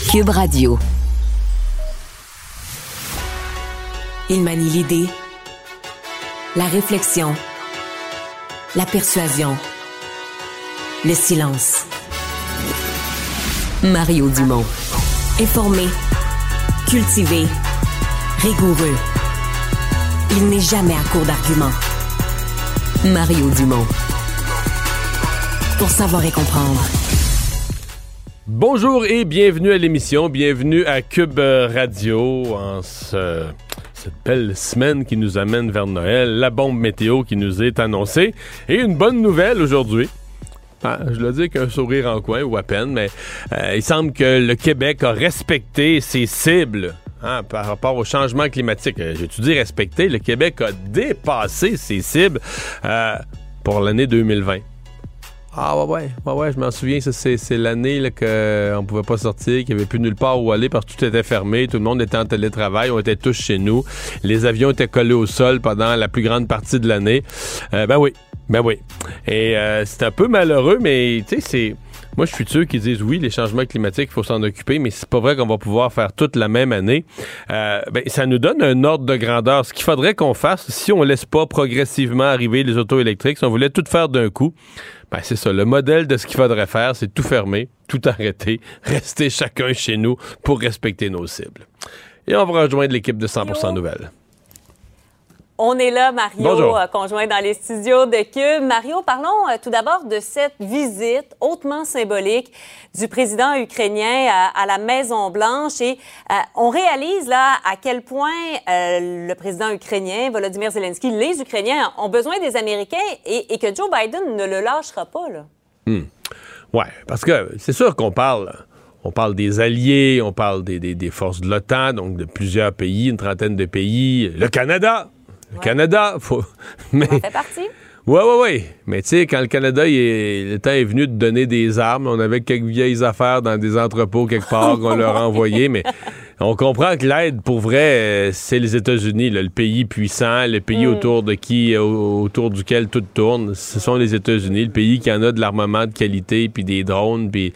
Cube Radio. Il manie l'idée, la réflexion, la persuasion, le silence. Mario Dumont. Informé, cultivé, rigoureux. Il n'est jamais à court d'arguments. Mario Dumont. Pour savoir et comprendre. Bonjour et bienvenue à l'émission, bienvenue à Cube Radio en cette belle semaine qui nous amène vers Noël, la bombe météo qui nous est annoncée et une bonne nouvelle aujourd'hui. Je dois dire qu'un sourire en coin ou à peine, mais il semble que le Québec a respecté ses cibles par rapport au changement climatique. J'ai-tu dit respecter? Le Québec a dépassé ses cibles pour l'année 2020. Ouais, je m'en souviens, ça, c'est l'année là, qu'on pouvait pas sortir, qu'il n'y avait plus nulle part où aller parce que tout était fermé, tout le monde était en télétravail, on était tous chez nous, les avions étaient collés au sol pendant la plus grande partie de l'année. Ben oui. Et c'est un peu malheureux, mais tu sais, c'est... Moi, je suis sûr qu'ils disent oui, les changements climatiques, il faut s'en occuper, mais c'est pas vrai qu'on va pouvoir faire toute la même année. Ça nous donne un ordre de grandeur. Ce qu'il faudrait qu'on fasse, si on laisse pas progressivement arriver les autos électriques, si on voulait tout faire d'un coup, c'est ça. Le modèle de ce qu'il faudrait faire, c'est tout fermer, tout arrêter, rester chacun chez nous pour respecter nos cibles. Et on va rejoindre l'équipe de 100% Nouvelles. On est là, Mario, conjoint dans les studios de Cube. Mario, parlons tout d'abord de cette visite hautement symbolique du président ukrainien à la Maison-Blanche. Et on réalise là à quel point le président ukrainien, Volodymyr Zelensky, les Ukrainiens ont besoin des Américains et que Joe Biden ne le lâchera pas, là. Ouais, parce que c'est sûr qu'on parle... On parle des alliés, on parle des forces de l'OTAN, donc de plusieurs pays, une trentaine de pays. Le Canada! Le Canada, mais... Ça en fait partie. Oui. Mais tu sais, quand le Canada, le temps est venu de donner des armes, on avait quelques vieilles affaires dans des entrepôts quelque part qu'on leur a envoyées, mais on comprend que l'aide, pour vrai, c'est les États-Unis, là, le pays puissant, le pays autour duquel tout tourne. Ce sont les États-Unis, le pays qui en a de l'armement de qualité, puis des drones, puis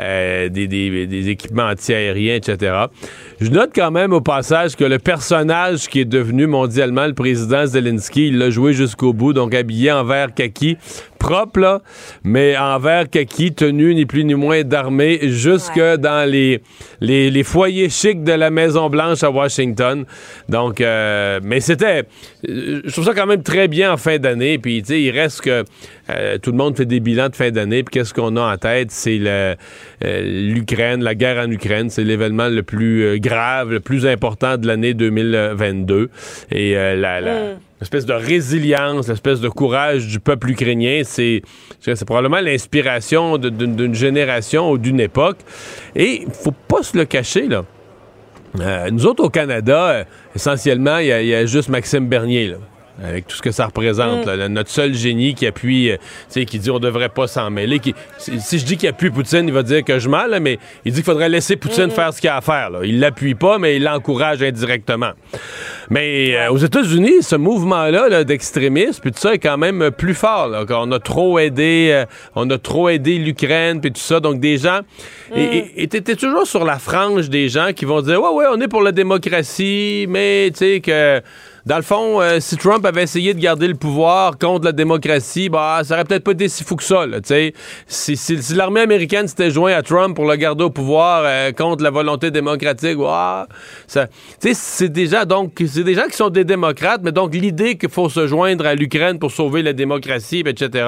des équipements anti-aériens, etc. Je note quand même au passage que le personnage qui est devenu mondialement le président Zelensky, il l'a joué jusqu'au bout, donc habillé en vert kaki, propre, là, mais en vert kaki, tenu ni plus ni moins d'armée, jusque dans les foyers chics de la Maison-Blanche à Washington. Donc, mais c'était... Je trouve ça quand même très bien en fin d'année, puis tu sais, il reste que tout le monde fait des bilans de fin d'année, puis qu'est-ce qu'on a en tête? C'est l'Ukraine, la guerre en Ukraine, c'est l'événement le plus grave, le plus important de l'année 2022. Et l'espèce de résilience, l'espèce de courage du peuple ukrainien, c'est probablement l'inspiration d'une génération ou d'une époque. Et il faut pas se le cacher, là. Nous autres, au Canada, essentiellement, il y a juste Maxime Bernier, là, avec tout ce que ça représente. Là, notre seul génie qui appuie, qui dit on devrait pas s'en mêler. Si je dis qu'il appuie Poutine, il va dire que je mens, là, mais il dit qu'il faudrait laisser Poutine faire ce qu'il a à faire. Là. Il l'appuie pas, mais il l'encourage indirectement. Mais aux États-Unis, ce mouvement-là là, d'extrémisme, puis tout ça est quand même plus fort. Là. On a trop aidé l'Ukraine, puis tout ça. Donc des gens... Et t'es toujours sur la frange des gens qui vont dire « Ouais, on est pour la démocratie, mais tu sais que... » Dans le fond, si Trump avait essayé de garder le pouvoir contre la démocratie, ça aurait peut-être pas été si fou que ça, là, tu sais. Si l'armée américaine s'était jointe à Trump pour le garder au pouvoir contre la volonté démocratique, c'est des gens qui sont des démocrates, mais donc l'idée qu'il faut se joindre à l'Ukraine pour sauver la démocratie, etc.,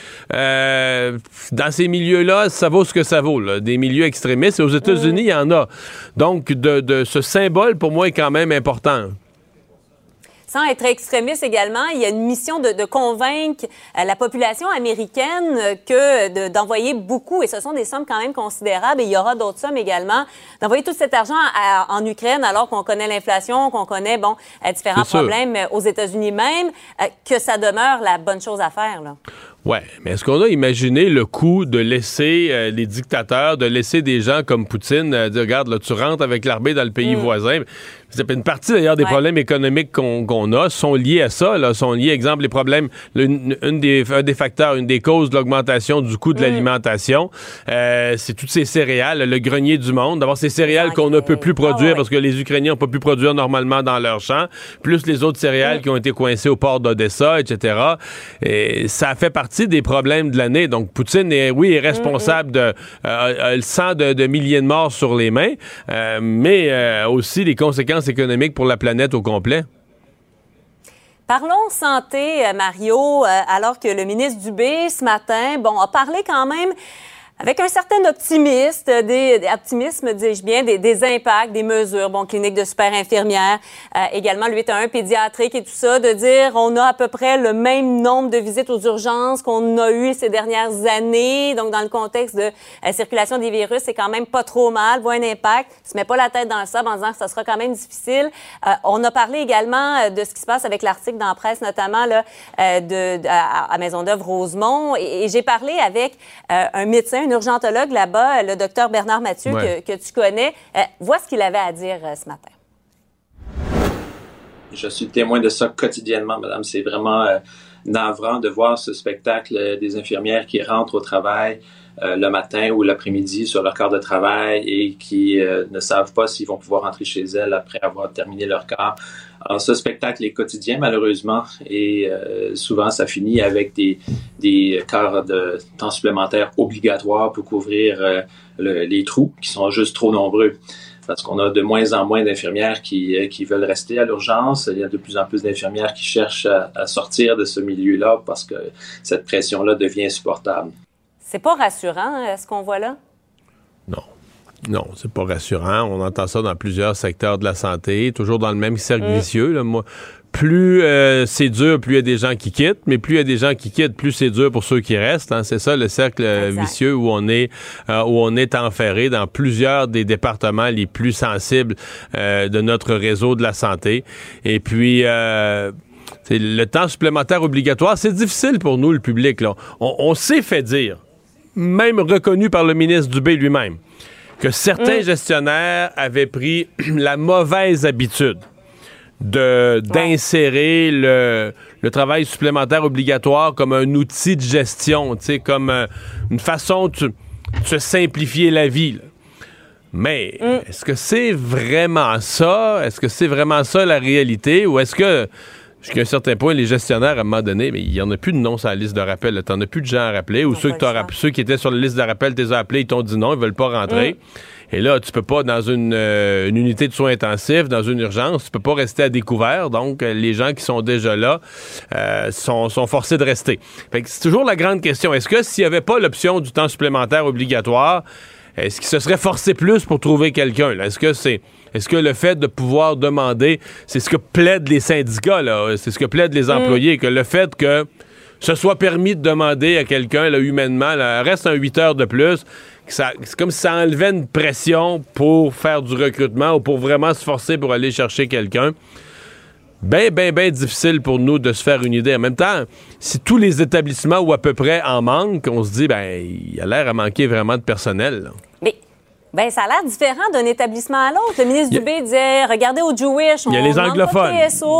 dans ces milieux-là, ça vaut ce que ça vaut, là, des milieux extrémistes. Et aux États-Unis, il y en a. Donc, de ce symbole, pour moi, est quand même important. Sans être extrémiste également, il y a une mission de convaincre la population américaine d'envoyer beaucoup, et ce sont des sommes quand même considérables, et il y aura d'autres sommes également, d'envoyer tout cet argent en Ukraine alors qu'on connaît l'inflation, qu'on connaît différents problèmes aux États-Unis même, que ça demeure la bonne chose à faire, là. Ouais, mais est-ce qu'on a imaginé le coup de laisser les dictateurs, de laisser des gens comme Poutine dire, regarde, là, tu rentres avec l'armée dans le pays voisin. Une partie, d'ailleurs, des problèmes économiques qu'on a sont liés à ça, là, sont liés, exemple, les problèmes, un des facteurs, une des causes de l'augmentation du coût de l'alimentation, c'est toutes ces céréales, le grenier du monde. D'abord, ces céréales qu'on ne peut plus produire parce que les Ukrainiens n'ont pas pu produire normalement dans leurs champs, plus les autres céréales qui ont été coincées au port d'Odessa, etc. Et ça fait partie des problèmes de l'année. Donc, Poutine est responsable de le sang de milliers de morts sur les mains, mais aussi les conséquences économiques pour la planète au complet. Parlons santé, Mario, alors que le ministre Dubé, ce matin, a parlé quand même avec un certain optimisme, dis-je bien, des impacts, des mesures, clinique de super infirmières, également le 8-1-1 pédiatrique et tout ça, de dire on a à peu près le même nombre de visites aux urgences qu'on a eu ces dernières années. Donc, dans le contexte de circulation des virus, c'est quand même pas trop mal, voit un impact, se met pas la tête dans le sable en disant que ça sera quand même difficile. On a parlé également de ce qui se passe avec l'article dans la presse, notamment là, à Maisonneuve-Rosemont. Et j'ai parlé avec un médecin, un urgentologue là-bas, le docteur Bernard Mathieu, que tu connais. Vois ce qu'il avait à dire ce matin. Je suis témoin de ça quotidiennement, madame. C'est vraiment navrant de voir ce spectacle des infirmières qui rentrent au travail le matin ou l'après-midi sur leur quart de travail et qui ne savent pas s'ils vont pouvoir rentrer chez elles après avoir terminé leur quart. Alors, ce spectacle est quotidien, malheureusement, et souvent, ça finit avec des quarts de temps supplémentaires obligatoires pour couvrir les trous qui sont juste trop nombreux. Parce qu'on a de moins en moins d'infirmières qui veulent rester à l'urgence. Il y a de plus en plus d'infirmières qui cherchent à sortir de ce milieu-là parce que cette pression-là devient insupportable. C'est pas rassurant, ce qu'on voit là? Non, c'est pas rassurant. On entend ça dans plusieurs secteurs de la santé, toujours dans le même cercle vicieux. Là. Moi, plus c'est dur, plus il y a des gens qui quittent, mais plus il y a des gens qui quittent, plus c'est dur pour ceux qui restent. Hein. C'est ça le cercle vicieux où on est enferré dans plusieurs des départements les plus sensibles de notre réseau de la santé. Et puis le temps supplémentaire obligatoire, c'est difficile pour nous, le public. Là. On s'est fait dire, même reconnu par le ministre Dubé lui-même, que certains gestionnaires avaient pris la mauvaise habitude d'insérer le travail supplémentaire obligatoire comme un outil de gestion, comme une façon de se simplifier la vie. Là. Mais est-ce que c'est vraiment ça? Est-ce que c'est vraiment ça la réalité? Ou est-ce que, jusqu'à un certain point, les gestionnaires, à un moment donné, mais il n'y en a plus de noms sur la liste de rappel. Tu n'en as plus de gens à rappeler. Ou ceux qui étaient sur la liste de rappel, tu les as appelés, ils t'ont dit non, ils veulent pas rentrer. Et là, tu peux pas, dans une unité de soins intensifs, dans une urgence, tu peux pas rester à découvert. Donc, les gens qui sont déjà là sont forcés de rester. Fait que c'est toujours la grande question. Est-ce que s'il n'y avait pas l'option du temps supplémentaire obligatoire, est-ce qu'il se serait forcé plus pour trouver quelqu'un? Là? Est-ce que le fait de pouvoir demander, c'est ce que plaident les syndicats, là, c'est ce que plaident les employés, que le fait que ce soit permis de demander à quelqu'un, là, humainement, là, reste un 8 heures de plus, c'est comme si ça enlevait une pression pour faire du recrutement ou pour vraiment se forcer pour aller chercher quelqu'un. Ben difficile pour nous de se faire une idée. En même temps, si tous les établissements ou à peu près en manquent, on se dit, il y a l'air à manquer vraiment de personnel. Là. Mais ça a l'air différent d'un établissement à l'autre. Le ministre Dubé disait, regardez au Jewish, il y a les anglophones.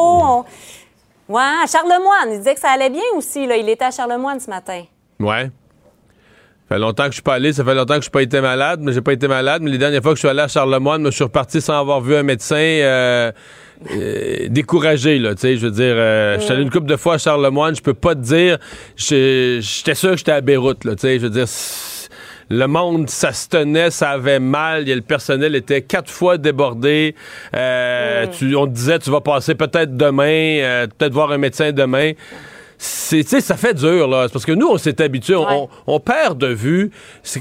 Ouais, à Charlemagne, il disait que ça allait bien aussi. Là. Il était à Charlemagne ce matin. Ouais. Ça fait longtemps que je suis pas allé, ça fait longtemps que je n'ai pas été malade, mais j'ai pas été malade. Mais les dernières fois que je suis allé à Charlemagne, je suis reparti sans avoir vu un médecin découragé, là, tu sais, je veux dire, je suis allé une couple de fois à Charlemagne, je peux pas te dire, j'étais sûr que j'étais à Beyrouth, là, tu sais, je veux dire, le monde, ça se tenait, ça avait mal, le personnel était 4 fois débordé, on te disait, tu vas passer peut-être demain, peut-être voir un médecin demain. Ça fait dur, là. C'est parce que nous, on s'est habitués. On perd de vue.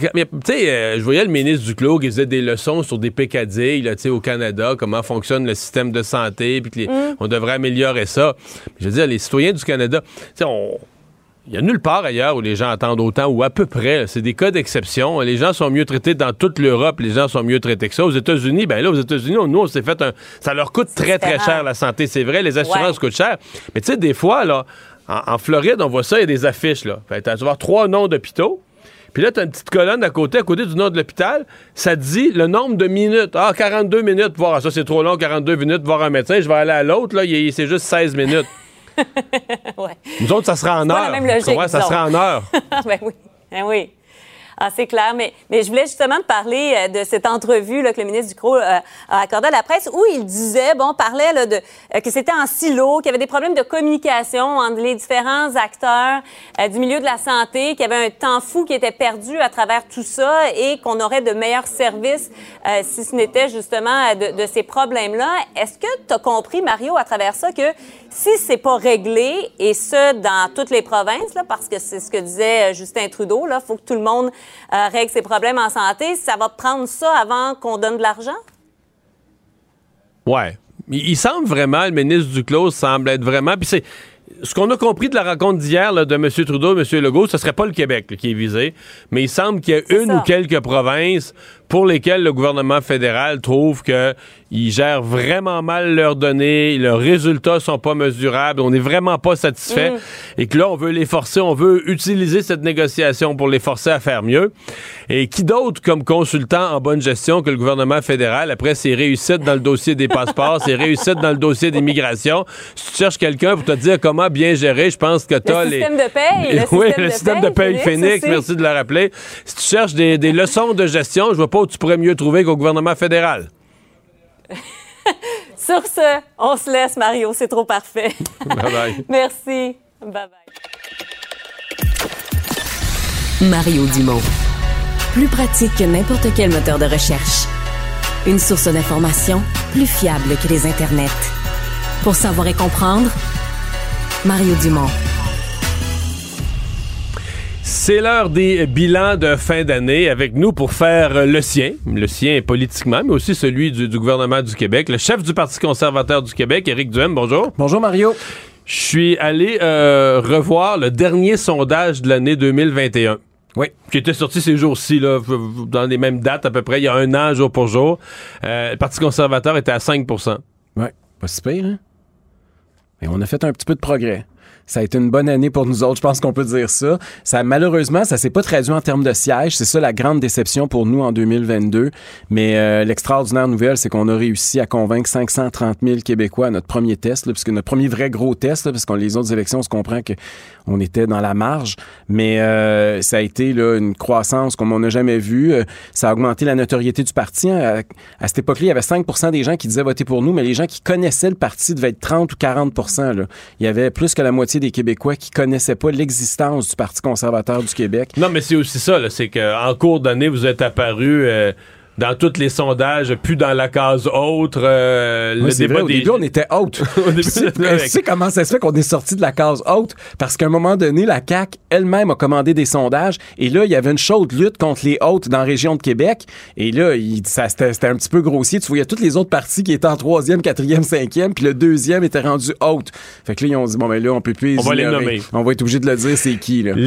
Je voyais le ministre Duclos qui faisait des leçons sur des pécadilles, là, au Canada, comment fonctionne le système de santé, puis on devrait améliorer ça. Je veux dire, les citoyens du Canada, il y a nulle part ailleurs où les gens attendent autant, ou à peu près. C'est des cas d'exception. Les gens sont mieux traités dans toute l'Europe. Les gens sont mieux traités que ça. Aux États-Unis, aux États-Unis, nous, on s'est fait ça leur coûte très, très cher, la santé. C'est vrai, les assurances coûtent cher. Mais tu sais, des fois, là, En Floride, on voit ça, il y a des affiches, là. Fait, tu vas avoir 3 noms d'hôpitaux. Puis là, tu as une petite colonne à côté du nom de l'hôpital. Ça te dit le nombre de minutes. 42 minutes. Voir ça, c'est trop long, 42 minutes, voir un médecin. Je vais aller à l'autre, là, c'est juste 16 minutes. Ouais. Nous autres, ça sera en heure. C'est pas la même logique, ça sera en heure. Ben oui. Ah, c'est clair, mais je voulais justement te parler de cette entrevue là, que le ministre Ducrot a accordée à la presse où il disait, parlait là, que c'était en silo, qu'il y avait des problèmes de communication entre les différents acteurs du milieu de la santé, qu'il y avait un temps fou qui était perdu à travers tout ça et qu'on aurait de meilleurs services si ce n'était justement de ces problèmes-là. Est-ce que tu as compris, Mario, à travers ça, que si c'est pas réglé, et ce, dans toutes les provinces, là, parce que c'est ce que disait Justin Trudeau, là, faut que tout le monde règle ses problèmes en santé, ça va prendre ça avant qu'on donne de l'argent? Ouais. Il semble vraiment, le ministre Duclos semble être vraiment... Puis c'est... Ce qu'on a compris de la rencontre d'hier là, de M. Trudeau et M. Legault, ce serait pas le Québec là, qui est visé, mais il semble qu'il y a ou quelques provinces pour lesquelles le gouvernement fédéral trouve qu'ils gèrent vraiment mal leurs données, leurs résultats sont pas mesurables, on n'est vraiment pas satisfait, et que là, on veut les forcer, on veut utiliser cette négociation pour les forcer à faire mieux. Et qui d'autre comme consultant en bonne gestion que le gouvernement fédéral, après ses réussites dans le dossier des passeports, ses réussites dans le dossier des migrations, si tu cherches quelqu'un pour te dire comment bien gérer, je pense que tu as le système de paye. Le système de paye Phoenix, merci de le rappeler. Si tu cherches des leçons de gestion, je vois pas où tu pourrais mieux trouver qu'au gouvernement fédéral. Sur ce, on se laisse, Mario. C'est trop parfait. Bye-bye. Merci. Bye-bye. Mario Dumont. Plus pratique que n'importe quel moteur de recherche. Une source d'information plus fiable que les internets. Pour savoir et comprendre, Mario Dumont. C'est l'heure des bilans de fin d'année avec nous pour faire le sien politiquement, mais aussi celui du gouvernement du Québec. Le chef du Parti conservateur du Québec, Éric Duhaime, bonjour. Bonjour Mario. Je suis allé revoir le dernier sondage de l'année 2021. Oui. Qui était sorti ces jours-ci, là, dans les mêmes dates à peu près, il y a un an, jour pour jour. Le Parti conservateur était à 5 %. Oui, pas si pire, hein? Mais on a fait un petit peu de progrès. Ça a été une bonne année pour nous autres, je pense qu'on peut dire ça. Malheureusement, ça s'est pas traduit en termes de sièges. C'est ça la grande déception pour nous en 2022. Mais l'extraordinaire nouvelle, c'est qu'on a réussi à convaincre 530 000 Québécois à notre premier test, là, puisque notre premier vrai gros test, là, parce que les autres élections, on se comprend qu'on était dans la marge. Mais ça a été là, une croissance comme on n'a jamais vu. Ça a augmenté la notoriété du parti. Hein. À cette époque-là, il y avait 5 % des gens qui disaient voter pour nous, mais les gens qui connaissaient le parti devaient être 30 ou 40 %. Là. Il y avait plus que la moitié des Québécois qui connaissaient pas l'existence du Parti conservateur du Québec. Non, mais c'est aussi ça, là, c'est qu'en cours d'année, vous êtes apparu dans tous les sondages, plus dans la case autre. Oui, c'est vrai, au début, on était haute. Tu sais comment ça se fait qu'on est sorti de la case haute? Parce qu'à un moment donné, la CAQ elle-même a commandé des sondages et là, il y avait une chaude lutte contre les hautes dans la région de Québec. Et là, c'était un petit peu grossier. Tu voyais tous les autres partis qui étaient en 3e, 4e, 5e, puis le 2e était rendu haute. Fait que là, ils ont dit, bon, ben là, on peut plus les ignorer. On va les nommer. On va être obligé de le dire, c'est qui, là?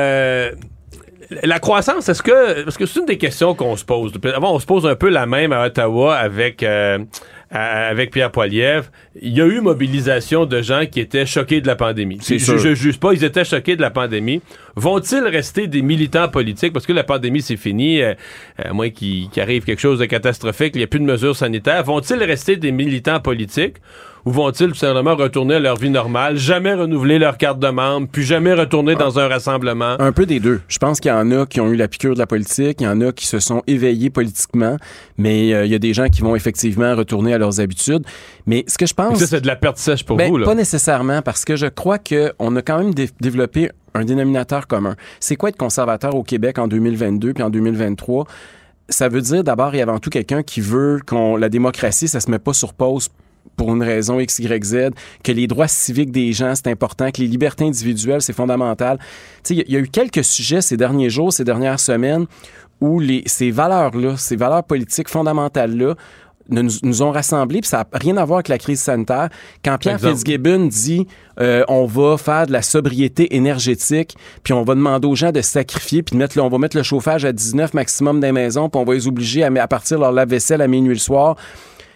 La croissance, parce que c'est une des questions qu'on se pose. Avant, on se pose un peu la même à Ottawa avec Pierre Poilievre. Il y a eu mobilisation de gens qui étaient choqués de la pandémie. Je juge pas, ils étaient choqués de la pandémie. Vont-ils rester des militants politiques? Parce que la pandémie, c'est fini. À moins qu'il arrive quelque chose de catastrophique, il n'y a plus de mesures sanitaires. Vont-ils rester des militants politiques? Ou vont-ils tout simplement retourner à leur vie normale, jamais renouveler leur carte de membre, puis jamais retourner dans un rassemblement? Un peu des deux. Je pense qu'il y en a qui ont eu la piqûre de la politique, il y en a qui se sont éveillés politiquement, mais il y a des gens qui vont effectivement retourner à leurs habitudes. Mais ce que je pense... Ça, c'est de la perte sèche pour vous, là? Pas nécessairement, parce que je crois qu'on a quand même développé un dénominateur commun. C'est quoi être conservateur au Québec en 2022 puis en 2023? Ça veut dire d'abord et avant tout quelqu'un qui veut la démocratie, ça se met pas sur pause pour une raison X, Y, Z, que les droits civiques des gens, c'est important, que les libertés individuelles, c'est fondamental. Tu sais, il y a eu quelques sujets ces derniers jours, ces dernières semaines, où ces valeurs-là, ces valeurs politiques fondamentales-là, nous ont rassemblés, puis ça n'a rien à voir avec la crise sanitaire. Quand Pierre Fitzgibbon dit on va faire de la sobriété énergétique, puis on va demander aux gens de se sacrifier, puis on va mettre le chauffage à 19 maximum dans les maisons, puis on va les obliger à partir leur lave-vaisselle à minuit le soir.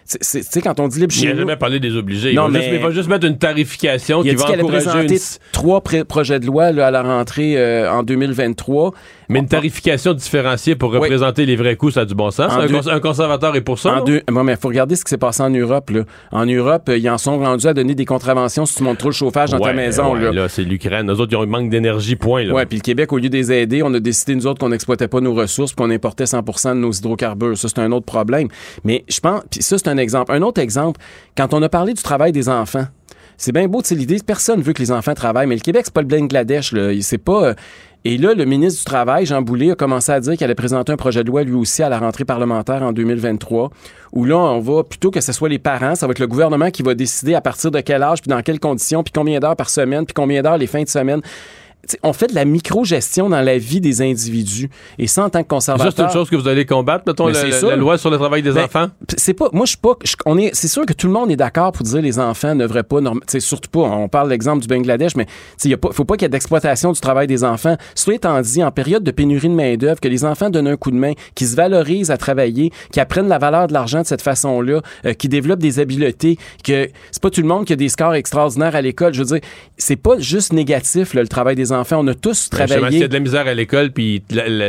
Tu sais, quand on dit libre chez nous... Il n'a jamais parlé des obligés. Non, il va juste mettre une tarification qui va encourager... Il a présenté 3 projets de loi là, à la rentrée en 2023. Mais une tarification différenciée pour représenter les vrais coûts, ça a du bon sens. Un conservateur est pour ça. Mais il faut regarder ce qui s'est passé en Europe. Là. En Europe, ils en sont rendus à donner des contraventions si tu montes trop le chauffage dans ta maison. Là, c'est l'Ukraine. Eux autres, ils ont un manque d'énergie, point. Oui, puis le Québec, au lieu de les aider, on a décidé, nous autres, qu'on n'exploitait pas nos ressources puis qu'on importait 100% de nos hydrocarbures. Ça, c'est un autre problème. Mais je pense... Puis ça, c'est un exemple. Un autre exemple, quand on a parlé du travail des enfants, c'est bien beau, tu sais, l'idée, personne veut que les enfants travaillent, mais le Québec, c'est pas le Bangladesh, là. C'est pas... Et là, le ministre du Travail, Jean Boulet, a commencé à dire qu'il allait présenter un projet de loi, lui aussi, à la rentrée parlementaire en 2023, où là, on va, plutôt que ce soit les parents, ça va être le gouvernement qui va décider à partir de quel âge, puis dans quelles conditions, puis combien d'heures par semaine, puis combien d'heures les fins de semaine. T'sais, on fait de la micro-gestion dans la vie des individus. Et ça, en tant que conservateur... Ça, c'est une chose que vous allez combattre, mettons, la loi sur le travail des enfants? C'est pas... Moi, je suis pas... c'est sûr que tout le monde est d'accord pour dire que les enfants ne devraient pas... surtout pas... On parle de l'exemple du Bangladesh, mais faut pas qu'il y ait d'exploitation du travail des enfants. Cela étant dit, en période de pénurie de main-d'œuvre, que les enfants donnent un coup de main, qu'ils se valorisent à travailler, qu'ils apprennent la valeur de l'argent de cette façon-là, qu'ils développent des habiletés, que c'est pas tout le monde qui a des scores extraordinaires à l'école. Je veux dire, c'est pas juste négatif, là, le travail des enfants. On a tous travaillé. S'il y a de la misère à l'école, puis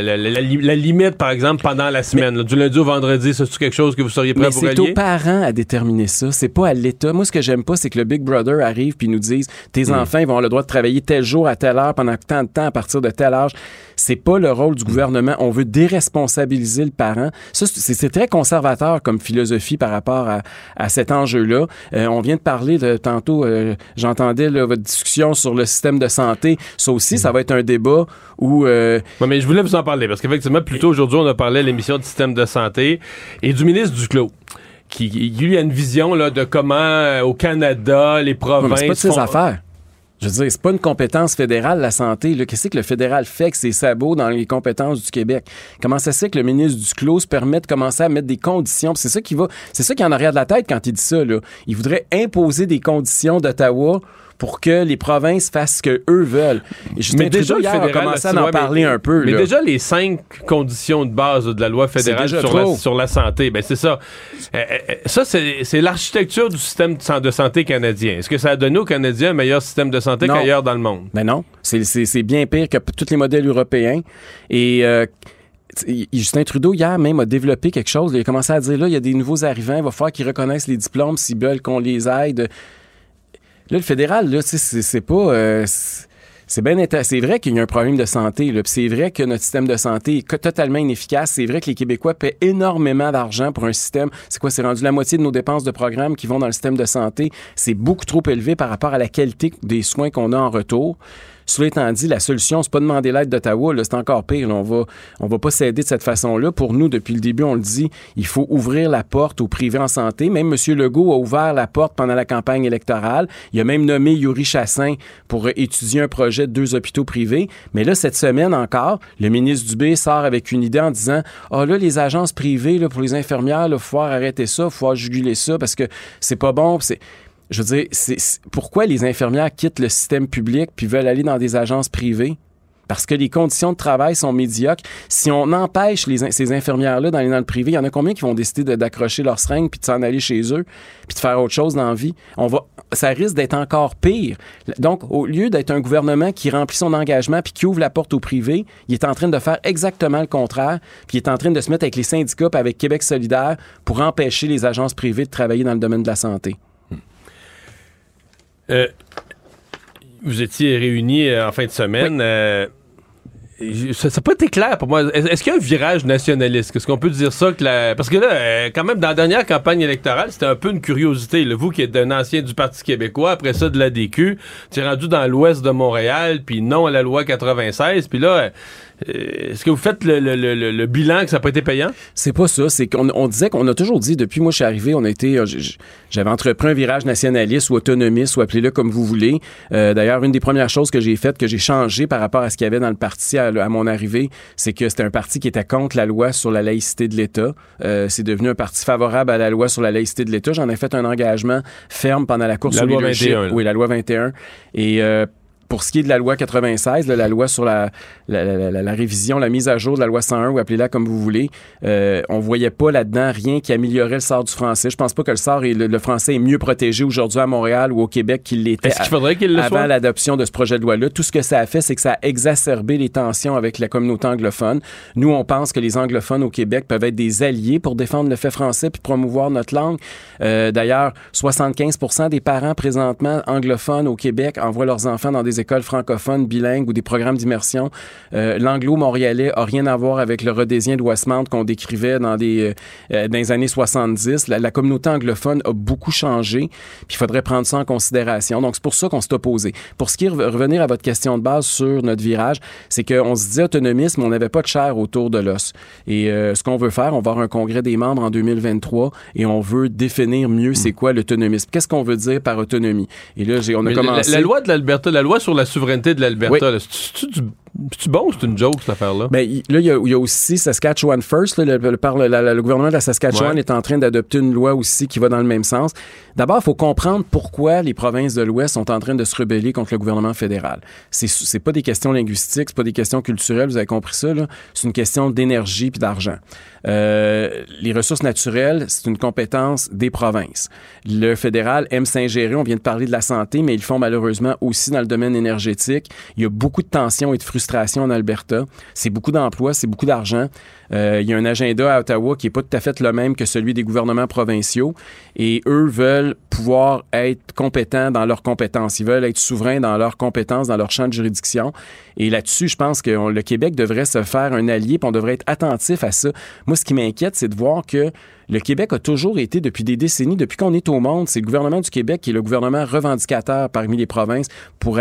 la limite, par exemple, pendant la semaine, là, du lundi au vendredi, ça, c'est quelque chose que vous seriez prêt pour allier? C'est aux parents à déterminer ça. C'est pas à l'État. Moi, ce que j'aime pas, c'est que le Big Brother arrive puis nous dise tes enfants, ils vont avoir le droit de travailler tel jour à telle heure pendant tant de temps à partir de tel âge. C'est pas le rôle du gouvernement. On veut déresponsabiliser le parent. Ça, c'est très conservateur comme philosophie par rapport à cet enjeu-là. On vient de parler tantôt, j'entendais là, votre discussion sur le système de santé. Ça aussi, ça va être un débat où... Oui, mais je voulais vous en parler parce qu'effectivement, plus tôt aujourd'hui, on a parlé à l'émission du système de santé et du ministre Duclos qui lui a une vision là, de comment au Canada, les provinces... Non, c'est pas de ses affaires. Je veux dire, c'est pas une compétence fédérale, la santé. Là. Qu'est-ce que le fédéral fait avec ses sabots dans les compétences du Québec? Comment ça se fait que le ministre Duclos se permet de commencer à mettre des conditions? Puis c'est ça qui est en arrière de la tête quand il dit ça. Là. Il voudrait imposer des conditions d'Ottawa pour que les provinces fassent ce qu'eux veulent. Et Justin Trudeau, hier, a commencé à en parler un peu. Mais là. déjà, les 5 conditions de base de la loi fédérale sur la santé, ben c'est ça. Ça, c'est l'architecture du système de santé canadien. Est-ce que ça a donné aux Canadiens un meilleur système de santé qu'ailleurs dans le monde? Ben non. C'est bien pire que tous les modèles européens. Et... Justin Trudeau, hier même, a développé quelque chose. Il a commencé à dire, là, il y a des nouveaux arrivants, il va falloir qu'ils reconnaissent les diplômes s'ils veulent qu'on les aide. Là, le fédéral, là, c'est pas... c'est vrai qu'il y a un problème de santé, là, puis c'est vrai que notre système de santé est totalement inefficace. C'est vrai que les Québécois paient énormément d'argent pour un système. C'est quoi? C'est rendu la moitié de nos dépenses de programme qui vont dans le système de santé. C'est beaucoup trop élevé par rapport à la qualité des soins qu'on a en retour. Cela étant dit, la solution, c'est pas demander l'aide d'Ottawa, là, c'est encore pire. Là, on va pas s'aider de cette façon-là. Pour nous, depuis le début, on le dit, il faut ouvrir la porte au privé en santé. Même M. Legault a ouvert la porte pendant la campagne électorale. Il a même nommé Yuri Chassin pour étudier un projet de 2 hôpitaux privés. Mais là, cette semaine encore, le ministre Dubé sort avec une idée en disant « Ah là, les agences privées là, pour les infirmières, il faut falloir arrêter ça, il faut falloir juguler ça parce que c'est pas bon. » Je veux dire, pourquoi les infirmières quittent le système public puis veulent aller dans des agences privées? Parce que les conditions de travail sont médiocres. Si on empêche ces infirmières-là d'aller dans le privé, il y en a combien qui vont décider d'accrocher leur seringue puis de s'en aller chez eux puis de faire autre chose dans la vie? Ça risque d'être encore pire. Donc, au lieu d'être un gouvernement qui remplit son engagement puis qui ouvre la porte au privé, il est en train de faire exactement le contraire puis il est en train de se mettre avec les syndicats puis avec Québec solidaire pour empêcher les agences privées de travailler dans le domaine de la santé. Vous étiez réunis en fin de semaine. Oui. Ça n'a pas été clair pour moi. Est-ce qu'il y a un virage nationaliste? Est-ce qu'on peut dire ça? Parce que là, quand même, dans la dernière campagne électorale, c'était un peu une curiosité. Là. Vous qui êtes un ancien du Parti québécois, après ça de l'ADQ, tu es rendu dans l'ouest de Montréal, puis non à la loi 96, puis là... Est-ce que vous faites le bilan que ça n'a pas été payant? C'est pas ça. C'est qu'on disait qu'on a toujours dit, depuis moi je suis arrivé, j'avais entrepris un virage nationaliste ou autonomiste, ou appelez-le comme vous voulez. D'ailleurs, une des premières choses que j'ai faites, que j'ai changé par rapport à ce qu'il y avait dans le parti à mon arrivée, c'est que c'était un parti qui était contre la loi sur la laïcité de l'État. C'est devenu un parti favorable à la loi sur la laïcité de l'État. J'en ai fait un engagement ferme pendant la course au leadership. La loi 21. Oui, la loi 21. Et pour ce qui est de la loi 96, la loi sur la révision, la mise à jour de la loi 101, ou appelez-la comme vous voulez, on voyait pas là-dedans rien qui améliorait le sort du français. Je pense pas que le français est mieux protégé aujourd'hui à Montréal ou au Québec qu'il l'était avant l'adoption de ce projet de loi-là. Tout ce que ça a fait, c'est que ça a exacerbé les tensions avec la communauté anglophone. Nous, on pense que les anglophones au Québec peuvent être des alliés pour défendre le fait français puis promouvoir notre langue. D'ailleurs, 75% des parents présentement anglophones au Québec envoient leurs enfants dans des écoles francophones, bilingues ou des programmes d'immersion. L'anglo-montréalais a rien à voir avec le rhodésien de Westmount qu'on décrivait dans les années 70. La communauté anglophone a beaucoup changé, puis il faudrait prendre ça en considération. Donc, c'est pour ça qu'on s'est opposé. Pour ce qui est revenir à votre question de base sur notre virage, c'est qu'on se disait autonomiste, mais on n'avait pas de chair autour de l'os. Et ce qu'on veut faire, on va avoir un congrès des membres en 2023 et on veut définir mieux c'est quoi l'autonomisme. Qu'est-ce qu'on veut dire par autonomie? Et là, on a commencé... La loi de l'Alberta, la loi sur la souveraineté de l'Alberta, oui. C'est bon ou c'est une joke, cette affaire-là? Là, il y a aussi Saskatchewan First. Là, le gouvernement de la Saskatchewan est en train d'adopter une loi aussi qui va dans le même sens. D'abord, il faut comprendre pourquoi les provinces de l'Ouest sont en train de se rebeller contre le gouvernement fédéral. C'est pas des questions linguistiques, c'est pas des questions culturelles, vous avez compris ça, là. C'est une question d'énergie puis d'argent. Les ressources naturelles, c'est une compétence des provinces. Le fédéral aime s'ingérer, on vient de parler de la santé, mais ils le font malheureusement aussi dans le domaine énergétique. Il y a beaucoup de tensions et de frustration en Alberta. C'est beaucoup d'emplois, c'est beaucoup d'argent. Il y a un agenda à Ottawa qui n'est pas tout à fait le même que celui des gouvernements provinciaux. Et eux veulent pouvoir être compétents dans leurs compétences. Ils veulent être souverains dans leurs compétences, dans leur champ de juridiction. Et là-dessus, je pense que le Québec devrait se faire un allié, puis on devrait être attentif à ça. Moi, ce qui m'inquiète, c'est de voir que le Québec a toujours été, depuis des décennies, depuis qu'on est au monde, c'est le gouvernement du Québec qui est le gouvernement revendicateur parmi les provinces pour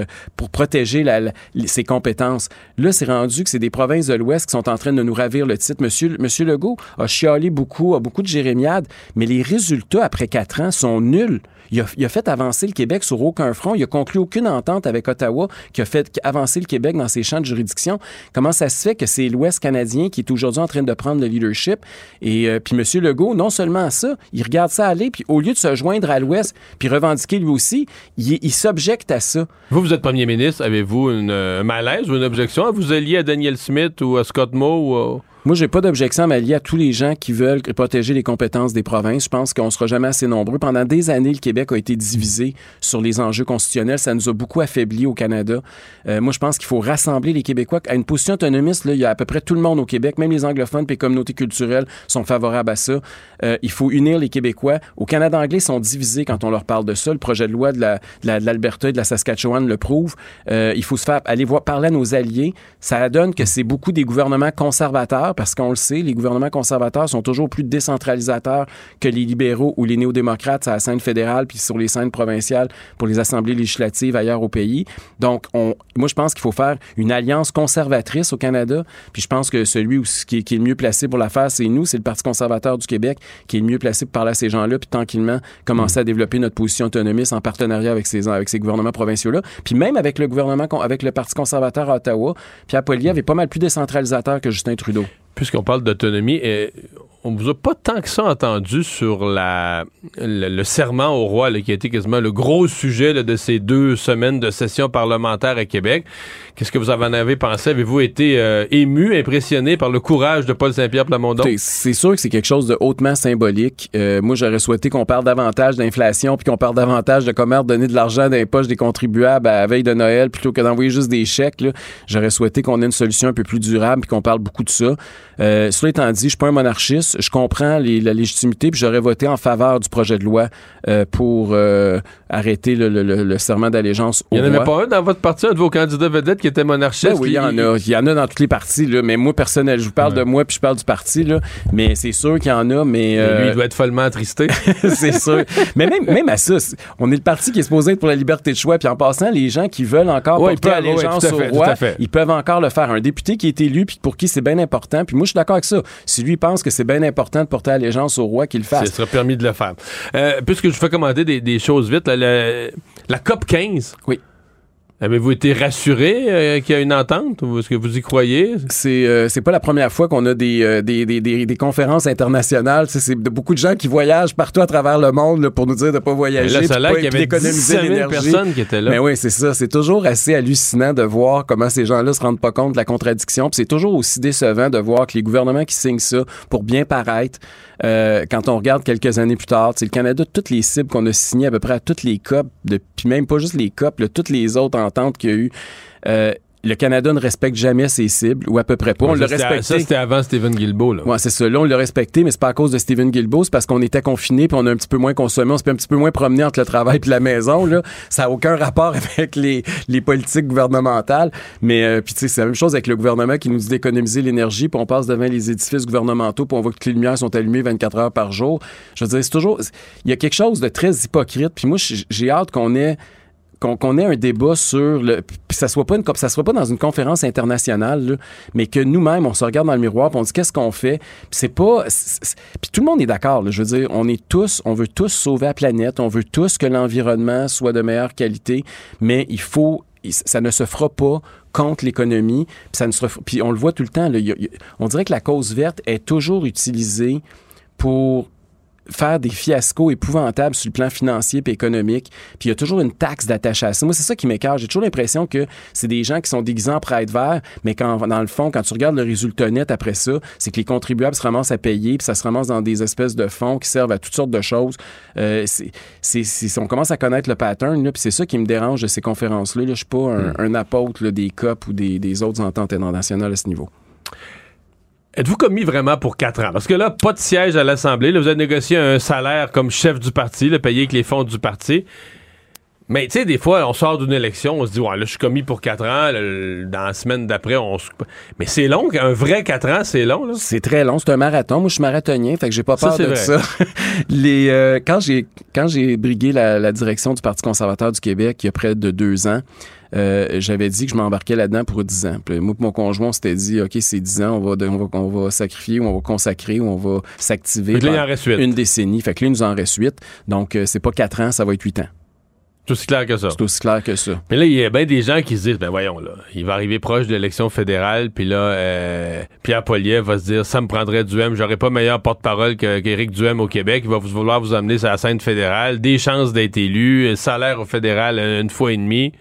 protéger ses compétences. Là, c'est rendu que c'est des provinces de l'Ouest qui sont en train de nous ravir le titre. Monsieur Legault a chialé beaucoup, a beaucoup de jérémiades, mais les résultats après 4 ans sont nuls. Il a fait avancer le Québec sur aucun front. Il a conclu aucune entente avec Ottawa qui a fait avancer le Québec dans ses champs de juridiction. Comment ça se fait que c'est l'Ouest canadien qui est aujourd'hui en train de prendre le leadership? Et puis M. Legault, non seulement ça, il regarde ça aller, puis au lieu de se joindre à l'Ouest, puis revendiquer lui aussi, il s'objecte à ça. Vous êtes premier ministre. Avez-vous un malaise ou une objection à vous allier à Daniel Smith ou à Scott Moe ou Moi, j'ai pas d'objection à m'allier à tous les gens qui veulent protéger les compétences des provinces. Je pense qu'on sera jamais assez nombreux. Pendant des années, le Québec a été divisé sur les enjeux constitutionnels. Ça nous a beaucoup affaiblis au Canada. Moi, je pense qu'il faut rassembler les Québécois. À une position autonomiste, là, il y a à peu près tout le monde au Québec, même les anglophones et les communautés culturelles sont favorables à ça. Il faut unir les Québécois. Au Canada anglais, ils sont divisés quand on leur parle de ça. Le projet de loi de l'Alberta et de la Saskatchewan le prouve. Il faut parler à nos alliés. Ça donne que c'est beaucoup des gouvernements conservateurs, parce qu'on le sait, les gouvernements conservateurs sont toujours plus décentralisateurs que les libéraux ou les néo-démocrates à la scène fédérale puis sur les scènes provinciales pour les assemblées législatives ailleurs au pays. Donc, moi, je pense qu'il faut faire une alliance conservatrice au Canada, puis je pense que celui qui est le mieux placé pour la faire, c'est nous, c'est le Parti conservateur du Québec qui est le mieux placé pour parler à ces gens-là, puis tranquillement commencer à développer notre position autonomiste en partenariat avec ces gouvernements provinciaux-là. Puis même avec le gouvernement, avec le Parti conservateur à Ottawa, Pierre Poilievre est pas mal plus décentralisateur que Justin Trudeau. Puisqu'on parle d'autonomie, on vous a pas tant que ça entendu sur le serment au roi, là, qui a été quasiment le gros sujet là, de ces 2 semaines de session parlementaire à Québec. Qu'est-ce que vous en avez pensé? Avez-vous été ému, impressionné par le courage de Paul Saint-Pierre Plamondon? C'est sûr que c'est quelque chose de hautement symbolique. Moi, j'aurais souhaité qu'on parle davantage d'inflation puis qu'on parle davantage de comment donner de l'argent dans les poches des contribuables à la veille de Noël plutôt que d'envoyer juste des chèques. Là. J'aurais souhaité qu'on ait une solution un peu plus durable puis qu'on parle beaucoup de ça. Cela étant dit, je suis pas un monarchiste. Je comprends la légitimité puis j'aurais voté en faveur du projet de loi pour arrêter le serment d'allégeance au roi. Il n'y en avait pas un dans votre parti, un de vos candidats vedettes qui était monarchiste? Ben oui, il y en a. Il y en a dans toutes les partis, là. Mais moi, personnellement, je vous parle de moi puis je parle du parti, là. Mais c'est sûr qu'il y en a, mais... Lui, il doit être follement attristé. C'est sûr. Mais même à ça, on est le parti qui est supposé être pour la liberté de choix. Puis en passant, les gens qui veulent encore porter allégeance au roi, ils peuvent encore le faire. Un député qui est élu puis pour qui c'est bien important. Puis moi, je suis d'accord avec ça. Si lui pense que c'est bien important de porter allégeance au roi, qu'il le fasse. Ça serait permis de le faire. Puisque je fais commenter des choses vite, la COP 15. Oui. Avez-vous été rassuré qu'il y a une entente ou est-ce que vous y croyez? C'est pas la première fois qu'on a des conférences internationales. C'est beaucoup de gens qui voyagent partout à travers le monde là, pour nous dire de pas voyager. Là, ça a l'air qu'il y avait 17 000 personnes qui étaient là. Mais oui, c'est ça. C'est toujours assez hallucinant de voir comment ces gens-là se rendent pas compte de la contradiction. Puis c'est toujours aussi décevant de voir que les gouvernements qui signent ça pour bien paraître, quand on regarde quelques années plus tard, le Canada, toutes les cibles qu'on a signées à peu près à toutes les COP, puis même pas juste les COP, là, toutes les autres ententes qu'il y a eu, le Canada ne respecte jamais ses cibles, ou à peu près pas. On l'a respecté. Ça, c'était avant Stephen Guilbeault, là. Ouais, c'est ça. Là, on l'a respecté, mais c'est pas à cause de Stephen Guilbeault, c'est parce qu'on était confinés, puis on a un petit peu moins consommé, on s'est un petit peu moins promené entre le travail puis la maison, là. Ça n'a aucun rapport avec les politiques gouvernementales. Mais, puis tu sais, c'est la même chose avec le gouvernement qui nous dit d'économiser l'énergie, puis on passe devant les édifices gouvernementaux, puis on voit que les lumières sont allumées 24 heures par jour. Je veux dire, c'est toujours... Il y a quelque chose de très hypocrite, puis moi, j'ai hâte qu'on ait un débat sur le... Puis ça soit pas dans une conférence internationale, là, mais que nous-mêmes, on se regarde dans le miroir puis on dit qu'est-ce qu'on fait. Puis c'est pas... Puis tout le monde est d'accord, là. Je veux dire, on veut tous sauver la planète, on veut tous que l'environnement soit de meilleure qualité, mais ça ne se fera pas contre l'économie. Puis on le voit tout le temps, là, on dirait que la cause verte est toujours utilisée pour faire des fiascos épouvantables sur le plan financier et économique, puis il y a toujours une taxe d'attache à ça. Moi, c'est ça qui m'écarte. J'ai toujours l'impression que c'est des gens qui sont déguisés en prêtre vert, mais dans le fond, quand tu regardes le résultat net après ça, c'est que les contribuables se ramassent à payer, puis ça se ramasse dans des espèces de fonds qui servent à toutes sortes de choses. On commence à connaître le pattern, là, puis c'est ça qui me dérange de ces conférences-là. Là. Je suis pas un apôtre là, des COP ou des autres ententes internationales à ce niveau. Êtes-vous commis vraiment pour 4 ans? Parce que là, pas de siège à l'Assemblée. Là, vous avez négocié un salaire comme chef du parti, là, payé avec les fonds du parti. Mais tu sais, des fois, on sort d'une élection, on se dit, ouais, là, je suis commis pour 4 ans. Là, dans la semaine d'après, Mais c'est long, un vrai 4 ans, c'est long, là. C'est très long, c'est un marathon. Moi, je suis marathonien, fait que j'ai pas peur de ça. Quand j'ai brigué la direction du Parti conservateur du Québec il y a près de 2 ans, j'avais dit que je m'embarquais là-dedans pour 10 ans. Puis moi et mon conjoint, on s'était dit, OK, c'est 10 ans, on va sacrifier, ou on va consacrer, ou on va s'activer une décennie. Fait que là, il nous en reste 8. Donc, c'est pas 4 ans, ça va être 8 ans. C'est aussi clair que ça. C'est aussi clair que ça. Mais là, il y a bien des gens qui se disent, ben voyons, là, il va arriver proche de l'élection fédérale, puis là, Pierre Poilievre va se dire, ça me prendrait Duhem, j'aurais pas meilleur porte-parole qu'Éric Duhem au Québec, il va vouloir vous amener sur la scène fédérale, des chances d'être élu, salaire au fédéral 1,5 fois.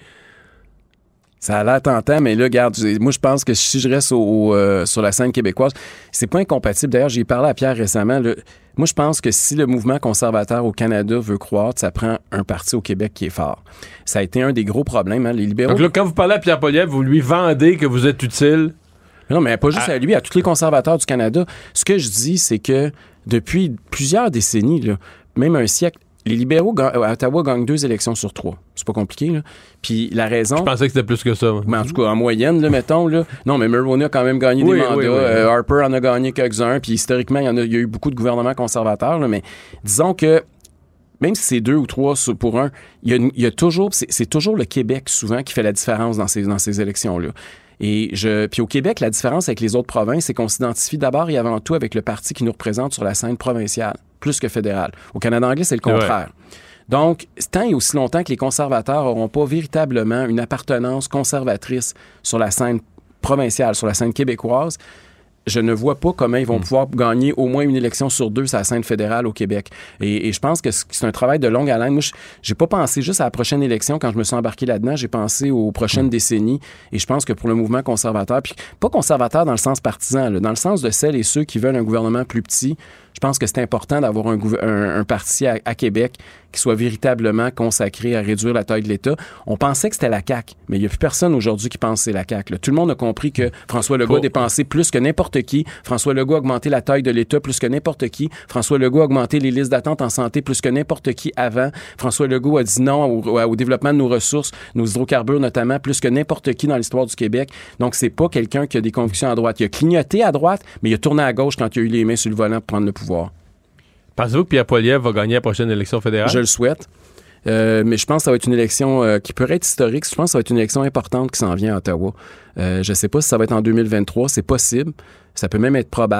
Ça a l'air tentant, mais là, regarde, moi, je pense que si je reste sur la scène québécoise, c'est pas incompatible. D'ailleurs, j'ai parlé à Pierre récemment. Moi, je pense que si le mouvement conservateur au Canada veut croître, ça prend un parti au Québec qui est fort. Ça a été un des gros problèmes, hein, les libéraux. Donc là, quand vous parlez à Pierre Poilievre, vous lui vendez que vous êtes utile. Non, mais pas juste à lui, à tous les conservateurs du Canada. Ce que je dis, c'est que depuis plusieurs décennies, là, même un siècle, les libéraux à Ottawa gagnent 2 élections sur 3. C'est pas compliqué, là. Puis la raison... Je pensais que c'était plus que ça. Mais en tout cas, en moyenne, là, mettons, là. Non, mais Mulroney a quand même gagné des mandats. Oui. Harper en a gagné quelques-uns. Puis historiquement, il y a eu beaucoup de gouvernements conservateurs, là. Mais disons que même si c'est 2 ou 3 pour 1, il y a toujours... C'est toujours le Québec, souvent, qui fait la différence dans ces élections-là. Puis au Québec, la différence avec les autres provinces, c'est qu'on s'identifie d'abord et avant tout avec le parti qui nous représente sur la scène provinciale, plus que fédérale. Au Canada anglais, c'est le contraire. Ouais. Donc, tant et aussi longtemps que les conservateurs n'auront pas véritablement une appartenance conservatrice sur la scène provinciale, sur la scène québécoise, je ne vois pas comment ils vont pouvoir gagner au moins une élection sur 2 sur la scène fédérale au Québec. Et je pense que c'est un travail de longue haleine. Moi, j'ai pas pensé juste à la prochaine élection quand je me suis embarqué là-dedans. J'ai pensé aux prochaines décennies. Et je pense que pour le mouvement conservateur, puis pas conservateur dans le sens partisan, là, dans le sens de celles et ceux qui veulent un gouvernement plus petit, je pense que c'est important d'avoir un parti à Québec qui soit véritablement consacré à réduire la taille de l'État. On pensait que c'était la CAQ, mais il n'y a plus personne aujourd'hui qui pense que c'est la CAQ. Là. Tout le monde a compris que François Legault a dépensé plus que n'importe qui. François Legault a augmenté la taille de l'État plus que n'importe qui. François Legault a augmenté les listes d'attente en santé plus que n'importe qui avant. François Legault a dit non au développement de nos ressources, nos hydrocarbures notamment, plus que n'importe qui dans l'histoire du Québec. Donc, c'est pas quelqu'un qui a des convictions à droite. Il a clignoté à droite, mais il a tourné à gauche quand il a eu les mains sur le volant pour prendre le pouvoir. Pensez-vous que Pierre Poilievre va gagner la prochaine élection fédérale? Je le souhaite. Mais je pense que ça va être une élection qui pourrait être historique. Je pense que ça va être une élection importante qui s'en vient à Ottawa. Je ne sais pas si ça va être en 2023. C'est possible. Ça peut même être probable.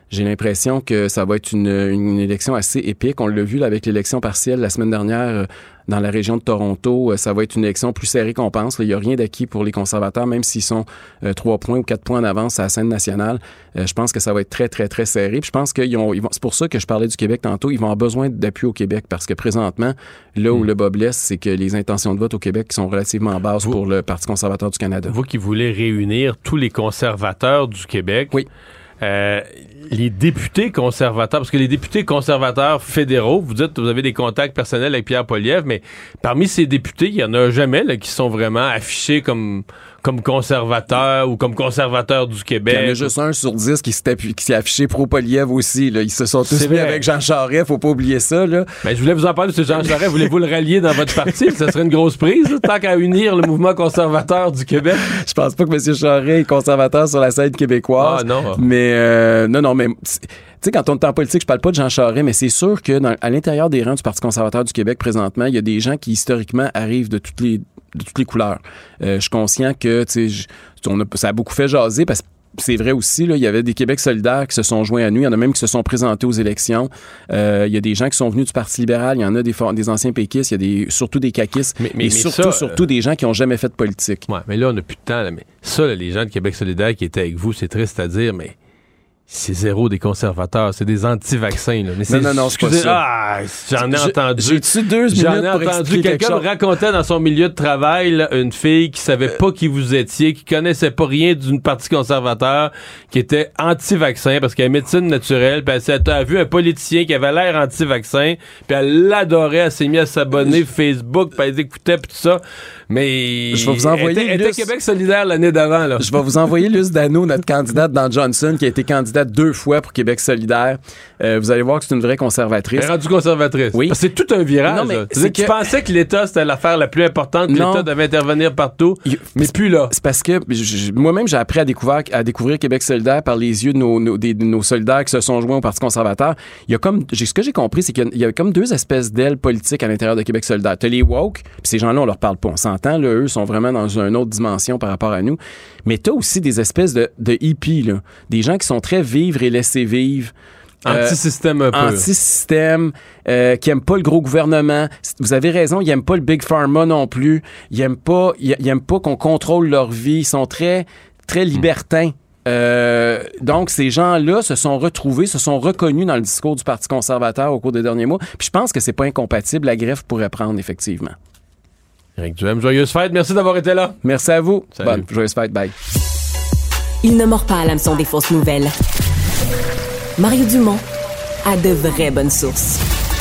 J'ai l'impression que ça va être une élection assez épique. On l'a vu là, avec l'élection partielle la semaine dernière dans la région de Toronto. Ça va être une élection plus serrée qu'on pense. Il n'y a rien d'acquis pour les conservateurs, même s'ils sont 3 points ou 4 points en avance à la scène nationale. Je pense que ça va être très, très, très serré. Puis je pense qu'ils vont, c'est pour ça que je parlais du Québec tantôt. Ils vont avoir besoin d'appui au Québec parce que présentement, là où le bas blesse, c'est que les intentions de vote au Québec sont relativement basses pour le Parti conservateur du Canada. Vous qui voulez réunir tous les conservateurs du Québec. Oui. Les députés conservateurs, parce que les députés conservateurs fédéraux, vous dites que vous avez des contacts personnels avec Pierre Poilievre, mais parmi ces députés, il n'y en a jamais là, qui sont vraiment affichés comme conservateurs ou comme conservateurs du Québec. Il y en a juste 1 sur 10 qui s'est affiché pro-Poilievre aussi. Là. Ils se sont tous mis avec Jean Charest, faut pas oublier ça. Là. Ben, je voulais vous en parler de ce Jean Charest. Voulez-vous le rallier dans votre parti? Ça serait une grosse prise, là, tant qu'à unir le mouvement conservateur du Québec. Je pense pas que M. Charest est conservateur sur la scène québécoise. Ah non. Mais non, mais... Tu sais, quand on est en politique, je parle pas de Jean Charest, mais c'est sûr que à l'intérieur des rangs du Parti conservateur du Québec, présentement, il y a des gens qui, historiquement, arrivent de toutes les couleurs. Je suis conscient que, tu sais, ça a beaucoup fait jaser parce que c'est vrai aussi, là, il y avait des Québec solidaires qui se sont joints à nous. Il y en a même qui se sont présentés aux élections. Il y a des gens qui sont venus du Parti libéral. Il y en a des anciens péquistes. Il y a surtout des caquistes. Mais surtout des gens qui n'ont jamais fait de politique. Ouais, mais là, on n'a plus de temps. Là, mais ça, là, les gens de Québec solidaire qui étaient avec vous, c'est triste à dire, mais... C'est zéro des conservateurs, c'est des anti-vaccins. Là. Mais non, c'est pas ça. J'en ai entendu. J'ai-tu 2 minutes J'en ai entendu. Quelqu'un me racontait dans son milieu de travail là, une fille qui savait pas qui vous étiez, qui connaissait pas rien d'une partie conservateur, qui était anti-vaccin parce qu'elle est médecine naturelle, puis elle a vu un politicien qui avait l'air anti-vaccin, puis elle l'adorait, elle s'est mise à s'abonner Facebook, puis elle écoutait puis tout ça. Mais je vais vous envoyer elle était Québec solidaire l'année d'avant. Là. Je vais vous envoyer Luce Dano, notre candidate dans Johnson, qui a été candidate 2 fois pour Québec solidaire. Vous allez voir que c'est une vraie conservatrice. Elle est rendue conservatrice. Oui. Parce que c'est tout un virage. Non, mais tu pensais que l'État, c'était l'affaire la plus importante, que l'État devait intervenir partout, mais plus là. C'est parce que moi-même, j'ai appris à découvrir Québec solidaire par les yeux de nos solidaires qui se sont joints au Parti conservateur. Il y a comme, ce que j'ai compris, c'est qu'il y a comme 2 espèces d'ailes politiques à l'intérieur de Québec solidaire. T'as les woke, puis ces gens-là, on leur parle pas. On s'entend, là, eux sont vraiment dans une autre dimension par rapport à nous. Mais t'as aussi des espèces de hippies, là. Des gens qui sont très vivre et laisser vivre. Anti-système un peu. Anti-système, qui aiment pas le gros gouvernement. Vous avez raison, ils aiment pas le Big Pharma non plus. Ils aiment pas qu'on contrôle leur vie. Ils sont très, très libertins. Donc, ces gens-là se sont reconnus dans le discours du Parti conservateur au cours des derniers mois. Puis je pense que c'est pas incompatible. La greffe pourrait prendre, effectivement. Éric Duhem, joyeuse fête. Merci d'avoir été là. Merci à vous. Salut. Bonne joyeuse fête. Bye. Il ne mord pas à l'hameçon des fausses nouvelles. Mario Dumont a de vraies bonnes sources.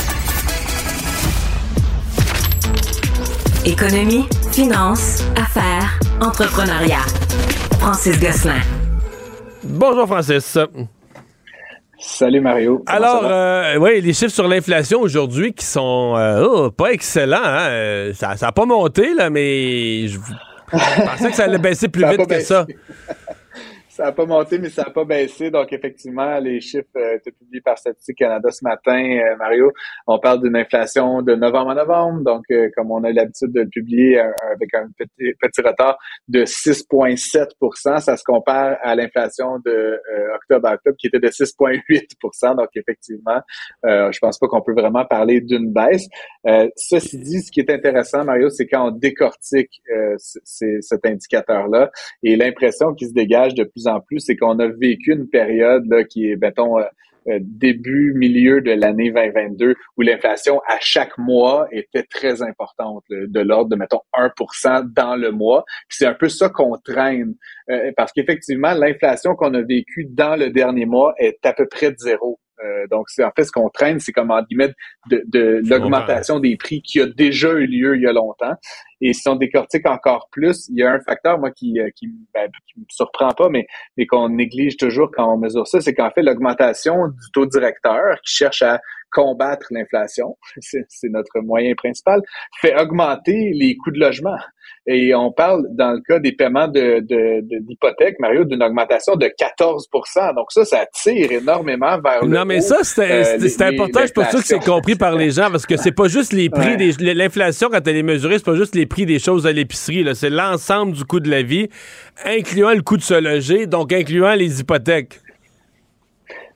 Économie, finance, affaires, entrepreneuriat. Francis Gosselin. Bonjour Francis. Salut Mario. Alors, oui, les chiffres sur l'inflation aujourd'hui qui sont pas excellents. Hein? Ça n'a pas monté, là, mais je pensais que ça allait baisser plus vite que ça. Ça n'a pas monté, mais ça n'a pas baissé. Donc, effectivement, les chiffres étaient publiés par Statistique Canada ce matin, Mario. On parle d'une inflation de novembre à novembre. Donc, comme on a l'habitude de le publier avec un petit retard de 6,7 %. Ça se compare à l'inflation de octobre à octobre qui était de 6,8 %. Donc, effectivement, je pense pas qu'on peut vraiment parler d'une baisse. Ceci dit, ce qui est intéressant, Mario, c'est quand on décortique cet indicateur-là et l'impression qui se dégage de plus en plus, c'est qu'on a vécu une période là, qui est, mettons, milieu de l'année 2022, où l'inflation à chaque mois était très importante, de l'ordre de, mettons, 1% dans le mois. Puis c'est un peu ça qu'on traîne, parce qu'effectivement, l'inflation qu'on a vécue dans le dernier mois est à peu près de 0. Donc, c'est en fait ce qu'on traîne, c'est comme en guillemets de l'augmentation des prix qui a déjà eu lieu il y a longtemps. Et si on décortique encore plus, il y a un facteur, moi, qui me surprend pas, mais qu'on néglige toujours quand on mesure ça, c'est qu'en fait, l'augmentation du taux directeur qui cherche à combattre l'inflation, c'est notre moyen principal, fait augmenter les coûts de logement. Et on parle, dans le cas des paiements d'hypothèque, Mario, d'une augmentation de 14 %. Donc ça tire énormément vers le haut. Non, mais ça, c'est important. Je suis pas sûr que c'est compris par les gens, parce que c'est pas juste les prix l'inflation, quand elle est mesurée, c'est pas juste les prix des choses à l'épicerie, là. C'est l'ensemble du coût de la vie, incluant le coût de se loger, donc incluant les hypothèques.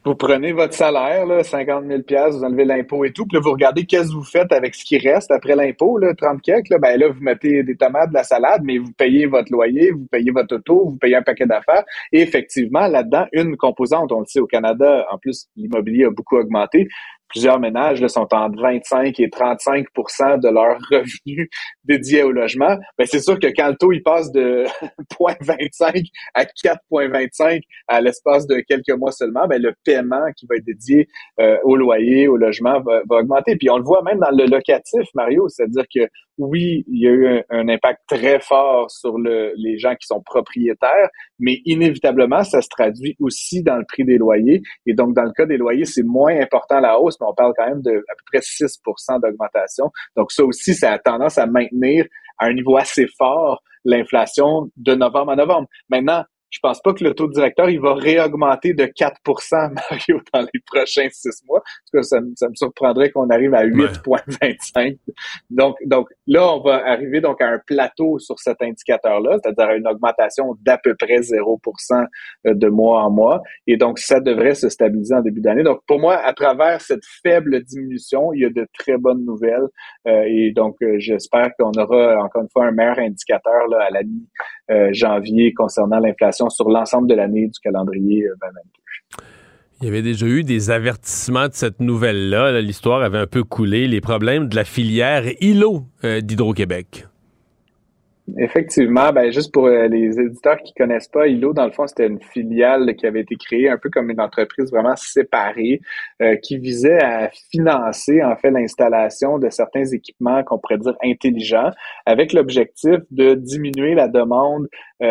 Vous prenez votre salaire, là, 50 000 $, vous enlevez l'impôt et tout, puis là, vous regardez qu'est-ce que vous faites avec ce qui reste après l'impôt, là, 30 quelques, là, ben là, vous mettez des tomates, de la salade, mais vous payez votre loyer, vous payez votre auto, vous payez un paquet d'affaires. Et effectivement, là-dedans, une composante, on le sait, au Canada, en plus, l'immobilier a beaucoup augmenté. Plusieurs ménages là, sont entre 25 et 35 % de leurs revenus dédiés au logement. Ben, c'est sûr que quand le taux il passe de 0,25 à 4,25 à l'espace de quelques mois seulement, ben, le paiement qui va être dédié au loyer, au logement va augmenter. Puis on le voit même dans le locatif, Mario, c'est-à-dire que oui, il y a eu un impact très fort sur les gens qui sont propriétaires, mais inévitablement, ça se traduit aussi dans le prix des loyers. Et donc, dans le cas des loyers, c'est moins important la hausse, mais on parle quand même de à peu près 6 % d'augmentation. Donc, ça aussi, ça a tendance à maintenir à un niveau assez fort l'inflation de novembre à novembre. Maintenant, je pense pas que le taux directeur, il va réaugmenter de 4 % Mario, dans les prochains 6 mois. En tout cas, ça me surprendrait qu'on arrive à 8,25. Donc là, on va arriver donc à un plateau sur cet indicateur-là, c'est-à-dire à une augmentation d'à peu près 0 % de mois en mois. Et donc, ça devrait se stabiliser en début d'année. Donc, pour moi, à travers cette faible diminution, il y a de très bonnes nouvelles. Et donc, j'espère qu'on aura encore une fois un meilleur indicateur là, à la mi-janvier concernant l'inflation sur l'ensemble de l'année du calendrier 2022. Il y avait déjà eu des avertissements de cette nouvelle-là. Là, l'histoire avait un peu coulé. Les problèmes de la filière îlot d'Hydro-Québec. Effectivement, ben juste pour les éditeurs qui connaissent pas, ILO, dans le fond, c'était une filiale qui avait été créée un peu comme une entreprise vraiment séparée qui visait à financer en fait l'installation de certains équipements qu'on pourrait dire intelligents avec l'objectif de diminuer la demande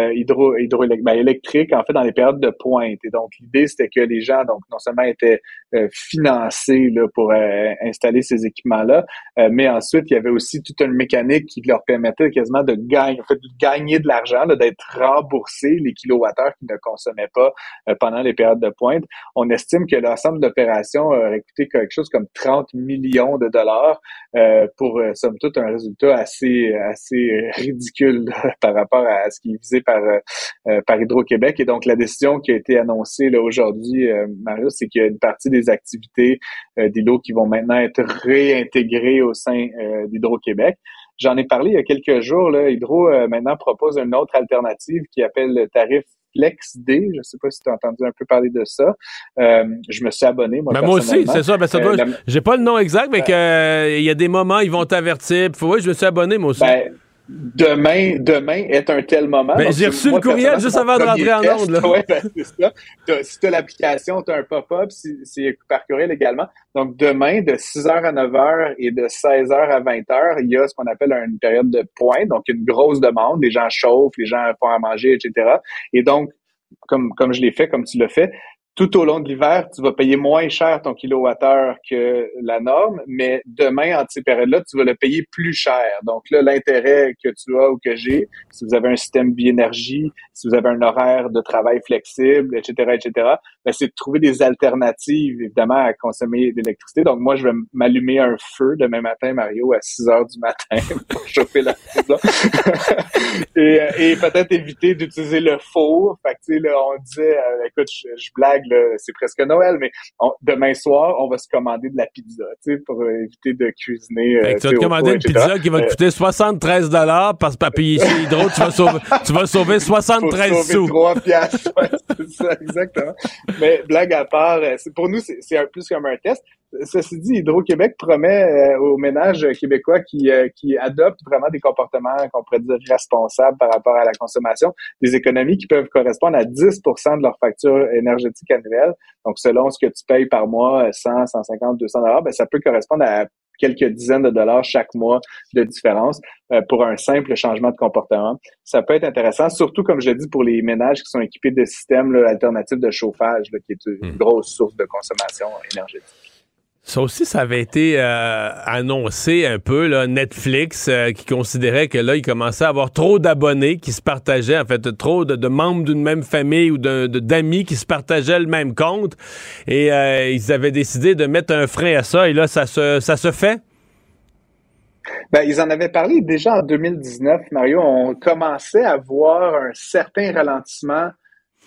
électrique en fait dans les périodes de pointe. Et donc l'idée c'était que les gens donc non seulement étaient financés là pour installer ces équipements-là, mais ensuite il y avait aussi toute une mécanique qui leur permettait quasiment de gagner de l'argent, là, d'être remboursés les kilowattheures qu'ils ne consommaient pas pendant les périodes de pointe. On estime que l'ensemble d'opérations aurait coûté quelque chose comme 30 millions de dollars pour somme toute un résultat assez ridicule là, par rapport à ce qui est visé par Hydro-Québec. Et donc la décision qui a été annoncée là aujourd'hui, Mario, c'est qu'il y a une partie des activités d'ILO qui vont maintenant être réintégrées au sein d'Hydro-Québec. J'en ai parlé il y a quelques jours. Là, Hydro maintenant propose une autre alternative qui appelle le tarif FlexD. Je ne sais pas si tu as entendu un peu parler de ça. Je me suis abonné, moi, moi aussi, c'est ça. Ben, ça doit, j'ai pas le nom exact, mais il y a des moments, ils vont t'avertir. Oui, je me suis abonné, moi aussi. Demain est un tel moment. Ben, j'ai reçu le courriel juste avant de rentrer en onde. Là. Ouais, c'est ça. Si tu as l'application, tu as un pop-up, c'est par courriel également. Donc, demain, de 6h à 9h et de 16h à 20h, il y a ce qu'on appelle une période de pointe, donc une grosse demande. Les gens chauffent, les gens font à manger, etc. Et donc, comme je l'ai fait, comme tu l'as fait, tout au long de l'hiver, tu vas payer moins cher ton kilowattheure que la norme, mais demain, en ces périodes-là, tu vas le payer plus cher. Donc là, l'intérêt que tu as ou que j'ai, si vous avez un système biénergie, si vous avez un horaire de travail flexible, etc., ben, c'est de trouver des alternatives, évidemment, à consommer d'électricité. Donc moi, je vais m'allumer un feu demain matin, Mario, à 6h du matin pour chauffer la maison. et peut-être éviter d'utiliser le four. Fait que, tu sais, là, on disait, écoute, je blague, là, c'est presque Noël, mais demain soir, on va se commander de la pizza, tu sais, pour éviter de cuisiner. Tu vas te commander une pizza qui va te coûter 73 $, parce que puis ici, Hydro, tu vas sauver 73 sous. Sauver 3 piastres, ouais, c'est ça, exactement. Mais blague à part, pour nous, c'est un plus comme un test. Ceci dit, Hydro-Québec promet aux ménages québécois qui adoptent vraiment des comportements qu'on pourrait dire responsables par rapport à la consommation, des économies qui peuvent correspondre à 10 % de leur facture énergétique annuelle. Donc, selon ce que tu payes par mois, 100, 150, 200 $, ben, ça peut correspondre à quelques dizaines de dollars chaque mois de différence pour un simple changement de comportement. Ça peut être intéressant, surtout, comme je l'ai dit, pour les ménages qui sont équipés de systèmes là, alternatifs de chauffage, là, qui est une grosse source de consommation énergétique. Ça aussi, ça avait été annoncé un peu, là, Netflix, qui considérait que là, il commençait à avoir trop d'abonnés qui se partageaient, en fait, trop de membres d'une même famille ou d'amis qui se partageaient le même compte. Et ils avaient décidé de mettre un frein à ça. Et là, ça se fait? Ben, ils en avaient parlé déjà en 2019, Mario. On commençait à voir un certain ralentissement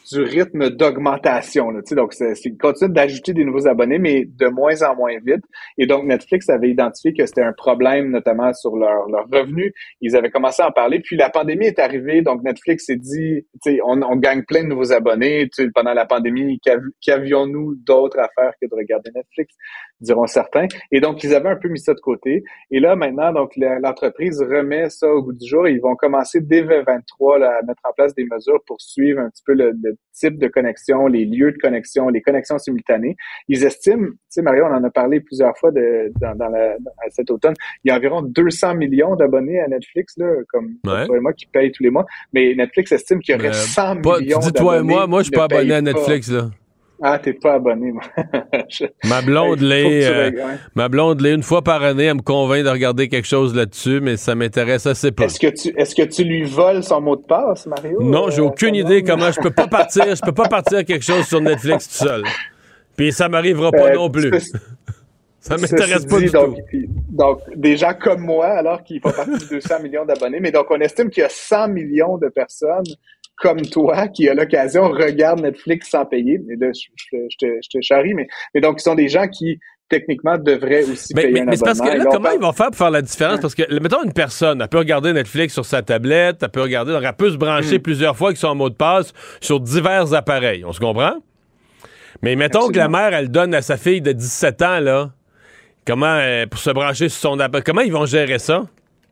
du rythme d'augmentation. Là, donc, c'est continue d'ajouter des nouveaux abonnés, mais de moins en moins vite. Et donc, Netflix avait identifié que c'était un problème, notamment sur leur revenus. Ils avaient commencé à en parler. Puis la pandémie est arrivée, donc Netflix s'est dit, on gagne plein de nouveaux abonnés. Pendant la pandémie, qu'avions-nous d'autres à faire que de regarder Netflix, diront certains. Et donc, ils avaient un peu mis ça de côté. Et là, maintenant, donc l'entreprise remet ça au goût du jour. Ils vont commencer dès 2023 là, à mettre en place des mesures pour suivre un petit peu le type de connexion, les lieux de connexion, les connexions simultanées. Ils estiment, tu sais, Mario, on en a parlé plusieurs fois cet automne, il y a environ 200 millions d'abonnés à Netflix, là, comme toi et moi qui payent tous les mois. Mais Netflix estime qu'il y aurait 100 millions d'abonnés. Tu dis toi et moi je suis pas abonné à Netflix, là. Ah, t'es pas abonné, moi. Ma blonde l'est une fois par année, elle me convainc de regarder quelque chose là-dessus, mais ça m'intéresse assez peu. Est-ce que tu lui voles son mot de passe, Mario? Non, j'ai aucune idée comment je peux pas partir quelque chose sur Netflix tout seul. Puis ça m'arrivera pas non plus. Ça m'intéresse pas du tout. Donc, des gens comme moi, alors qu'ils font partie de 200 millions d'abonnés, mais donc on estime qu'il y a 100 millions de personnes comme toi, qui à l'occasion regardent Netflix sans payer. Et là, je te charrie, mais donc, ils sont des gens qui, techniquement, devraient aussi payer un abonnement. Mais c'est parce que là, comment ils vont faire pour faire la différence? Parce que, mettons, une personne, elle peut regarder Netflix sur sa tablette, elle peut regarder, donc elle peut se brancher plusieurs fois avec son mot de passe sur divers appareils. On se comprend? Mais mettons que la mère, elle donne à sa fille de 17 ans, là, comment, pour se brancher sur son appareil, comment ils vont gérer ça?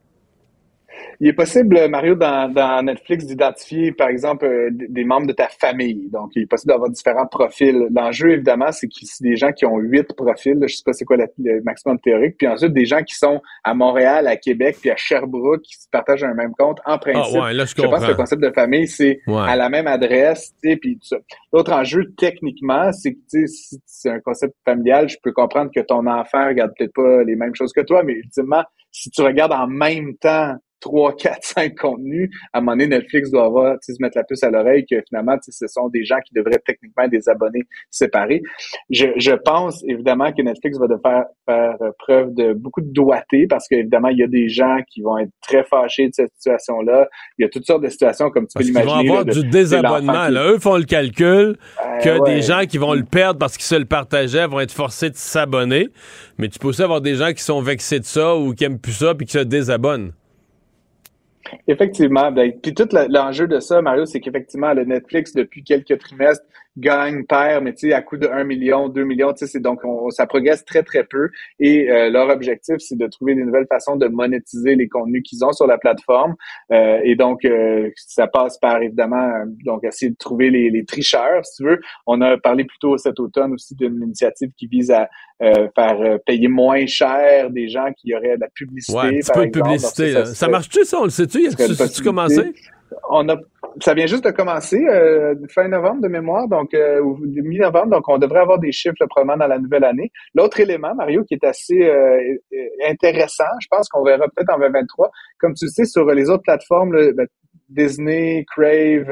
Il est possible, Mario, dans Netflix, d'identifier, par exemple, des membres de ta famille. Donc, il est possible d'avoir différents profils. L'enjeu, évidemment, c'est qu'il y a des gens qui ont 8 profils. Là, je sais pas c'est quoi le maximum théorique. Puis ensuite, des gens qui sont à Montréal, à Québec, puis à Sherbrooke, qui se partagent un même compte. En principe, là, je pense que le concept de famille, c'est à la même adresse. Puis tout ça. L'autre enjeu, techniquement, c'est que si c'est un concept familial, je peux comprendre que ton enfant regarde peut-être pas les mêmes choses que toi, mais ultimement, si tu regardes en même temps 3, 4, 5 contenus, à un moment donné, Netflix doit avoir, se mettre la puce à l'oreille que finalement, ce sont des gens qui devraient techniquement être des abonnés séparés. Je pense évidemment que Netflix va devoir faire preuve de beaucoup de doigté parce qu'évidemment, il y a des gens qui vont être très fâchés de cette situation-là. Il y a toutes sortes de situations comme tu peux l'imaginer. Ils vont avoir du désabonnement. Eux font le calcul que des gens qui vont le perdre parce qu'ils se le partageaient vont être forcés de s'abonner. Mais tu peux aussi avoir des gens qui sont vexés de ça ou qui aiment plus ça puis qui se désabonnent. Effectivement. Puis tout l'enjeu de ça, Mario, c'est qu'effectivement, le Netflix, depuis quelques trimestres, perd, mais tu sais, à coût de 1 million, 2 millions, tu sais, donc ça progresse très, très peu. Et leur objectif, c'est de trouver des nouvelles façons de monétiser les contenus qu'ils ont sur la plateforme. Et donc, ça passe par, évidemment, donc essayer de trouver les tricheurs, si tu veux. On a parlé plus tôt cet automne aussi d'une initiative qui vise à faire payer moins cher des gens qui auraient de la publicité. Ouais, un petit peu de publicité. Donc, ça marche-tu, ça? On le sait-tu? As-tu commencé? Ça vient juste de commencer fin novembre de mémoire, donc ou mi-novembre, donc on devrait avoir des chiffres là, probablement dans la nouvelle année. L'autre élément, Mario, qui est assez intéressant, je pense qu'on verra peut-être en 2023, comme tu le sais, sur les autres plateformes, Disney, Crave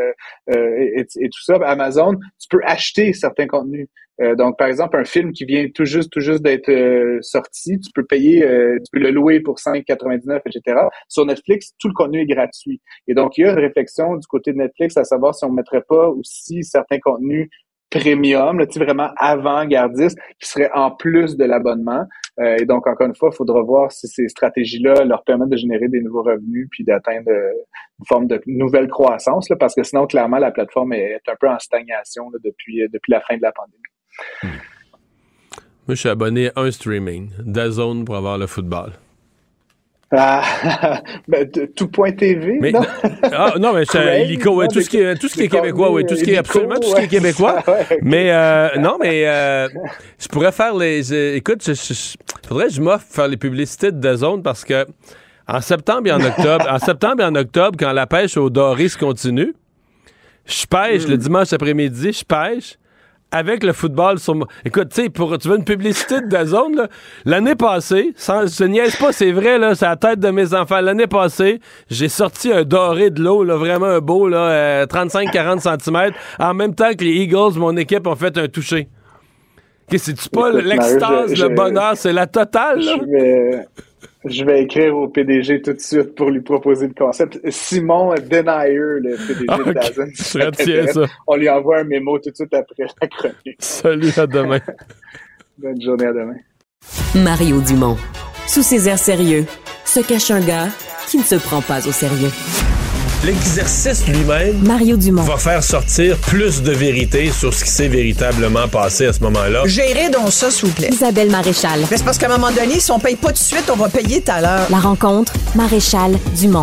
et tout ça, Amazon, tu peux acheter certains contenus. Donc, par exemple, un film qui vient tout juste d'être sorti, tu peux payer, tu peux le louer pour 5,99, etc. Sur Netflix, tout le contenu est gratuit. Et donc, il y a une réflexion du côté de Netflix à savoir si on mettrait pas aussi certains contenus premium, là, tu sais, vraiment avant-gardiste, qui serait en plus de l'abonnement. Et donc, encore une fois, il faudra voir si ces stratégies-là leur permettent de générer des nouveaux revenus puis d'atteindre une forme de nouvelle croissance, là, parce que sinon, clairement, la plateforme est un peu en stagnation là, depuis la fin de la pandémie. Moi, je suis abonné à un streaming, DAZN, pour avoir le football. Tout.tv, non? Non, mais c'est illico, ouais, tout ce qui est québécois, oui, tout ce qui est absolument tout ce qui est québécois. Okay. Mais je pourrais faire écoute, faudrait que je m'offre faire les publicités de DAZN parce que en septembre et en octobre, quand la pêche au doré se continue, je pêche le dimanche après-midi, je pêche avec le football sur moi. Écoute, tu sais, tu veux une publicité de DAZN, là, l'année passée, je niaise pas, c'est vrai, là, c'est la tête de mes enfants. L'année passée, j'ai sorti un doré de l'eau, là, vraiment un beau, là, 35-40 cm, en même temps que les Eagles, mon équipe, ont fait un toucher. C'est-tu pas l'extase, le bonheur, c'est la totale, là? Je vais écrire au PDG tout de suite pour lui proposer le concept. Simon Denayer, le PDG de Dazen. Je retiens ça. On lui envoie un mémo tout de suite après la chronique. Salut, à demain. Bonne journée, à demain. Mario Dumont. Sous ses airs sérieux, se cache un gars qui ne se prend pas au sérieux. L'exercice lui-même Mario Dumont va faire sortir plus de vérité sur ce qui s'est véritablement passé à ce moment-là. Gérez donc ça, s'il vous plaît. Isabelle Maréchal. Mais c'est parce qu'à un moment donné, si on paye pas tout de suite, on va payer tout à l'heure. La rencontre Maréchal Dumont.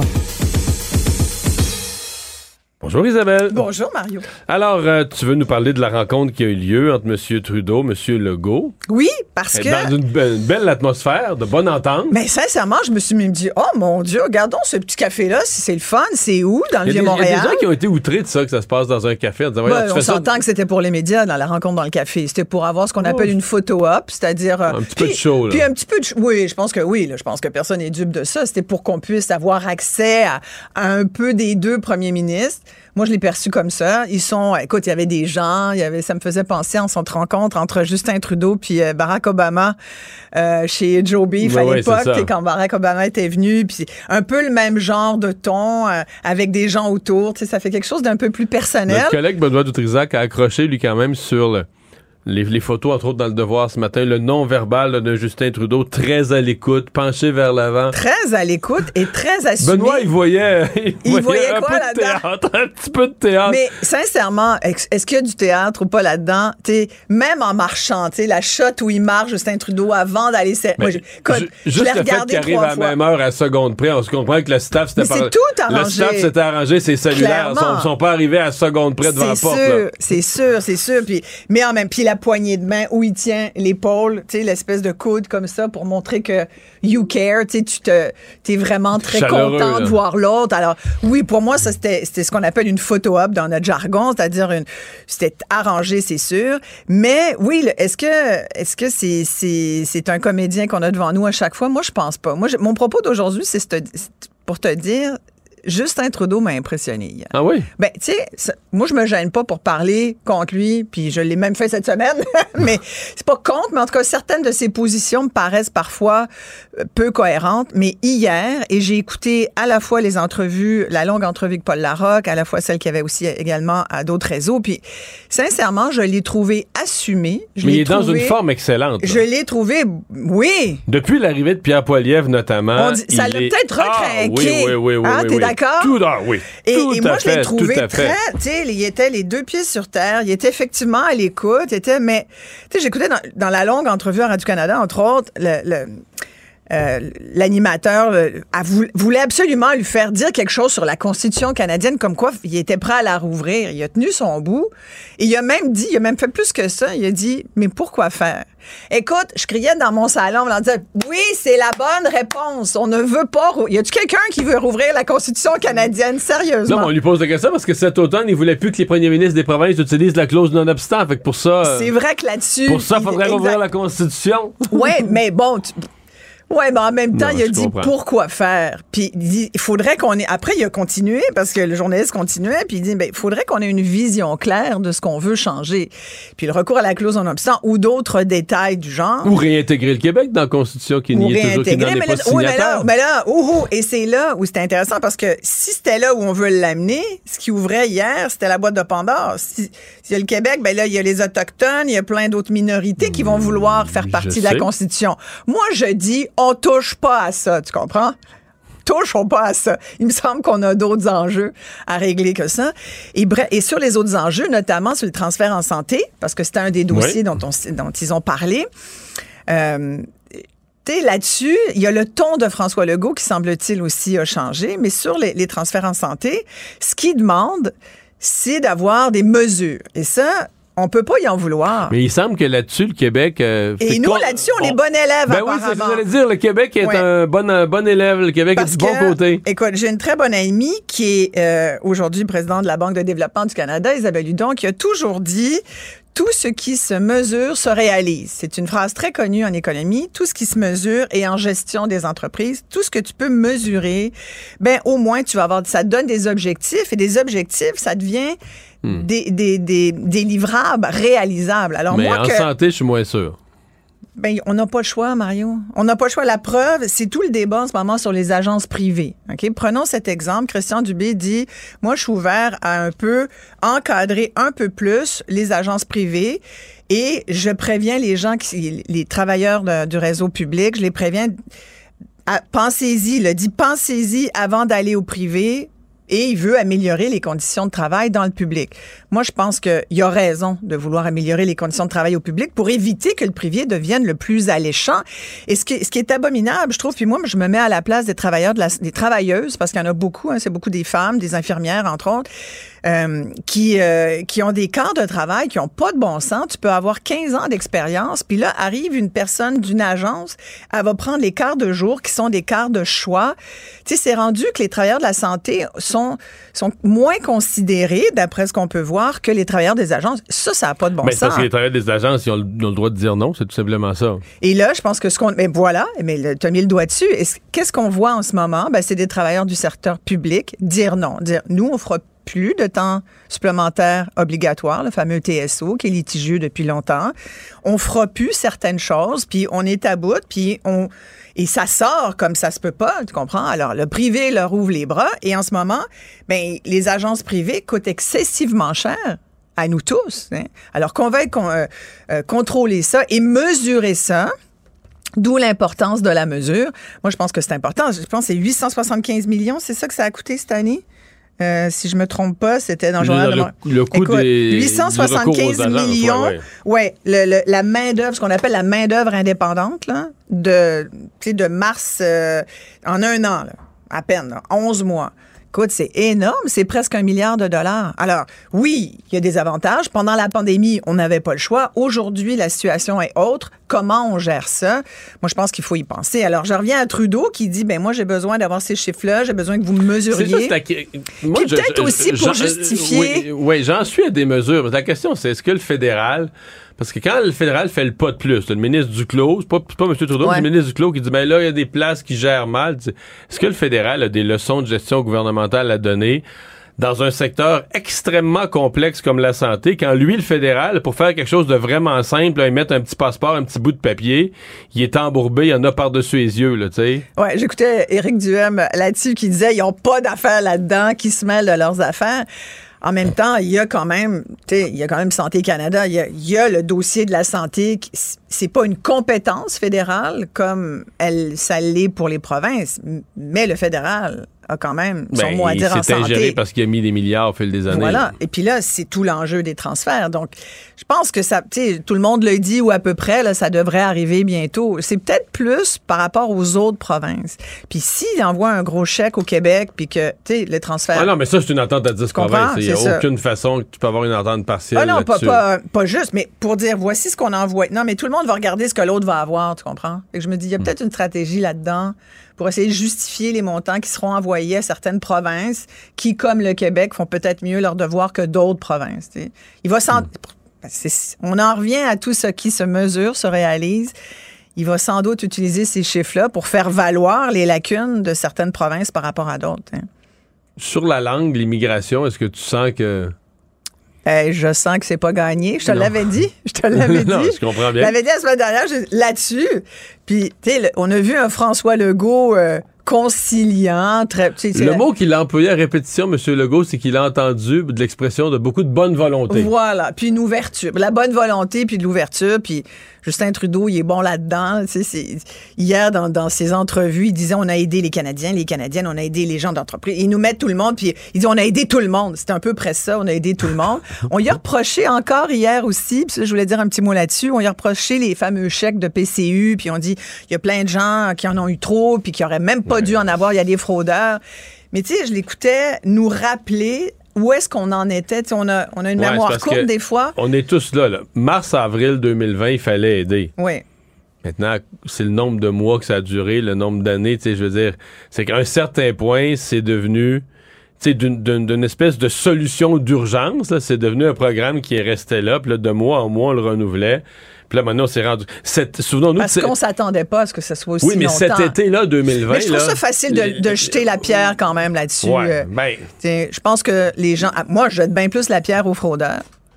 Bonjour Isabelle. Bonjour Mario. Alors, tu veux nous parler de la rencontre qui a eu lieu entre M. Trudeau et M. Legault. Oui, parce que... Dans une belle atmosphère, de bonne entente. Mais sincèrement, je me suis même dit, oh mon Dieu, regardons ce petit café-là, si c'est le fun, c'est où, dans le Vieux-Montréal? Il y a des gens qui ont été outrés de ça, que ça se passe dans un café. En disant, on s'entend que c'était pour les médias, dans la rencontre dans le café. C'était pour avoir ce qu'on appelle une photo-op, c'est-à-dire... un petit peu de show, là. Puis un petit peu de show. Oui, je pense que oui. Là, je pense que personne n'est dupe de ça. C'était pour qu'on puisse avoir accès à un peu des deux premiers ministres. Moi, je l'ai perçu comme ça. Écoute, il y avait des gens, ça me faisait penser en cette rencontre entre Justin Trudeau puis Barack Obama chez Joe Beef à l'époque, quand Barack Obama était venu, puis un peu le même genre de ton avec des gens autour. Tu sais, ça fait quelque chose d'un peu plus personnel. Notre collègue Benoît Dutrisac a accroché, lui, quand même, sur les photos, entre autres, dans Le Devoir ce matin, le non-verbal de Justin Trudeau, très à l'écoute, penché vers l'avant. Très à l'écoute et très assumé. Benoît, il voyait un quoi peu de théâtre, un petit peu de théâtre. Mais sincèrement, est-ce qu'il y a du théâtre ou pas là-dedans? T'sais, même en marchant, la shot où il marche, Justin Trudeau, avant d'aller... Juste le fait qu'il arrive à la même heure, à seconde près, on se comprend que le staff s'était Le staff s'était arrangé, ses cellulaires ne sont pas arrivés à seconde près devant la porte. C'est sûr. Mais en même temps, la poignée de main où il tient l'épaule, tu sais, l'espèce de coude comme ça pour montrer que you care, tu sais, t'es vraiment très content de voir l'autre. Alors, oui, pour moi, ça, c'était ce qu'on appelle une photo-op dans notre jargon, c'est-à-dire c'était arrangé, c'est sûr. Mais oui, est-ce que c'est un comédien qu'on a devant nous à chaque fois? Moi, je pense pas. Mon propos d'aujourd'hui, c'est pour te dire... Justin Trudeau m'a impressionné hier. Ah oui? Ben, tu sais, moi, je me gêne pas pour parler contre lui, puis je l'ai même fait cette semaine, mais c'est pas contre, mais en tout cas, certaines de ses positions me paraissent parfois peu cohérentes. Mais hier, et j'ai écouté à la fois les entrevues, la longue entrevue avec Paul Larocque, à la fois celle qu'il y avait aussi également à d'autres réseaux, puis sincèrement, je l'ai trouvé assumé. Mais il est dans une forme excellente. Là. Je l'ai trouvé, oui. Depuis l'arrivée de Pierre Poilievre, notamment. Ça l'a peut-être recrinqué. Oui. T'es d'accord? Oui. Et moi, je l'ai trouvé très... Tu sais, il était les deux pieds sur terre. Il était effectivement à l'écoute. Mais, tu sais, j'écoutais dans la longue entrevue à Radio-Canada, entre autres, l'animateur voulait absolument lui faire dire quelque chose sur la Constitution canadienne, comme quoi il était prêt à la rouvrir. Il a tenu son bout. Et il a même fait plus que ça. Il a dit, mais pourquoi faire? Écoute, je criais dans mon salon, en disant, oui, c'est la bonne réponse. On ne veut pas... Y a-tu quelqu'un qui veut rouvrir la Constitution canadienne? Sérieusement? Non, mais on lui pose la question parce que cet automne, il voulait plus que les premiers ministres des provinces utilisent la clause non-obstant. Fait que pour ça... C'est vrai que là-dessus... Pour ça, il faudrait rouvrir la Constitution. Oui, mais bon... Oui, mais en même temps, il a dit pourquoi faire. Puis il dit, il faudrait qu'on ait... Après, il a continué, parce que le journaliste continuait, puis il dit, il faudrait qu'on ait une vision claire de ce qu'on veut changer. Puis le recours à la clause non-obstant ou d'autres détails du genre. Ou réintégrer le Québec dans la Constitution qui n'y est toujours qui n'en est pas signataire. Mais là, et c'est là où c'était intéressant, parce que si c'était là où on veut l'amener, ce qui ouvrait hier, c'était la boîte de Pandore. S'il y a le Québec, là, il y a les Autochtones, il y a plein d'autres minorités qui vont vouloir faire partie de la Constitution. Moi, je dis, on touche pas à ça, tu comprends? Touchons pas à ça. Il me semble qu'on a d'autres enjeux à régler que ça. Et sur les autres enjeux, notamment sur le transfert en santé, parce que c'était un des dossiers dont ils ont parlé. Là-dessus, il y a le ton de François Legault qui, semble-t-il, aussi a changé. Mais sur les transferts en santé, ce qu'il demande, c'est d'avoir des mesures. Et ça... On peut pas y en vouloir. Mais il semble que là-dessus, le Québec... et nous, là-dessus, on est bon élève, apparemment. Oui, c'est ce que j'allais dire. Le Québec est un bon élève. Le Québec est du bon côté. Écoute, j'ai une très bonne amie qui est aujourd'hui présidente de la Banque de développement du Canada, Isabelle Hudon, qui a toujours dit... Tout ce qui se mesure se réalise. C'est une phrase très connue en économie. Tout ce qui se mesure et en gestion des entreprises, tout ce que tu peux mesurer, au moins tu vas avoir, ça te donne des objectifs et des objectifs, ça devient des livrables réalisables. Alors mais moi en santé, je suis moins sûr. Ben, on n'a pas le choix, Mario. On n'a pas le choix. La preuve, c'est tout le débat en ce moment sur les agences privées. OK? Prenons cet exemple. Christian Dubé dit, moi, je suis ouvert à un peu encadrer un peu plus les agences privées et je préviens les gens, les travailleurs du réseau public, je les préviens, pensez-y, il a dit, pensez-y avant d'aller au privé. Et il veut améliorer les conditions de travail dans le public. Moi, je pense qu'il y a raison de vouloir améliorer les conditions de travail au public pour éviter que le privé devienne le plus alléchant. Et ce qui est abominable, je trouve, puis moi, je me mets à la place des travailleurs, des travailleuses, parce qu'il y en a beaucoup, hein, c'est beaucoup des femmes, des infirmières, entre autres, qui ont des quarts de travail qui n'ont pas de bon sens. Tu peux avoir 15 ans d'expérience, puis là, arrive une personne d'une agence, elle va prendre les quarts de jour qui sont des quarts de choix. Tu sais, c'est rendu que les travailleurs de la santé sont moins considérés, d'après ce qu'on peut voir, que les travailleurs des agences. Ça n'a pas de bon sens. Parce que les travailleurs des agences, ils ont le droit de dire non, c'est tout simplement ça. Et là, je pense que mais voilà, mais tu as mis le doigt dessus. Qu'est-ce qu'on voit en ce moment? Ben, c'est des travailleurs du secteur public dire non. Dire, nous, on fera plus de temps supplémentaire obligatoire, le fameux TSO, qui est litigieux depuis longtemps. On fera plus certaines choses, puis on est à bout, puis et ça sort comme ça se peut pas, tu comprends? Alors, le privé leur ouvre les bras, et en ce moment, ben, les agences privées coûtent excessivement cher à nous tous. Hein? Alors, qu'on veuille contrôler ça et mesurer ça, d'où l'importance de la mesure. Moi, je pense que c'est important. Je pense que c'est 875 millions, c'est ça que ça a coûté cette année? Si je me trompe pas, c'était dans le journal de le coût des 875 millions. Ouais, la main-d'œuvre, ce qu'on appelle la main-d'œuvre indépendante, là, de mars en un an, là, à peine, là, 11 mois. Écoute, c'est énorme, c'est presque $1 milliard. Alors, oui, il y a des avantages. Pendant la pandémie, on n'avait pas le choix. Aujourd'hui, la situation est autre. Comment on gère ça? Moi, je pense qu'il faut y penser. Alors, je reviens à Trudeau qui dit, ben moi, j'ai besoin d'avoir ces chiffres-là, j'ai besoin que vous me mesuriez. Moi, puis peut-être aussi pour justifier... Oui, j'en suis à des mesures. La question, c'est est-ce que le fédéral... Parce que quand le fédéral fait le pas de plus, le ministre Duclos, c'est pas M. Trudeau, c'est le ministre Duclos qui dit, ben là, il y a des places qui gèrent mal. Est-ce que le fédéral a des leçons de gestion gouvernementale à donner dans un secteur extrêmement complexe comme la santé, quand lui, le fédéral, pour faire quelque chose de vraiment simple, là, il met un petit passeport, un petit bout de papier, il est embourbé, il y en a par-dessus les yeux, là, tu sais. Ouais, j'écoutais Éric Duhem là-dessus qui disait, ils n'ont pas d'affaires là-dedans, qui se mêlent de leurs affaires. En même temps, il y a quand même Santé Canada, il y a le dossier de la santé, c'est pas une compétence fédérale comme ça l'est pour les provinces, mais le fédéral a quand même son mot à dire en santé. Il s'est ingéré parce qu'il a mis des milliards au fil des années. Voilà. Et puis là, c'est tout l'enjeu des transferts. Donc, je pense que ça, tout le monde le dit ou à peu près, là, ça devrait arriver bientôt. C'est peut-être plus par rapport aux autres provinces. Puis s'il envoie un gros chèque au Québec, puis que, les transferts... Ah non, mais ça, c'est une entente à 10 provinces. Il n'y a aucune façon que tu peux avoir une entente partielle là-dessus. Pas juste, mais pour dire, voici ce qu'on envoie. Non, mais tout le monde va regarder ce que l'autre va avoir, tu comprends? Fait que je me dis, il y a peut-être une stratégie là-dedans pour essayer de justifier les montants qui seront envoyés à certaines provinces qui, comme le Québec, font peut-être mieux leur devoir que d'autres provinces. T'sais. On en revient à tout ce qui se mesure, se réalise. Il va sans doute utiliser ces chiffres-là pour faire valoir les lacunes de certaines provinces par rapport à d'autres. Hein. Sur la langue, l'immigration, est-ce que tu sens que... je sens que c'est pas gagné. Je te l'avais dit. Non, je comprends bien. Je l'avais dit la semaine dernière là-dessus. Puis, on a vu un François Legault conciliant. Le mot qu'il a employé à répétition, M. Legault, c'est qu'il a entendu de l'expression de beaucoup de bonne volonté. Voilà. Puis une ouverture. La bonne volonté, puis de l'ouverture. Puis Justin Trudeau, il est bon là-dedans. Hier, dans ses entrevues, il disait on a aidé les Canadiens, les Canadiennes, on a aidé les gens d'entreprise. Il nous met tout le monde, puis il dit on a aidé tout le monde. C'était un peu près ça, on a aidé tout le monde. On y a reproché encore hier aussi, puis je voulais dire un petit mot là-dessus, on y a reproché les fameux chèques de PCU, puis on dit il y a plein de gens qui en ont eu trop, puis qui n'auraient même pas dû en avoir, il y a des fraudeurs. Mais tu sais, je l'écoutais nous rappeler où est-ce qu'on en était. T'sais, on a une mémoire courte des fois. On est tous là. Mars-avril 2020, il fallait aider. Oui. Maintenant, c'est le nombre de mois que ça a duré, le nombre d'années. Je veux dire, c'est qu'à un certain point, c'est devenu d'une espèce de solution d'urgence. Là, c'est devenu un programme qui est resté là. Puis là, de mois en mois, on le renouvelait. Puis là, maintenant, on s'est rendu... Souvenons-nous... Parce qu'on s'attendait pas à ce que ça soit aussi longtemps. Oui, mais cet été-là, 2020... Mais je trouve ça facile de jeter la pierre quand même là-dessus. Ouais, je pense que les gens... Moi, je jette bien plus la pierre aux fraudeurs.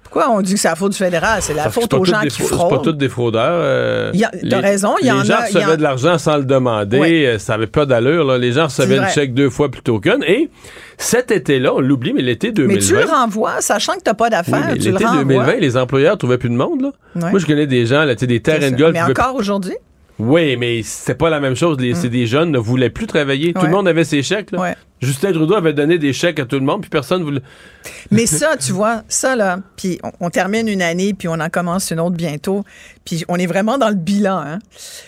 Pourquoi on dit que c'est la faute du fédéral? C'est la faute aux gens qui fraudent. C'est pas tous des fraudeurs. T'as raison, il y en a. Les gens recevaient de l'argent sans le demander. Oui. Ça avait pas d'allure. Là. Les gens recevaient le chèque 2 fois plutôt qu'une. Et cet été-là, on l'oublie, mais l'été 2020... Mais tu le renvoies, sachant que t'as pas d'affaires, oui, tu le renvoies. L'été 2020, les employeurs trouvaient plus de monde. Là. Ouais. Moi, je connais des gens, là, des terrains de golf... Mais encore aujourd'hui? Oui, mais c'était pas la même chose. C'est des jeunes ne voulaient plus travailler. Tout le monde avait ses chèques. Là. Justin Trudeau avait donné des chèques à tout le monde, puis personne voulait... Mais ça, tu vois, ça, là, puis on termine une année, puis on en commence une autre bientôt, puis on est vraiment dans le bilan, hein.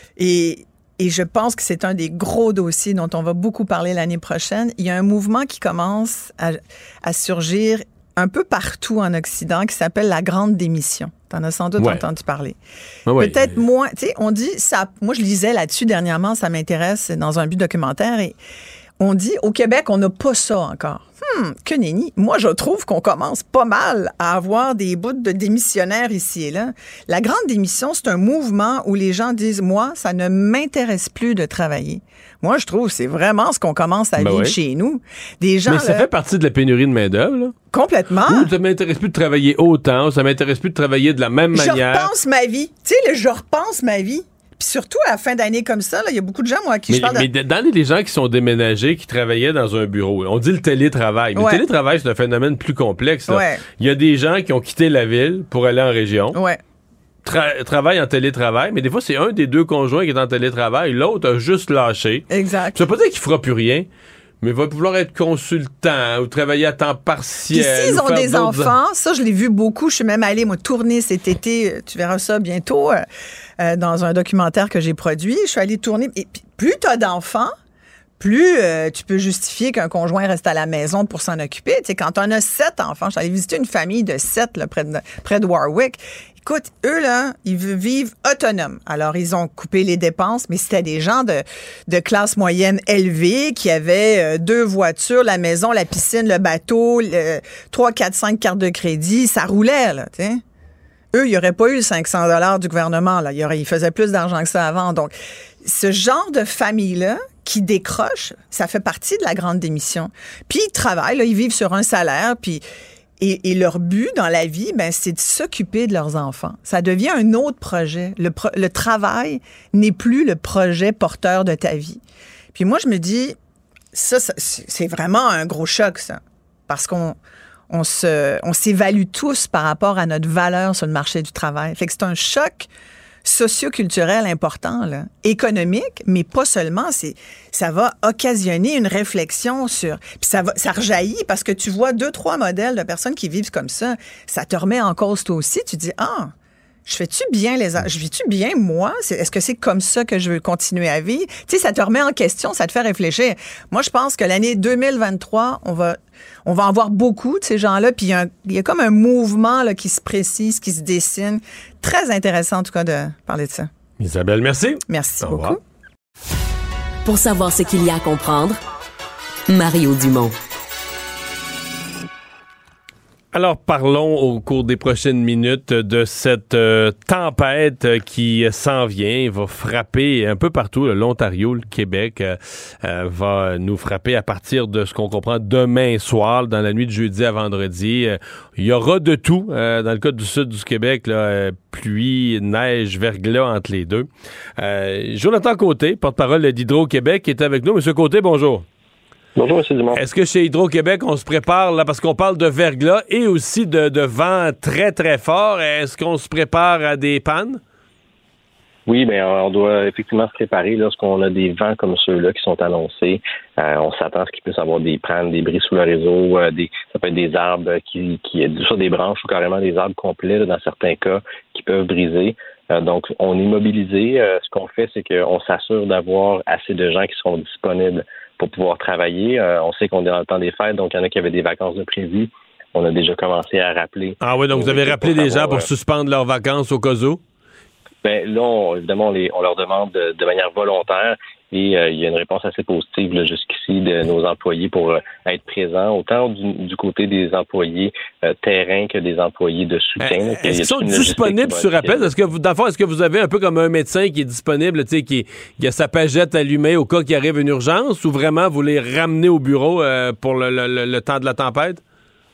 Et je pense que c'est un des gros dossiers dont on va beaucoup parler l'année prochaine. Il y a un mouvement qui commence à surgir un peu partout en Occident qui s'appelle la grande démission. T'en as sans doute entendu parler. Peut-être moins. Tu sais, on dit ça. Moi, je lisais là-dessus dernièrement, ça m'intéresse dans un but documentaire. Et on dit au Québec, on n'a pas ça encore. Que nenni. Moi, je trouve qu'on commence pas mal à avoir des bouts de démissionnaires ici et là. La grande démission, c'est un mouvement où les gens disent, moi, ça ne m'intéresse plus de travailler. Moi, je trouve que c'est vraiment ce qu'on commence à vivre chez nous. Des gens, mais ça fait partie de la pénurie de main-d'œuvre, là. Complètement. Ou ça m'intéresse plus de travailler autant, ça m'intéresse plus de travailler de la même manière. Je repense ma vie. Tu sais, je repense ma vie. Puis surtout, à la fin d'année comme ça, il y a beaucoup de gens, moi, qui je parle... Mais dans les gens qui sont déménagés, qui travaillaient dans un bureau, on dit le télétravail. Mais le télétravail, c'est un phénomène plus complexe. Il y a des gens qui ont quitté la ville pour aller en région. Travaillent en télétravail, mais des fois, c'est un des deux conjoints qui est en télétravail, l'autre a juste lâché. Exact. Ça veut pas dire qu'il fera plus rien, mais il va pouvoir être consultant ou travailler à temps partiel. Puis s'ils ont des enfants, ça, je l'ai vu beaucoup. Je suis même allée, moi, tourner cet été. Tu verras ça bientôt dans un documentaire que j'ai produit. Je suis allée tourner. Et plus tu as d'enfants, plus tu peux justifier qu'un conjoint reste à la maison pour s'en occuper. Tu sais, quand on a 7 enfants, je suis allée visiter une famille de 7 là, près de Warwick. Écoute, eux, là, ils vivent autonomes. Alors, ils ont coupé les dépenses, mais c'était des gens de classe moyenne élevée qui avaient 2 voitures, la maison, la piscine, le bateau, 3, 4, 5 cartes de crédit. Ça roulait, là, tu sais. Eux, il n'y aurait pas eu 500 $ du gouvernement, là. Ils faisaient plus d'argent que ça avant. Donc, ce genre de famille-là, qui décrochent, ça fait partie de la grande démission. Puis, ils travaillent, là, ils vivent sur un salaire, puis... Et leur but dans la vie, c'est de s'occuper de leurs enfants. Ça devient un autre projet. Le travail n'est plus le projet porteur de ta vie. Puis moi, je me dis, ça c'est vraiment un gros choc, ça. Parce qu'on s'évalue tous par rapport à notre valeur sur le marché du travail. Fait que c'est un choc socio-culturel important, là, économique, mais pas seulement. Ça va occasionner une réflexion sur... Puis ça rejaillit parce que tu vois 2-3 modèles de personnes qui vivent comme ça. Ça te remet en cause toi aussi. Tu dis, je vis-tu bien, moi? Est-ce que c'est comme ça que je veux continuer à vivre? Tu sais, ça te remet en question, ça te fait réfléchir. Moi, je pense que l'année 2023, on va en voir beaucoup de ces gens-là, puis il y a comme un mouvement là, qui se précise, qui se dessine. Très intéressant, en tout cas, de parler de ça. Isabelle, merci. Merci beaucoup. Pour savoir ce qu'il y a à comprendre, Mario Dumont. Alors, parlons au cours des prochaines minutes de cette tempête qui s'en vient, va frapper un peu partout, l'Ontario, le Québec, va nous frapper à partir de ce qu'on comprend demain soir, dans la nuit de jeudi à vendredi. Il y aura de tout, dans le cas du sud du Québec, là, pluie, neige, verglas entre les deux. Jonathan Côté, porte-parole d'Hydro-Québec, est avec nous. Monsieur Côté, bonjour. Bonjour, M. Dumont. Est-ce que chez Hydro-Québec, on se prépare, là, parce qu'on parle de verglas et aussi de vent très, très fort, est-ce qu'on se prépare à des pannes? Oui, bien, on doit effectivement se préparer lorsqu'on a des vents comme ceux-là qui sont annoncés. On s'attend à ce qu'il puisse y avoir des pannes, des bris sous le réseau, ça peut être des arbres qui soit des branches ou carrément des arbres complets, là, dans certains cas, qui peuvent briser. Donc, on est mobilisé. Ce qu'on fait, c'est qu'on s'assure d'avoir assez de gens qui sont disponibles pour pouvoir travailler. On sait qu'on est dans le temps des fêtes, donc il y en a qui avaient des vacances de prévues. On a déjà commencé à rappeler. Ah oui, donc vous avez rappelé les gens pour suspendre leurs vacances au cas où? Bien, là, évidemment, on leur demande de manière volontaire et il y a une réponse assez positive là, jusqu'ici de nos employés pour être présents, autant du côté des employés terrain que des employés de soutien. Est-ce qu'ils sont disponibles sur appel? Est-ce que vous avez un peu comme un médecin qui est disponible, tu sais, qui a sa pagette allumée au cas qu'il arrive une urgence, ou vraiment vous les ramenez au bureau pour le temps de la tempête?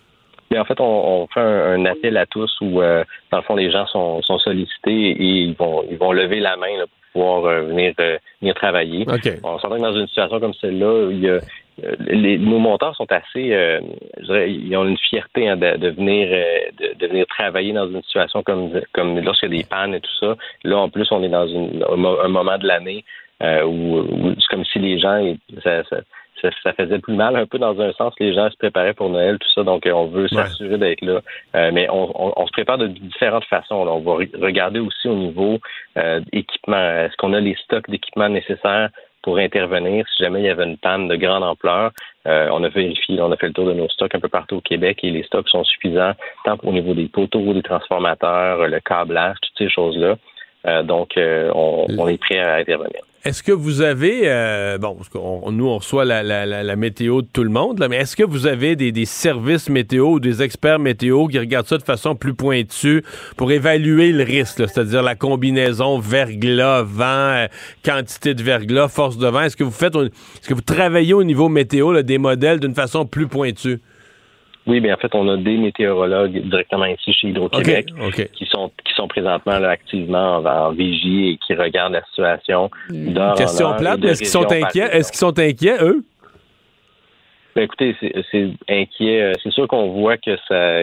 Mais en fait, on fait un appel à tous où, dans le fond, les gens sont sollicités et ils vont lever la main là, pour pouvoir venir travailler. Okay. On s'entend que dans une situation comme celle-là, il y a nos monteurs sont assez, je dirais, ils ont une fierté de venir travailler dans une situation comme lorsqu'il y a des pannes et tout ça. Là, en plus, on est dans un moment de l'année où c'est comme si les gens, ça faisait plus mal un peu dans un sens. Les gens se préparaient pour Noël, tout ça, donc on veut s'assurer d'être là. Mais on se prépare de différentes façons. Là. On va regarder aussi au niveau équipement. Est-ce qu'on a les stocks d'équipements nécessaires pour intervenir si jamais il y avait une panne de grande ampleur? On a vérifié, on a fait le tour de nos stocks un peu partout au Québec et les stocks sont suffisants tant au niveau des poteaux, des transformateurs, le câblage, toutes ces choses-là. Donc, on est prêt à intervenir. Est-ce que vous avez, parce que nous, on reçoit la météo de tout le monde, là, mais est-ce que vous avez des services météo ou des experts météo qui regardent ça de façon plus pointue pour évaluer le risque, là, c'est-à-dire la combinaison verglas, vent, quantité de verglas, force de vent? Est-ce que vous travaillez au niveau météo là, des modèles d'une façon plus pointue? Oui, bien en fait, on a des météorologues directement ici chez Hydro-Québec qui sont présentement là, activement en vigie et qui regardent la situation. Question plate, mais est-ce qu'ils sont inquiets? Est-ce qu'ils sont inquiets, eux? Ben, écoutez, c'est inquiet. C'est sûr qu'on voit que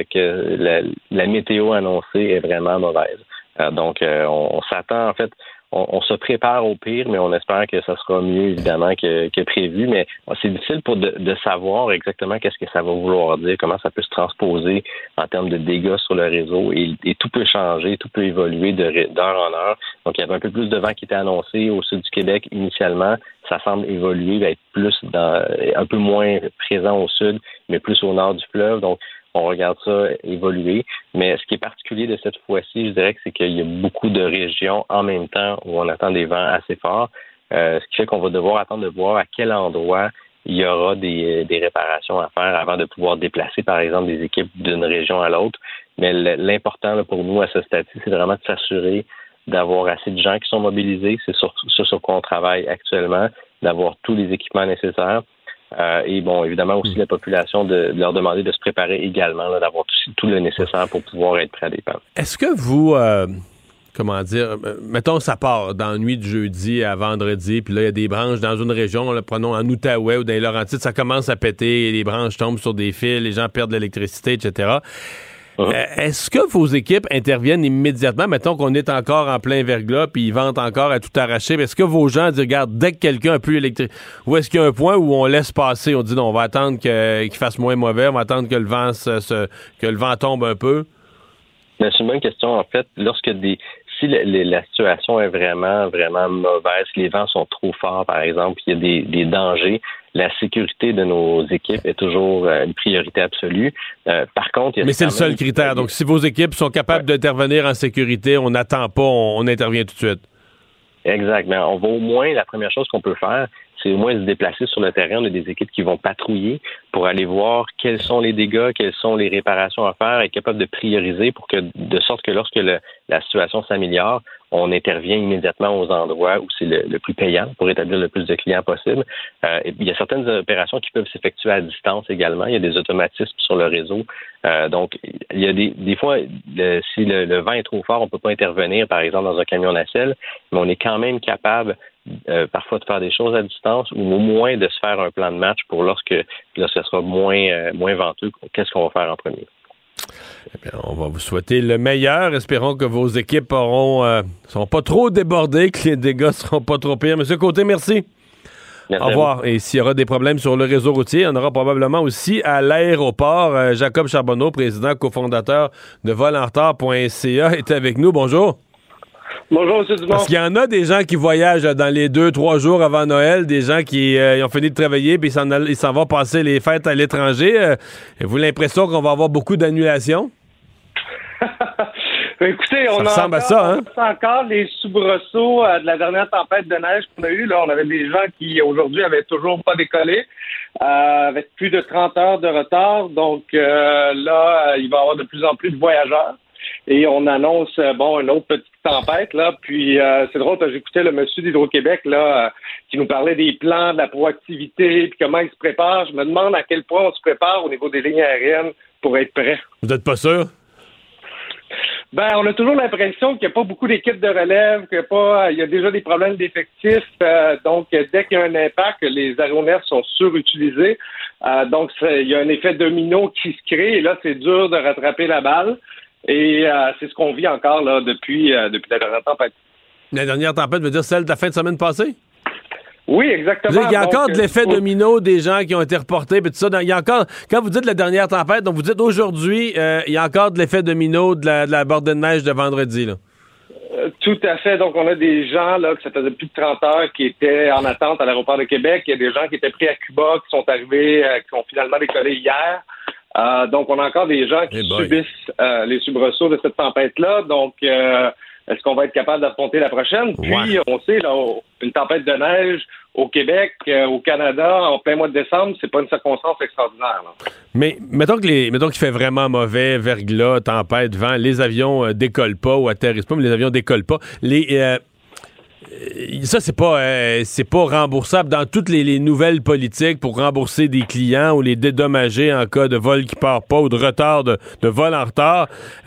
la météo annoncée est vraiment mauvaise. Donc, on s'attend, en fait, on se prépare au pire, mais on espère que ça sera mieux, évidemment, que prévu. Mais c'est difficile de savoir exactement qu'est-ce que ça va vouloir dire, comment ça peut se transposer en termes de dégâts sur le réseau. Et tout peut changer, tout peut évoluer d'heure en heure. Donc, il y avait un peu plus de vent qui était annoncé au sud du Québec initialement. Ça semble évoluer, être plus un peu moins présent au sud, mais plus au nord du fleuve. Donc, on regarde ça évoluer. Mais ce qui est particulier de cette fois-ci, je dirais que c'est qu'il y a beaucoup de régions en même temps où on attend des vents assez forts. Ce qui fait qu'on va devoir attendre de voir à quel endroit il y aura des réparations à faire avant de pouvoir déplacer, par exemple, des équipes d'une région à l'autre. Mais l'important là, pour nous à ce stade-ci, c'est vraiment de s'assurer d'avoir assez de gens qui sont mobilisés. C'est sur quoi on travaille actuellement, d'avoir tous les équipements nécessaires. Et bon, évidemment aussi la population de leur demander de se préparer également, là, d'avoir tout le nécessaire pour pouvoir être prêt à des pannes. Est-ce que vous, mettons ça part dans la nuit de jeudi à vendredi, puis là il y a des branches dans une région, là, prenons en Outaouais ou dans les Laurentides, ça commence à péter, les branches tombent sur des fils, les gens perdent de l'électricité, etc. Est-ce que vos équipes interviennent immédiatement? Mettons qu'on est encore en plein verglas puis ils ventent encore à tout arracher. Est-ce que vos gens disent, regarde, dès que quelqu'un a plus électrique, ou est-ce qu'il y a un point où on laisse passer, on dit non, on va attendre qu'il fasse moins mauvais, on va attendre que le vent tombe un peu? C'est une bonne question. En fait, si la situation est vraiment, vraiment mauvaise, si les vents sont trop forts, par exemple, il y a des dangers, la sécurité de nos équipes est toujours une priorité absolue. Par contre, mais c'est le seul critère. Donc, si vos équipes sont capables d'intervenir en sécurité, on n'attend pas, on intervient tout de suite. Exact. Mais on va au moins, la première chose qu'on peut faire, c'est au moins se déplacer sur le terrain. On a des équipes qui vont patrouiller pour aller voir quels sont les dégâts, quelles sont les réparations à faire, être capable de prioriser de sorte que lorsque la situation s'améliore, on intervient immédiatement aux endroits où c'est le plus payant pour établir le plus de clients possible. Il y a certaines opérations qui peuvent s'effectuer à distance également. Il y a des automatismes sur le réseau. Donc, il y a des fois, si le vent est trop fort, on ne peut pas intervenir, par exemple, dans un camion nacelle, mais on est quand même capable parfois de faire des choses à distance ou au moins de se faire un plan de match pour lorsque ce sera moins venteux, qu'est-ce qu'on va faire en premier. Eh bien, on va vous souhaiter le meilleur. Espérons que vos équipes seront pas trop débordées, que les dégâts seront pas trop pires. Monsieur Côté, merci. Au revoir. Et s'il y aura des problèmes sur le réseau routier, il y en aura probablement aussi à l'aéroport. Jacob Charbonneau, président cofondateur de volenretard.ca, est avec nous. Bonjour. Bonjour, M. Dumont. Parce qu'il y en a des gens qui voyagent dans les 2-3 jours avant Noël, des gens qui ont fini de travailler puis ils s'en vont passer les fêtes à l'étranger. Avez-vous l'impression qu'on va avoir beaucoup d'annulations? Écoutez, on ressemble à ça, hein? Encore les soubresauts de la dernière tempête de neige qu'on a eue. Là, on avait des gens qui, aujourd'hui, avaient toujours pas décollé, avec plus de 30 heures de retard. Donc là, il va y avoir de plus en plus de voyageurs. Et on annonce, une autre petite tempête, là. Puis, c'est drôle, j'écoutais le monsieur d'Hydro-Québec, là, qui nous parlait des plans, de la proactivité, puis comment ils se préparent. Je me demande à quel point on se prépare au niveau des lignes aériennes pour être prêt. Vous n'êtes pas sûr? Ben, on a toujours l'impression qu'il n'y a pas beaucoup d'équipes de relève, il y a déjà des problèmes d'effectifs. Donc, dès qu'il y a un impact, les aéronefs sont surutilisés. Donc, il y a un effet domino qui se crée et là, c'est dur de rattraper la balle. Et c'est ce qu'on vit encore là depuis la dernière tempête. La dernière tempête veut dire celle de la fin de semaine passée? Oui, exactement. Il y a encore de l'effet domino des gens qui ont été reportés, puis tout ça. Il y a encore, quand vous dites la dernière tempête, donc vous dites aujourd'hui, il y a encore de l'effet domino de la bordée de neige de vendredi, là. Tout à fait. Donc, on a des gens, là, que ça faisait plus de 30 heures, qui étaient en attente à l'aéroport de Québec. Il y a des gens qui étaient pris à Cuba, qui sont arrivés, qui ont finalement décollé hier. Donc, on a encore des gens qui subissent les soubresauts de cette tempête-là. Donc, est-ce qu'on va être capable d'affronter la prochaine? Puis, on sait, là, une tempête de neige au Québec, au Canada, en plein mois de décembre, c'est pas une circonstance extraordinaire, là. Mais mettons qu'il fait vraiment mauvais, verglas, tempête, vent, les avions décollent pas ou atterrissent pas, mais les avions décollent pas. Ça, c'est pas remboursable dans toutes les nouvelles politiques pour rembourser des clients ou les dédommager en cas de vol qui part pas ou de retard, de vol en retard.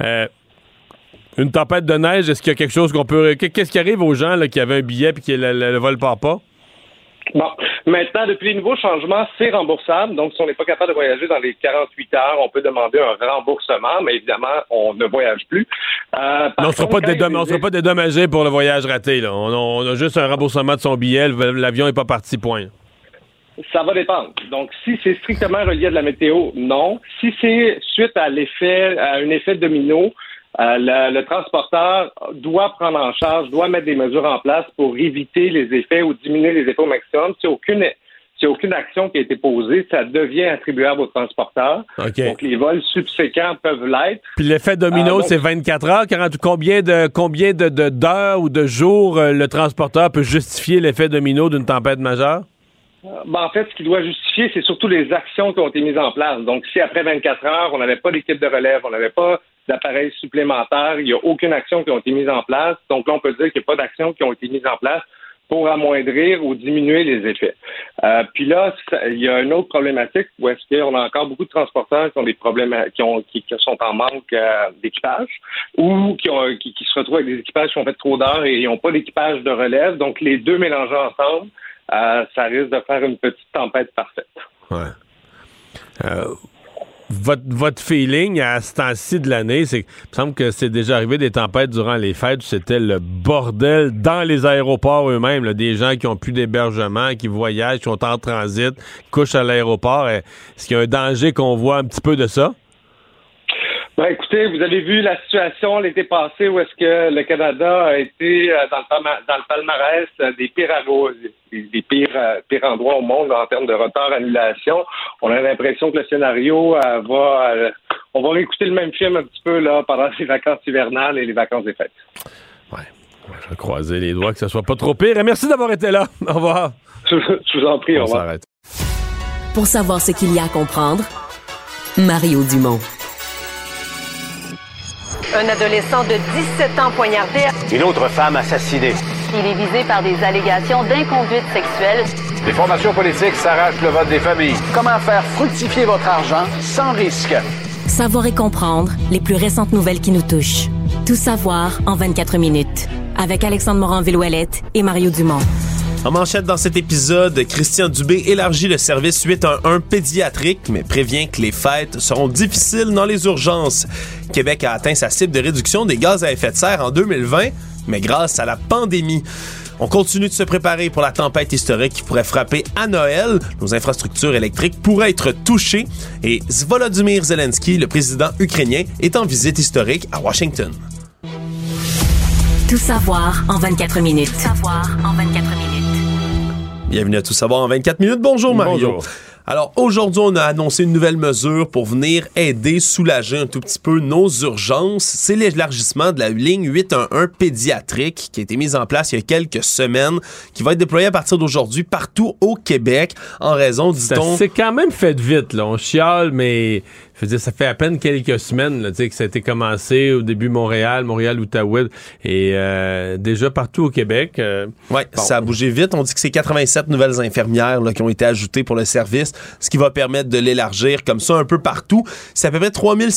Une tempête de neige, est-ce qu'il y a quelque chose qu'on peut... Qu'est-ce qui arrive aux gens là, qui avaient un billet et que le vol part pas? Bon, maintenant, depuis les nouveaux changements, c'est remboursable. Donc, si on n'est pas capable de voyager dans les 48 heures, on peut demander un remboursement, mais évidemment, on ne voyage plus. On ne sera pas dédommagé pour le voyage raté, là. On a juste un remboursement de son billet, l'avion n'est pas parti, point. Ça va dépendre. Donc, si c'est strictement relié à de la météo, non. Si c'est suite à un effet domino, le transporteur doit prendre en charge, doit mettre des mesures en place pour éviter les effets ou diminuer les effets au maximum. S'il n'y a aucune action qui a été posée, ça devient attribuable au transporteur. Okay. Donc, les vols subséquents peuvent l'être. Puis l'effet domino, c'est 24 heures. Combien d'heures ou de jours le transporteur peut justifier l'effet domino d'une tempête majeure? En fait, ce qui doit justifier, c'est surtout les actions qui ont été mises en place. Donc, si après 24 heures, on n'avait pas d'équipe de relève, on n'avait pas d'appareils supplémentaires, il n'y a aucune action qui a été mise en place. Donc là, on peut dire qu'il n'y a pas d'actions qui ont été mises en place pour amoindrir ou diminuer les effets. Puis là, il y a une autre problématique où est-ce qu'on a encore beaucoup de transporteurs qui ont des problèmes, qui sont en manque d'équipage ou qui se retrouvent avec des équipages qui ont fait trop d'heures et ils n'ont pas d'équipage de relève. Donc, les deux mélangés ensemble, ça risque de faire une petite tempête parfaite. Ouais. Votre feeling à ce temps-ci de l'année, il me semble que c'est déjà arrivé des tempêtes durant les fêtes où c'était le bordel dans les aéroports eux-mêmes, là, des gens qui ont plus d'hébergement, qui voyagent, qui sont en transit, couchent à l'aéroport. Est-ce qu'il y a un danger qu'on voit un petit peu de ça? Ben, écoutez, vous avez vu la situation l'été passé où est-ce que le Canada a été dans le palmarès des pires endroits au monde en termes de retard, annulation. On a l'impression que le scénario on va réécouter le même film un petit peu là pendant les vacances hivernales et les vacances des fêtes. Ouais, je vais croiser les doigts que ça soit pas trop pire. Et merci d'avoir été là. Au revoir. Je vous en prie, au revoir. S'arrête. Pour savoir ce qu'il y a à comprendre, Mario Dumont. Un adolescent de 17 ans poignardé. Une autre femme assassinée. Il est visé par des allégations d'inconduite sexuelle. Les formations politiques s'arrachent le vote des familles. Comment faire fructifier votre argent sans risque? Savoir et comprendre les plus récentes nouvelles qui nous touchent. Tout savoir en 24 minutes. Avec Alexandre Morin-Villouellette et Mario Dumont. En manchette dans cet épisode, Christian Dubé élargit le service 811 pédiatrique, mais prévient que les fêtes seront difficiles dans les urgences. Québec a atteint sa cible de réduction des gaz à effet de serre en 2020, mais grâce à la pandémie. On continue de se préparer pour la tempête historique qui pourrait frapper à Noël. Nos infrastructures électriques pourraient être touchées. Et Volodymyr Zelensky, le président ukrainien, est en visite historique à Washington. Tout savoir en 24 minutes. Tout savoir en 24 minutes. Bienvenue à Tout savoir en 24 minutes. Bonjour Mario. Bonjour. Alors aujourd'hui, on a annoncé une nouvelle mesure pour venir aider, soulager un tout petit peu nos urgences. C'est l'élargissement de la ligne 811 pédiatrique qui a été mise en place il y a quelques semaines, qui va être déployée à partir d'aujourd'hui partout au Québec en raison, dit-on... C'est quand même fait vite, là. On chiale, mais... Je veux dire, ça fait à peine quelques semaines là, que ça a été commencé au début Montréal, Outaouais et déjà partout au Québec. Oui, ça a bougé vite. On dit que c'est 87 nouvelles infirmières là, qui ont été ajoutées pour le service. ce qui va permettre de l'élargir comme ça un peu partout. C'est à peu près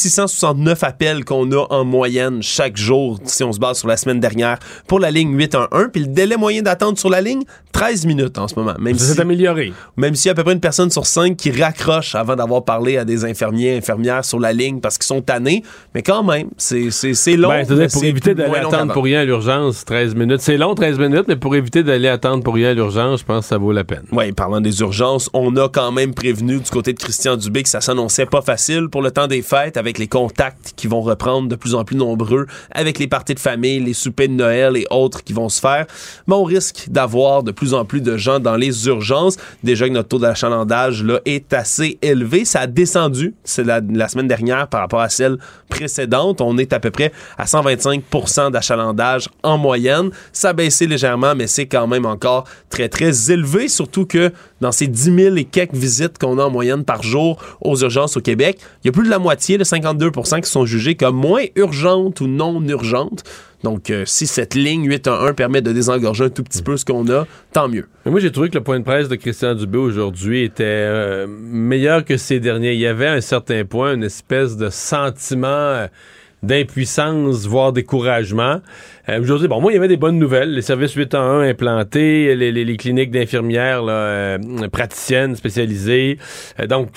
3669 appels qu'on a en moyenne chaque jour, si on se base sur la semaine dernière, pour la ligne 811. Puis le délai moyen d'attente sur la ligne, 13 minutes en ce moment. Ça s'est amélioré. Même s'il y a à peu près une personne sur 5 qui raccroche avant d'avoir parlé à des infirmières sur la ligne parce qu'ils sont tannés. Mais quand même, c'est long. Pour éviter d'aller attendre pour rien à l'urgence, 13 minutes. C'est long, 13 minutes, mais pour éviter d'aller attendre pour rien à l'urgence, je pense que ça vaut la peine. Oui, parlant des urgences, on a quand même prévenu du côté de Christian Dubé que ça s'annonçait pas facile pour le temps des fêtes avec les contacts qui vont reprendre de plus en plus nombreux, avec les parties de famille, les soupers de Noël et autres qui vont se faire. Mais on risque d'avoir de plus en plus de gens dans les urgences. Déjà que notre taux d'achalandage là, est assez élevé. Ça a descendu, c'est la semaine dernière par rapport à celle précédente. On est à peu près à 125% d'achalandage en moyenne. Ça a baissé légèrement, mais c'est quand même encore très, très élevé, surtout que dans ces 10 000 et quelques visites qu'on a en moyenne par jour aux urgences au Québec, il y a plus de la moitié, le 52%, qui sont jugées comme moins urgentes ou non urgentes. Donc, si cette ligne 811 permet de désengorger un tout petit peu ce qu'on a, tant mieux. Mais moi, j'ai trouvé que le point de presse de Christian Dubé aujourd'hui était meilleur que ces derniers. Il y avait à un certain point une espèce de sentiment d'impuissance, voire découragement. Aujourd'hui, moi, il y avait des bonnes nouvelles. Les services 811 implantés, les cliniques d'infirmières praticiennes spécialisées. Donc,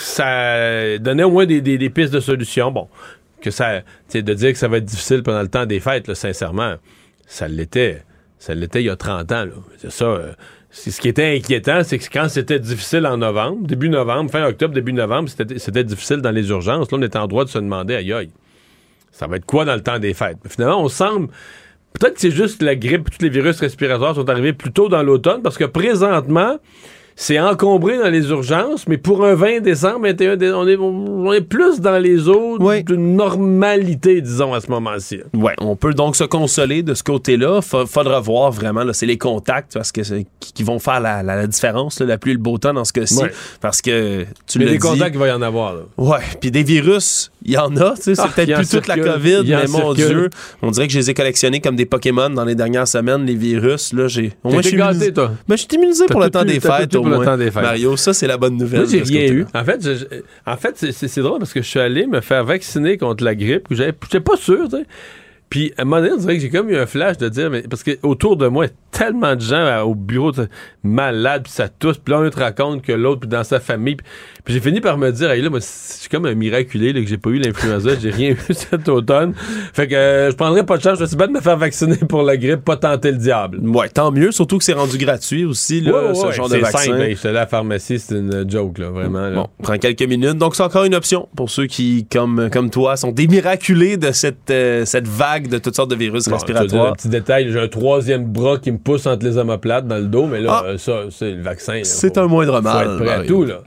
ça donnait au moins des pistes de solutions. Bon, que ça, de dire que ça va être difficile pendant le temps des fêtes, là, sincèrement, ça l'était il y a 30 ans. Là. C'est ça. Ce qui était inquiétant, c'est que quand c'était difficile en novembre, début novembre, fin octobre, début novembre, c'était difficile dans les urgences. Là, on était en droit de se demander, aïe, ça va être quoi dans le temps des fêtes? Mais finalement, on semble... Peut-être que c'est juste la grippe, tous les virus respiratoires sont arrivés plus tôt dans l'automne, parce que présentement, c'est encombré dans les urgences, mais pour un 20 décembre, 21 décembre, on est plus dans les eaux d'une normalité, disons, à ce moment-ci. Oui, on peut donc se consoler de ce côté-là. Faudra voir vraiment, là, c'est les contacts parce que qui vont faire la différence, là, la pluie et le beau temps dans ce cas-ci. Ouais. Parce que tu l'as dit... des contacts, il va y en avoir. Oui, puis des virus, il y en a. C'est peut-être plus toute la COVID, mais mon Dieu, on dirait que je les ai collectionnés comme des Pokémon dans les dernières semaines, les virus. Là, T'es gâté, toi? Ben, je suis immunisé pour le temps des fêtes. Pour le temps des fêtes. Mario, ça, c'est la bonne nouvelle. Moi, j'ai rien eu. En fait, c'est drôle parce que je suis allé me faire vacciner contre la grippe. J'étais pas sûr, tu sais. Puis, à un moment donné, on dirait que j'ai comme eu un flash de dire, mais parce que autour de moi, il y a tellement de gens au bureau malades, puis ça tousse, puis l'un te raconte que l'autre, puis dans sa famille. Puis j'ai fini par me dire, hey, là, moi, je suis comme un miraculé, là, que j'ai pas eu l'influenza, j'ai rien eu cet automne. Fait que je prendrais pas de chance, je suis bien de me faire vacciner pour la grippe, pas tenter le diable. Ouais, tant mieux, surtout que c'est rendu gratuit aussi, là, ce genre de vaccin. C'est simple, je suis allé à la pharmacie, c'est une joke, là, vraiment. Là. Bon, prends quelques minutes. Donc, c'est encore une option pour ceux qui, comme toi, sont des miraculés de cette vague de toutes sortes de virus respiratoires. Un petit détail, j'ai un troisième bras qui me pousse entre les omoplates dans le dos, mais là, ça, c'est le vaccin. Là, c'est un moindre mal. Faut être prêt à tout, là.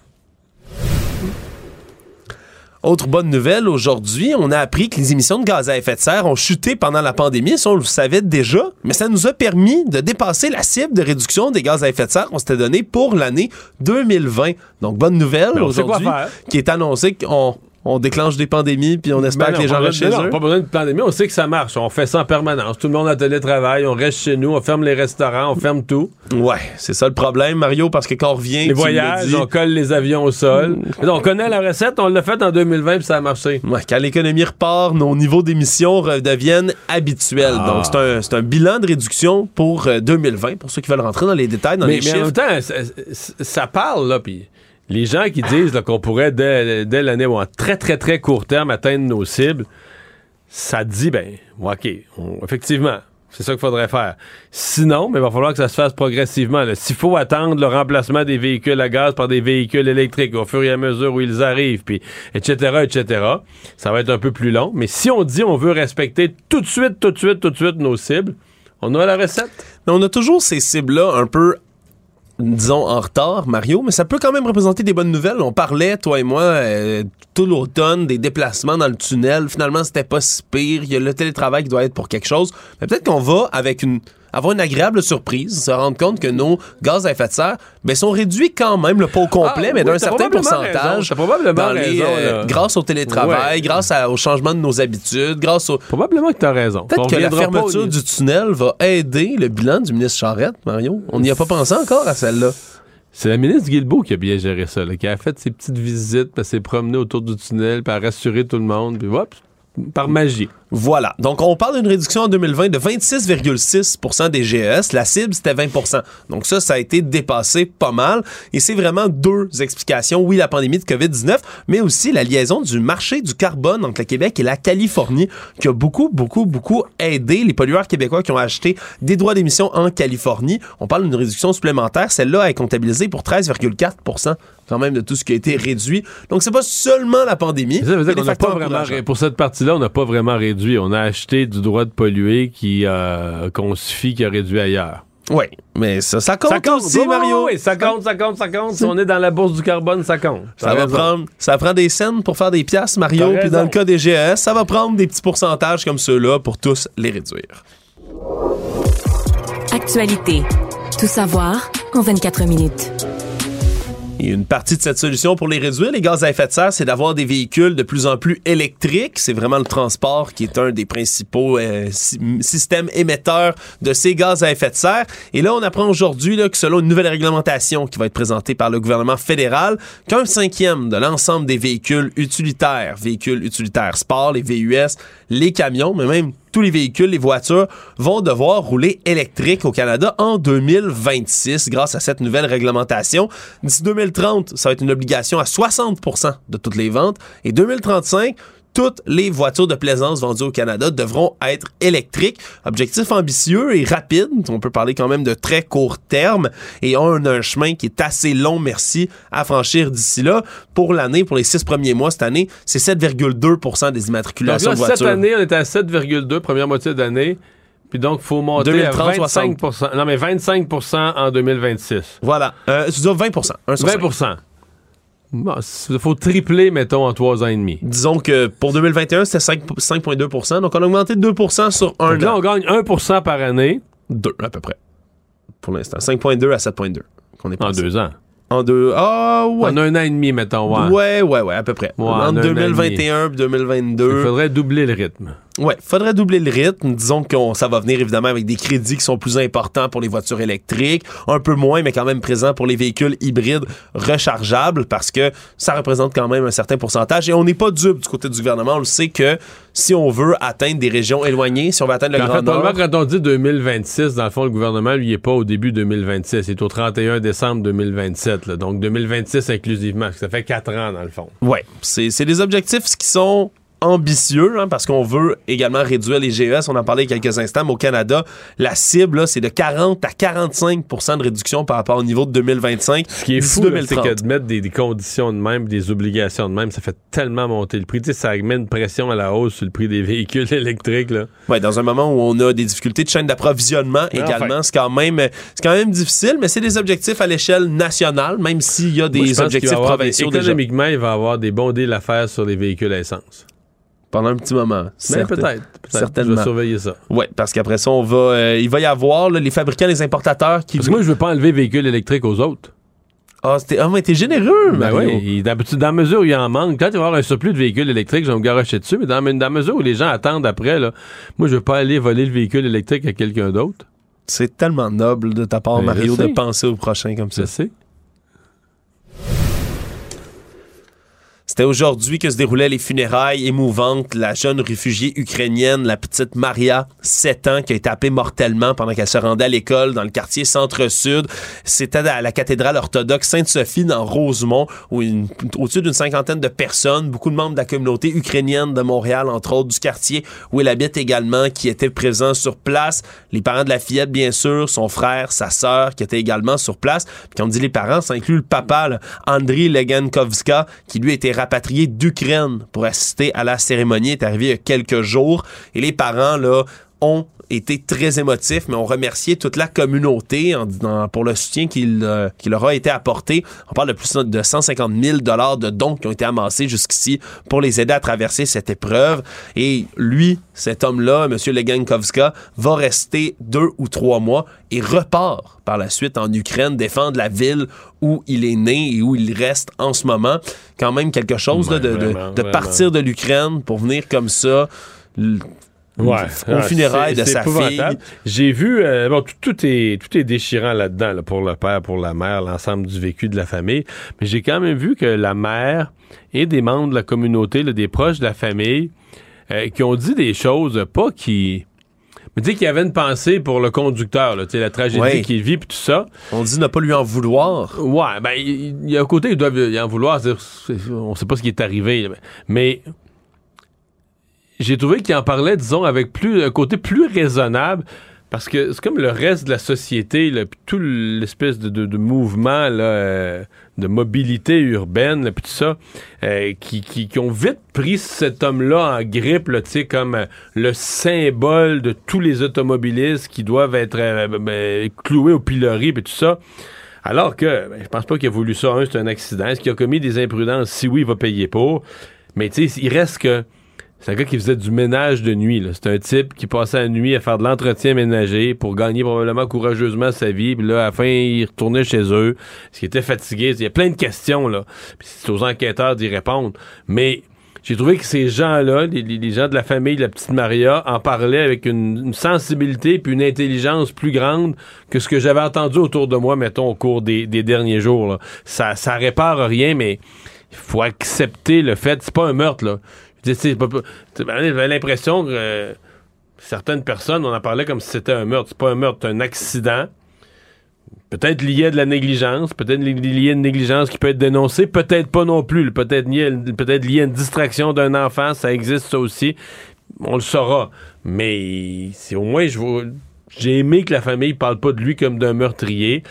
Autre bonne nouvelle, aujourd'hui, on a appris que les émissions de gaz à effet de serre ont chuté pendant la pandémie. Ça, on le savait déjà, mais ça nous a permis de dépasser la cible de réduction des gaz à effet de serre qu'on s'était donnée pour l'année 2020. Donc, bonne nouvelle aujourd'hui, qui est annoncée qu'on déclenche des pandémies puis on espère que les gens restent chez eux. Pas besoin de pandémie, on sait que ça marche. On fait ça en permanence. Tout le monde a télétravail, on reste chez nous, on ferme les restaurants, on ferme tout. Ouais, c'est ça le problème, Mario, parce que quand on revient... Les voyages, on colle les avions au sol. On connaît la recette, on l'a fait en 2020 puis ça a marché. Ouais, quand l'économie repart, nos niveaux d'émissions redeviennent habituels. Donc, c'est un bilan de réduction pour 2020, pour ceux qui veulent rentrer dans les détails, dans les chiffres. Mais en même temps, ça parle, là, puis... Les gens qui disent là, qu'on pourrait, dès l'année ou en très, très, très court terme, atteindre nos cibles, ça dit, OK, effectivement, c'est ça qu'il faudrait faire. Sinon, il va falloir que ça se fasse progressivement. S'il faut attendre le remplacement des véhicules à gaz par des véhicules électriques au fur et à mesure où ils arrivent, puis etc., ça va être un peu plus long. Mais si on dit on veut respecter tout de suite nos cibles, on a la recette. Mais on a toujours ces cibles-là un peu... disons, en retard, Mario, mais ça peut quand même représenter des bonnes nouvelles. On parlait, toi et moi, tout l'automne, des déplacements dans le tunnel. Finalement, c'était pas si pire. Il y a le télétravail qui doit être pour quelque chose. Mais peut-être qu'on va avoir une agréable surprise, se rendre compte que nos gaz à effet de serre sont réduits quand même, pas au complet, mais d'un certain pourcentage. T'as probablement raison. Grâce au télétravail, grâce au changement de nos habitudes, Probablement que t'as raison. Peut-être que la fermeture du tunnel va aider le bilan du ministre Charette, Mario. On n'y a pas pensé encore à celle-là. C'est la ministre Guilbeault qui a bien géré ça, là, qui a fait ses petites visites, puis s'est promenée autour du tunnel, puis a rassuré tout le monde, puis hop, par magie. Voilà. Donc, on parle d'une réduction en 2020 de 26,6% des GES. La cible, c'était 20%. Donc ça a été dépassé pas mal. Et c'est vraiment deux explications. Oui, la pandémie de COVID-19, mais aussi la liaison du marché du carbone entre le Québec et la Californie qui a beaucoup aidé les pollueurs québécois qui ont acheté des droits d'émission en Californie. On parle d'une réduction supplémentaire. Celle-là est comptabilisée pour 13,4% quand même de tout ce qui a été réduit. Donc, c'est pas seulement la pandémie. Ça veut dire qu'on n'a pas vraiment... Pour cette partie-là, on n'a pas vraiment réduit. On a acheté du droit de polluer qu'on se fie qui a réduit ailleurs. Oui, mais ça compte aussi, Mario. Oui, ça compte. Si on est dans la bourse du carbone, ça compte. Ça prend des cents pour faire des piastres, Mario. Puis dans le cas des GES, ça va prendre des petits pourcentages comme ceux-là pour tous les réduire. Actualité. Tout savoir en 24 minutes. Et une partie de cette solution pour les réduire, les gaz à effet de serre, c'est d'avoir des véhicules de plus en plus électriques. C'est vraiment le transport qui est un des principaux systèmes émetteurs de ces gaz à effet de serre. Et là, on apprend aujourd'hui que selon une nouvelle réglementation qui va être présentée par le gouvernement fédéral, qu'un cinquième de l'ensemble des véhicules utilitaires sport, les VUS, les camions, mais même tous les véhicules, les voitures, vont devoir rouler électrique au Canada en 2026 grâce à cette nouvelle réglementation. D'ici 2030, ça va être une obligation à 60% de toutes les ventes. Et 2035, toutes les voitures de plaisance vendues au Canada devront être électriques. Objectif ambitieux et rapide. On peut parler quand même de très court terme. Et on a un chemin qui est assez long, merci, à franchir d'ici là. Pour l'année, pour les 6 premiers mois cette année, c'est 7,2% des immatriculations de voitures. Cette année, on était à 7,2, première moitié d'année. Puis donc, il faut monter 2030, à 25%. Non, mais 25% en 2026. Voilà. Tu dis 20%. 20%. Il faut tripler, mettons, en 3 ans et demi. Disons que pour 2021, c'était 5,2%. Donc, on a augmenté de 2% sur un an. Là, on gagne 1% par année. 2 à peu près. Pour l'instant. 5,2 à 7,2. Qu'on est passé. En 2 ans. En 2... Ah, ouais. En 1 an et demi, mettons. Ouais, à peu près. Entre 2021 et 2022. Il faudrait doubler le rythme. Ouais, faudrait doubler le rythme. Disons que ça va venir évidemment avec des crédits qui sont plus importants pour les voitures électriques, un peu moins, mais quand même présents pour les véhicules hybrides rechargeables parce que ça représente quand même un certain pourcentage. Et on n'est pas dupe du côté du gouvernement. On le sait que si on veut atteindre des régions éloignées, si on veut atteindre le Grand Nord... Quand on dit 2026, dans le fond, le gouvernement, lui, il n'est pas au début 2026. Il est au 31 décembre 2027. Là. Donc 2026 inclusivement. Ça fait 4 ans, dans le fond. Ouais, c'est des objectifs qui sont ambitieux, parce qu'on veut également réduire les GES. On en parlait il y a quelques instants, mais au Canada, la cible, là, c'est de 40 à 45% de réduction par rapport au niveau de 2025. Ce qui est fou, là, c'est que de mettre des conditions de même, des obligations de même, ça fait tellement monter le prix. Tu sais, ça met une pression à la hausse sur le prix des véhicules électriques. Là. Ouais, dans un moment où on a des difficultés de chaîne d'approvisionnement également, c'est quand même difficile, mais c'est des objectifs à l'échelle nationale, même s'il y a des objectifs provinciaux déjà. Économiquement, il va y avoir des bons deals à faire sur les véhicules à essence. Pendant un petit moment. Mais peut-être. Certainement. Je vais surveiller ça. Oui, parce qu'après ça, il va y avoir les fabricants, les importateurs qui... Parce que moi, je veux pas enlever véhicules électriques aux autres. Mais t'es généreux, ben oui, d'habitude, dans la mesure où il en manque, quand il va y avoir un surplus de véhicules électriques, je vais me garocher dessus, mais dans la mesure où les gens attendent après, là, moi, je veux pas aller voler le véhicule électrique à quelqu'un d'autre. C'est tellement noble de ta part, Mario, de penser au prochain comme ça. Je sais. C'était aujourd'hui que se déroulaient les funérailles émouvantes. La jeune réfugiée ukrainienne, la petite Maria, 7 ans, qui a été happée mortellement pendant qu'elle se rendait à l'école dans le quartier Centre-Sud. C'était à la cathédrale orthodoxe Sainte-Sophie dans Rosemont, où au-dessus d'une 50aine de personnes, beaucoup de membres de la communauté ukrainienne de Montréal, entre autres, du quartier où elle habite également, qui étaient présents sur place. Les parents de la fillette, bien sûr, son frère, sa sœur, qui étaient également sur place. Puis quand on dit les parents, ça inclut le papa, là, Andriy Legenkovska, qui lui était rapatrié d'Ukraine pour assister à la cérémonie, est arrivé il y a quelques jours. Et les parents, là, ont été très émotifs, mais ont remercié toute la communauté pour le soutien qui leur a été apporté. On parle de plus de 150 000 $ de dons qui ont été amassés jusqu'ici pour les aider à traverser cette épreuve. Et lui, cet homme-là, M. Legenkovska, va rester 2 ou 3 mois et repart par la suite en Ukraine, défendre la ville où il est né et où il reste en ce moment. Quand même quelque chose là, de partir de l'Ukraine pour venir comme ça... aux funérailles de sa fille. J'ai vu, tout est déchirant là-dedans, là, pour le père, pour la mère, l'ensemble du vécu de la famille. Mais j'ai quand même vu que la mère et des membres de la communauté, là, des proches de la famille, qui ont dit des choses, pas qui... Mais tu sais qu'il y avait une pensée pour le conducteur, là, la tragédie qu'il vit, puis tout ça. On dit ne pas lui en vouloir. Ouais, ben, il y a un côté, ils doivent y en vouloir. On sait pas ce qui est arrivé. Mais j'ai trouvé qu'il en parlait, disons, avec un côté plus raisonnable, parce que c'est comme le reste de la société, là, puis tout l'espèce de mouvement là, de mobilité urbaine, puis tout ça, qui ont vite pris cet homme-là en grippe, là, tu sais, comme le symbole de tous les automobilistes qui doivent être cloués au pilori, puis tout ça. Alors que, je pense pas qu'il a voulu ça. C'est un accident. Est-ce qu'il a commis des imprudences? Si oui, il va payer pour. Mais tu sais, il reste que... C'est un gars qui faisait du ménage de nuit. Là. C'est un type qui passait la nuit à faire de l'entretien ménager pour gagner probablement courageusement sa vie. Puis là, à la fin, il retournait chez eux. Parce qu'il était fatigué. Il y a plein de questions, là. Puis c'est aux enquêteurs d'y répondre. Mais j'ai trouvé que ces gens-là, les gens de la famille de la petite Maria, en parlaient avec une sensibilité puis une intelligence plus grande que ce que j'avais entendu autour de moi, mettons, au cours des derniers jours. Là. Ça répare rien, mais il faut accepter le fait. C'est pas un meurtre, là. J'avais l'impression que certaines personnes, on en parlait comme si c'était un meurtre. C'est pas un meurtre, c'est un accident. Peut-être lié à de la négligence, peut-être lié à une négligence qui peut être dénoncée, peut-être pas non plus. Peut-être lié à une distraction d'un enfant, ça existe ça aussi. On le saura. Mais c'est au moins, j'ai aimé que la famille parle pas de lui comme d'un meurtrier.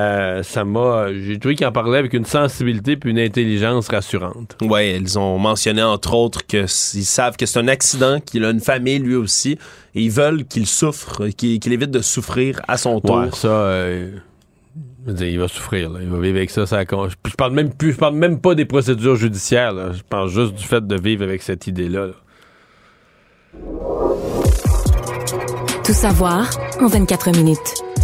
J'ai trouvé qu'il en parlait avec une sensibilité puis une intelligence rassurante. Ouais, ils ont mentionné entre autres qu'ils savent que c'est un accident, qu'il a une famille lui aussi, et ils veulent qu'il souffre, qu'il évite de souffrir à son tour. Ouais, ça, il va souffrir, là. Il va vivre avec ça. Je parle même pas des procédures judiciaires, là. Je parle juste du fait de vivre avec cette idée-là, là. Tout savoir en 24 minutes.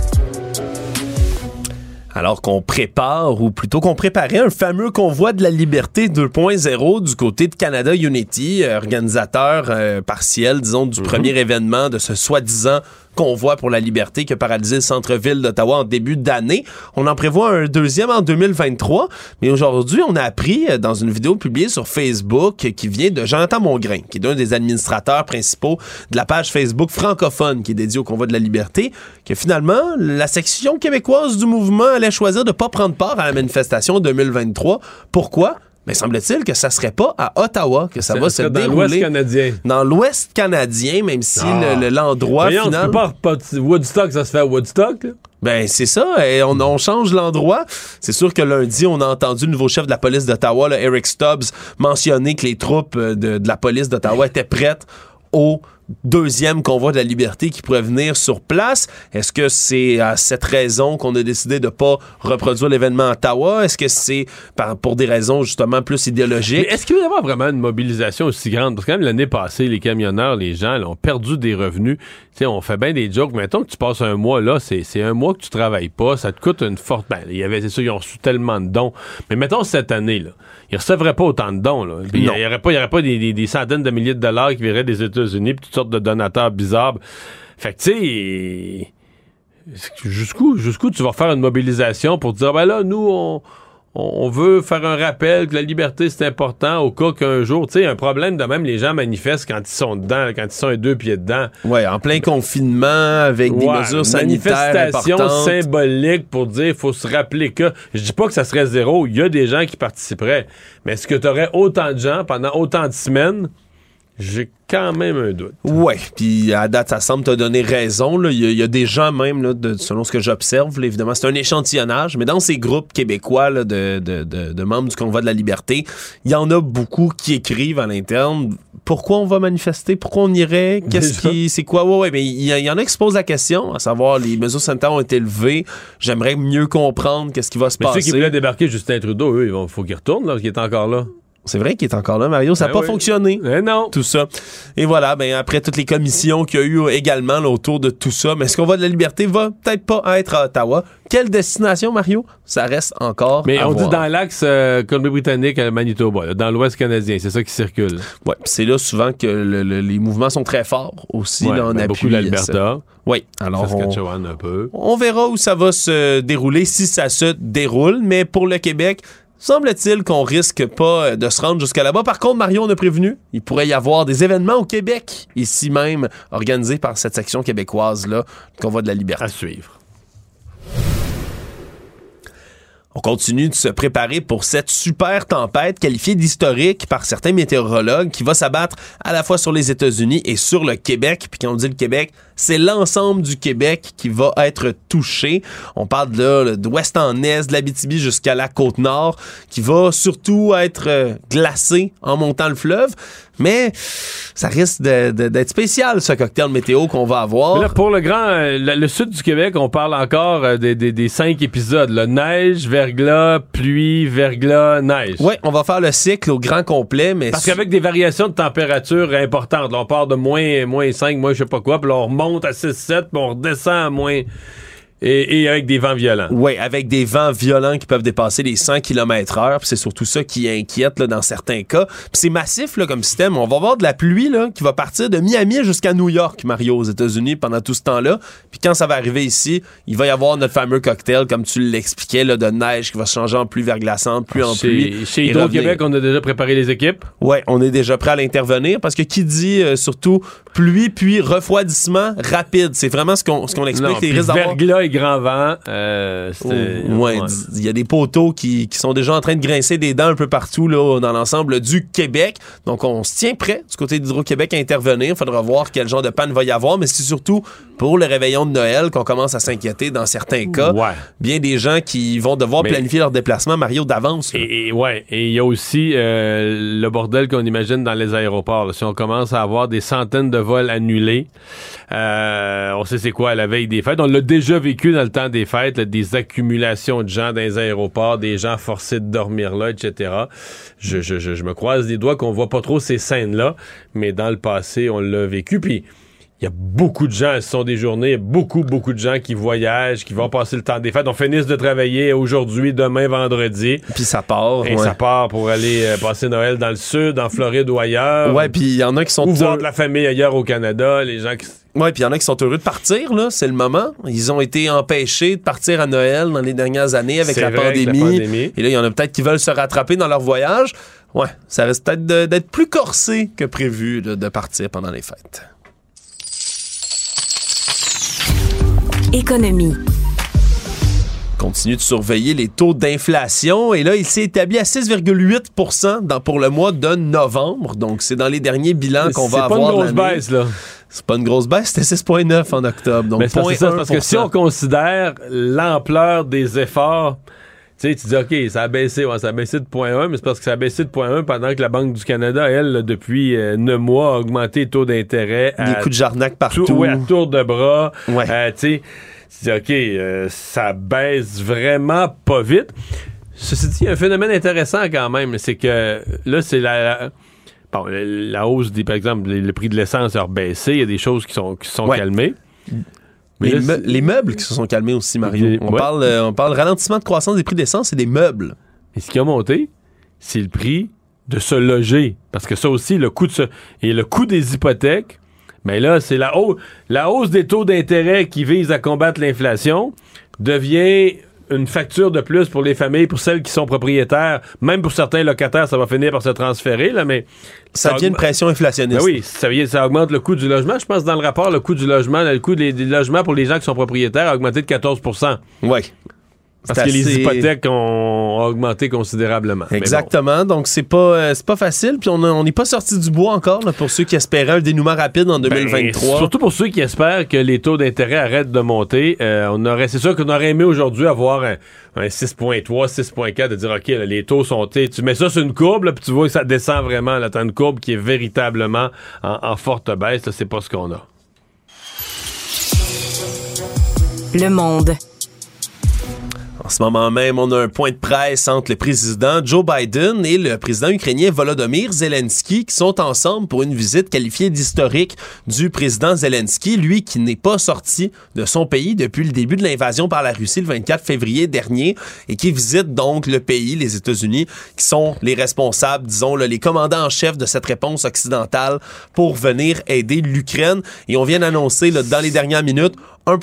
Alors qu'on prépare, ou plutôt qu'on préparait un fameux convoi de la liberté 2.0 du côté de Canada Unity, organisateur partiel, disons, du premier événement de ce soi-disant convoi pour la liberté qui a paralysé le centre-ville d'Ottawa en début d'année. On en prévoit un deuxième en 2023, mais aujourd'hui, on a appris dans une vidéo publiée sur Facebook qui vient de Jonathan Mongrain, qui est un des administrateurs principaux de la page Facebook francophone qui est dédiée au convoi de la liberté, que finalement, la section québécoise du mouvement allait choisir de ne pas prendre part à la manifestation 2023. Pourquoi? Mais semble-t-il que ça serait pas à Ottawa que ça va se dérouler. Dans l'Ouest canadien. Dans l'Ouest canadien, même si l'endroit Voyons, final... tu peux pas Woodstock, ça se fait à Woodstock, là? Ben, c'est ça. Et on change l'endroit. C'est sûr que lundi, on a entendu le nouveau chef de la police d'Ottawa, là, Eric Stubbs, mentionner que les troupes de la police d'Ottawa étaient prêtes au deuxième convoi de la liberté qui pourrait venir sur place. Est-ce que c'est à cette raison qu'on a décidé de pas reproduire l'événement à Ottawa? Est-ce que c'est pour des raisons justement plus idéologiques? Mais est-ce qu'il va y avoir vraiment une mobilisation aussi grande? Parce que quand même l'année passée, les camionneurs, les gens là, ont perdu des revenus. T'sais, on fait bien des jokes. Mettons que tu passes un mois là, c'est un mois que tu travailles pas, ça te coûte une forte... Ben, c'est sûr, ils ont reçu tellement de dons. Mais mettons cette année, là, ils recevraient pas autant de dons. Là. Il y aurait pas des centaines de milliers de dollars qui viendraient des États-Unis puis toutes sortes de donateurs bizarres. Fait que, tu sais, jusqu'où tu vas faire une mobilisation pour dire, ben là, nous, on veut faire un rappel que la liberté, c'est important au cas qu'un jour, tu sais, un problème de même, les gens manifestent quand ils sont dedans, quand ils sont à 2 pieds dedans. Ouais, en plein confinement, avec des mesures sanitaires manifestation importantes. Symbolique pour dire, il faut se rappeler que, je dis pas que ça serait zéro, il y a des gens qui participeraient, mais est-ce que tu aurais autant de gens pendant autant de semaines? J'ai quand même un doute. Ouais, puis à date, ça semble te donner raison. Là. Il y a des gens même, là, selon ce que j'observe, là, évidemment, c'est un échantillonnage, mais dans ces groupes québécois là, de membres du Convoi de la liberté, il y en a beaucoup qui écrivent à l'interne. Pourquoi on va manifester? Pourquoi on irait? C'est quoi? Ouais, mais il y en a qui se posent la question, à savoir, les mesures sanitaires ont été levées. J'aimerais mieux comprendre qu'est-ce qui va se passer. Mais ceux qui voulaient débarquer Justin Trudeau, eux, il faut qu'ils retournent, là, qu'il est encore là. C'est vrai qu'il est encore là, Mario. Ça n'a pas fonctionné. Non. Tout ça. Et voilà, ben après toutes les commissions qu'il y a eu également là, autour de tout ça, mais est-ce qu'on va de la liberté va peut-être pas être à Ottawa? Quelle destination, Mario? Ça reste encore Mais à on voir. dit dans l'axe Colombie-Britannique à Manitoba, là, dans l'Ouest canadien, c'est ça qui circule. Oui, c'est là souvent que les mouvements sont très forts aussi là, en appui. Beaucoup l'Alberta. Oui, alors Saskatchewan un peu. On verra où ça va se dérouler, si ça se déroule, mais pour le Québec, semble-t-il qu'on risque pas de se rendre jusqu'à là-bas. Par contre, Mario, on a prévenu, il pourrait y avoir des événements au Québec, ici même, organisés par cette section québécoise-là, du Convoi de la Liberté. À suivre. On continue de se préparer pour cette super tempête qualifiée d'historique par certains météorologues qui va s'abattre à la fois sur les États-Unis et sur le Québec. Puis quand on dit le Québec, c'est l'ensemble du Québec qui va être touché. On parle d'ouest en est, de l'Abitibi jusqu'à la Côte-Nord, qui va surtout être glacé en montant le fleuve. Mais ça risque d'être spécial, ce cocktail météo qu'on va avoir. Mais là, pour le sud du Québec, on parle encore des 5 épisodes. Là. Neige, verglas, pluie, verglas, neige. Oui, on va faire le cycle au grand complet. Mais parce qu'avec des variations de température importantes, là, on part de moins 5, moins je sais pas quoi, puis là, on remonte à 6-7, puis on redescend à moins... Et avec des vents violents. Oui, avec des vents violents qui peuvent dépasser les 100 km/h. Puis c'est surtout ça qui inquiète là, dans certains cas. Puis c'est massif là, comme système. On va avoir de la pluie là, qui va partir de Miami jusqu'à New York, Mario, aux États-Unis, pendant tout ce temps-là. Puis quand ça va arriver ici, il va y avoir notre fameux cocktail, comme tu l'expliquais, là, de neige qui va se changer en pluie verglaçante, pluie en pluie. Chez Hydro-Québec, on a déjà préparé les équipes? Oui, on est déjà prêt à l'intervenir parce que qui dit surtout pluie puis refroidissement rapide. C'est vraiment ce qu'on explique. Les risques verglas et grand vent. Il y a des poteaux qui sont déjà en train de grincer des dents un peu partout là, dans l'ensemble du Québec. Donc, on se tient prêt du côté d'Hydro-Québec à intervenir. Il faudra voir quel genre de panne va y avoir, mais c'est surtout pour le réveillon de Noël qu'on commence à s'inquiéter dans certains cas. Ouais. Bien des gens qui vont devoir planifier leur déplacement, Mario, d'avance. Et il y a aussi le bordel qu'on imagine dans les aéroports. Là. Si on commence à avoir des centaines de vols annulés, on sait c'est quoi à la veille des fêtes. On l'a déjà vécu dans le temps des fêtes, là, des accumulations de gens dans les aéroports, des gens forcés de dormir là, etc. Je me croise les doigts qu'on voit pas trop ces scènes-là, mais dans le passé, on l'a vécu. Puis il y a beaucoup de gens, ce sont des journées, beaucoup de gens qui voyagent, qui vont passer le temps des fêtes. On finisse de travailler aujourd'hui, demain, vendredi. Puis ça part. Et ça part pour aller passer Noël dans le sud, en Floride ou ailleurs. Ouais, puis il y en a qui sont... Ou voir de la famille ailleurs au Canada, les gens qui... Oui, puis il y en a qui sont heureux de partir, là, c'est le moment. Ils ont été empêchés de partir à Noël dans les dernières années avec la pandémie. Et là, il y en a peut-être qui veulent se rattraper dans leur voyage. Ouais, ça risque peut-être d'être plus corsé que prévu là, de partir pendant les fêtes. Économie. Continue de surveiller les taux d'inflation. Et là, il s'est établi à 6,8% pour le mois de novembre. Donc, c'est dans les derniers bilans qu'on va avoir. C'est pas une grosse baisse, là. C'est pas une grosse baisse, c'était 6,9 en octobre. Donc, mais c'est parce que si on considère l'ampleur des efforts, tu sais, tu dis, OK, ça a baissé de 0,1, mais c'est parce que ça a baissé de 0,1 pendant que la Banque du Canada, elle, là, depuis 9 mois, a augmenté les taux d'intérêt. Des coups de jarnac partout. À tour de bras. Ouais. Tu dis, OK, ça baisse vraiment pas vite. Ceci dit, il y a un phénomène intéressant quand même, c'est que là, c'est la hausse par exemple, le prix de l'essence a baissé, il y a des choses qui sont calmées. Mais les meubles qui se sont calmés aussi, Mario. On parle ralentissement de croissance des prix d'essence et des meubles. Et ce qui a monté, c'est le prix de se loger. Parce que ça aussi, le coût des hypothèques, mais là, c'est la hausse des taux d'intérêt qui vise à combattre l'inflation devient une facture de plus pour les familles, pour celles qui sont propriétaires. Même pour certains locataires, ça va finir par se transférer, là, mais... Ça devient une pression inflationniste. Ben oui, ça augmente le coût du logement. Je pense dans le rapport, le coût du logement, le coût des logements pour les gens qui sont propriétaires a augmenté de 14%. Oui. Parce que les hypothèques ont augmenté considérablement. Exactement. Donc, c'est pas facile. Puis, on n'est pas sorti du bois encore là, pour ceux qui espéraient un dénouement rapide en 2023. Surtout pour ceux qui espèrent que les taux d'intérêt arrêtent de monter. C'est sûr qu'on aurait aimé aujourd'hui avoir un 6,3, 6,4, de dire, OK, là, les taux sont... Tu mets ça sur une courbe, là, puis tu vois que ça descend vraiment. Là, t'as une courbe qui est véritablement en forte baisse. Là, c'est pas ce qu'on a. Le Monde. ce moment même, on a un point de presse entre le président Joe Biden et le président ukrainien Volodymyr Zelensky qui sont ensemble pour une visite qualifiée d'historique du président Zelensky, lui qui n'est pas sorti de son pays depuis le début de l'invasion par la Russie le 24 février dernier et qui visite donc le pays, les États-Unis, qui sont les responsables, disons, là, les commandants en chef de cette réponse occidentale pour venir aider l'Ukraine. Et on vient d'annoncer là, dans les dernières minutes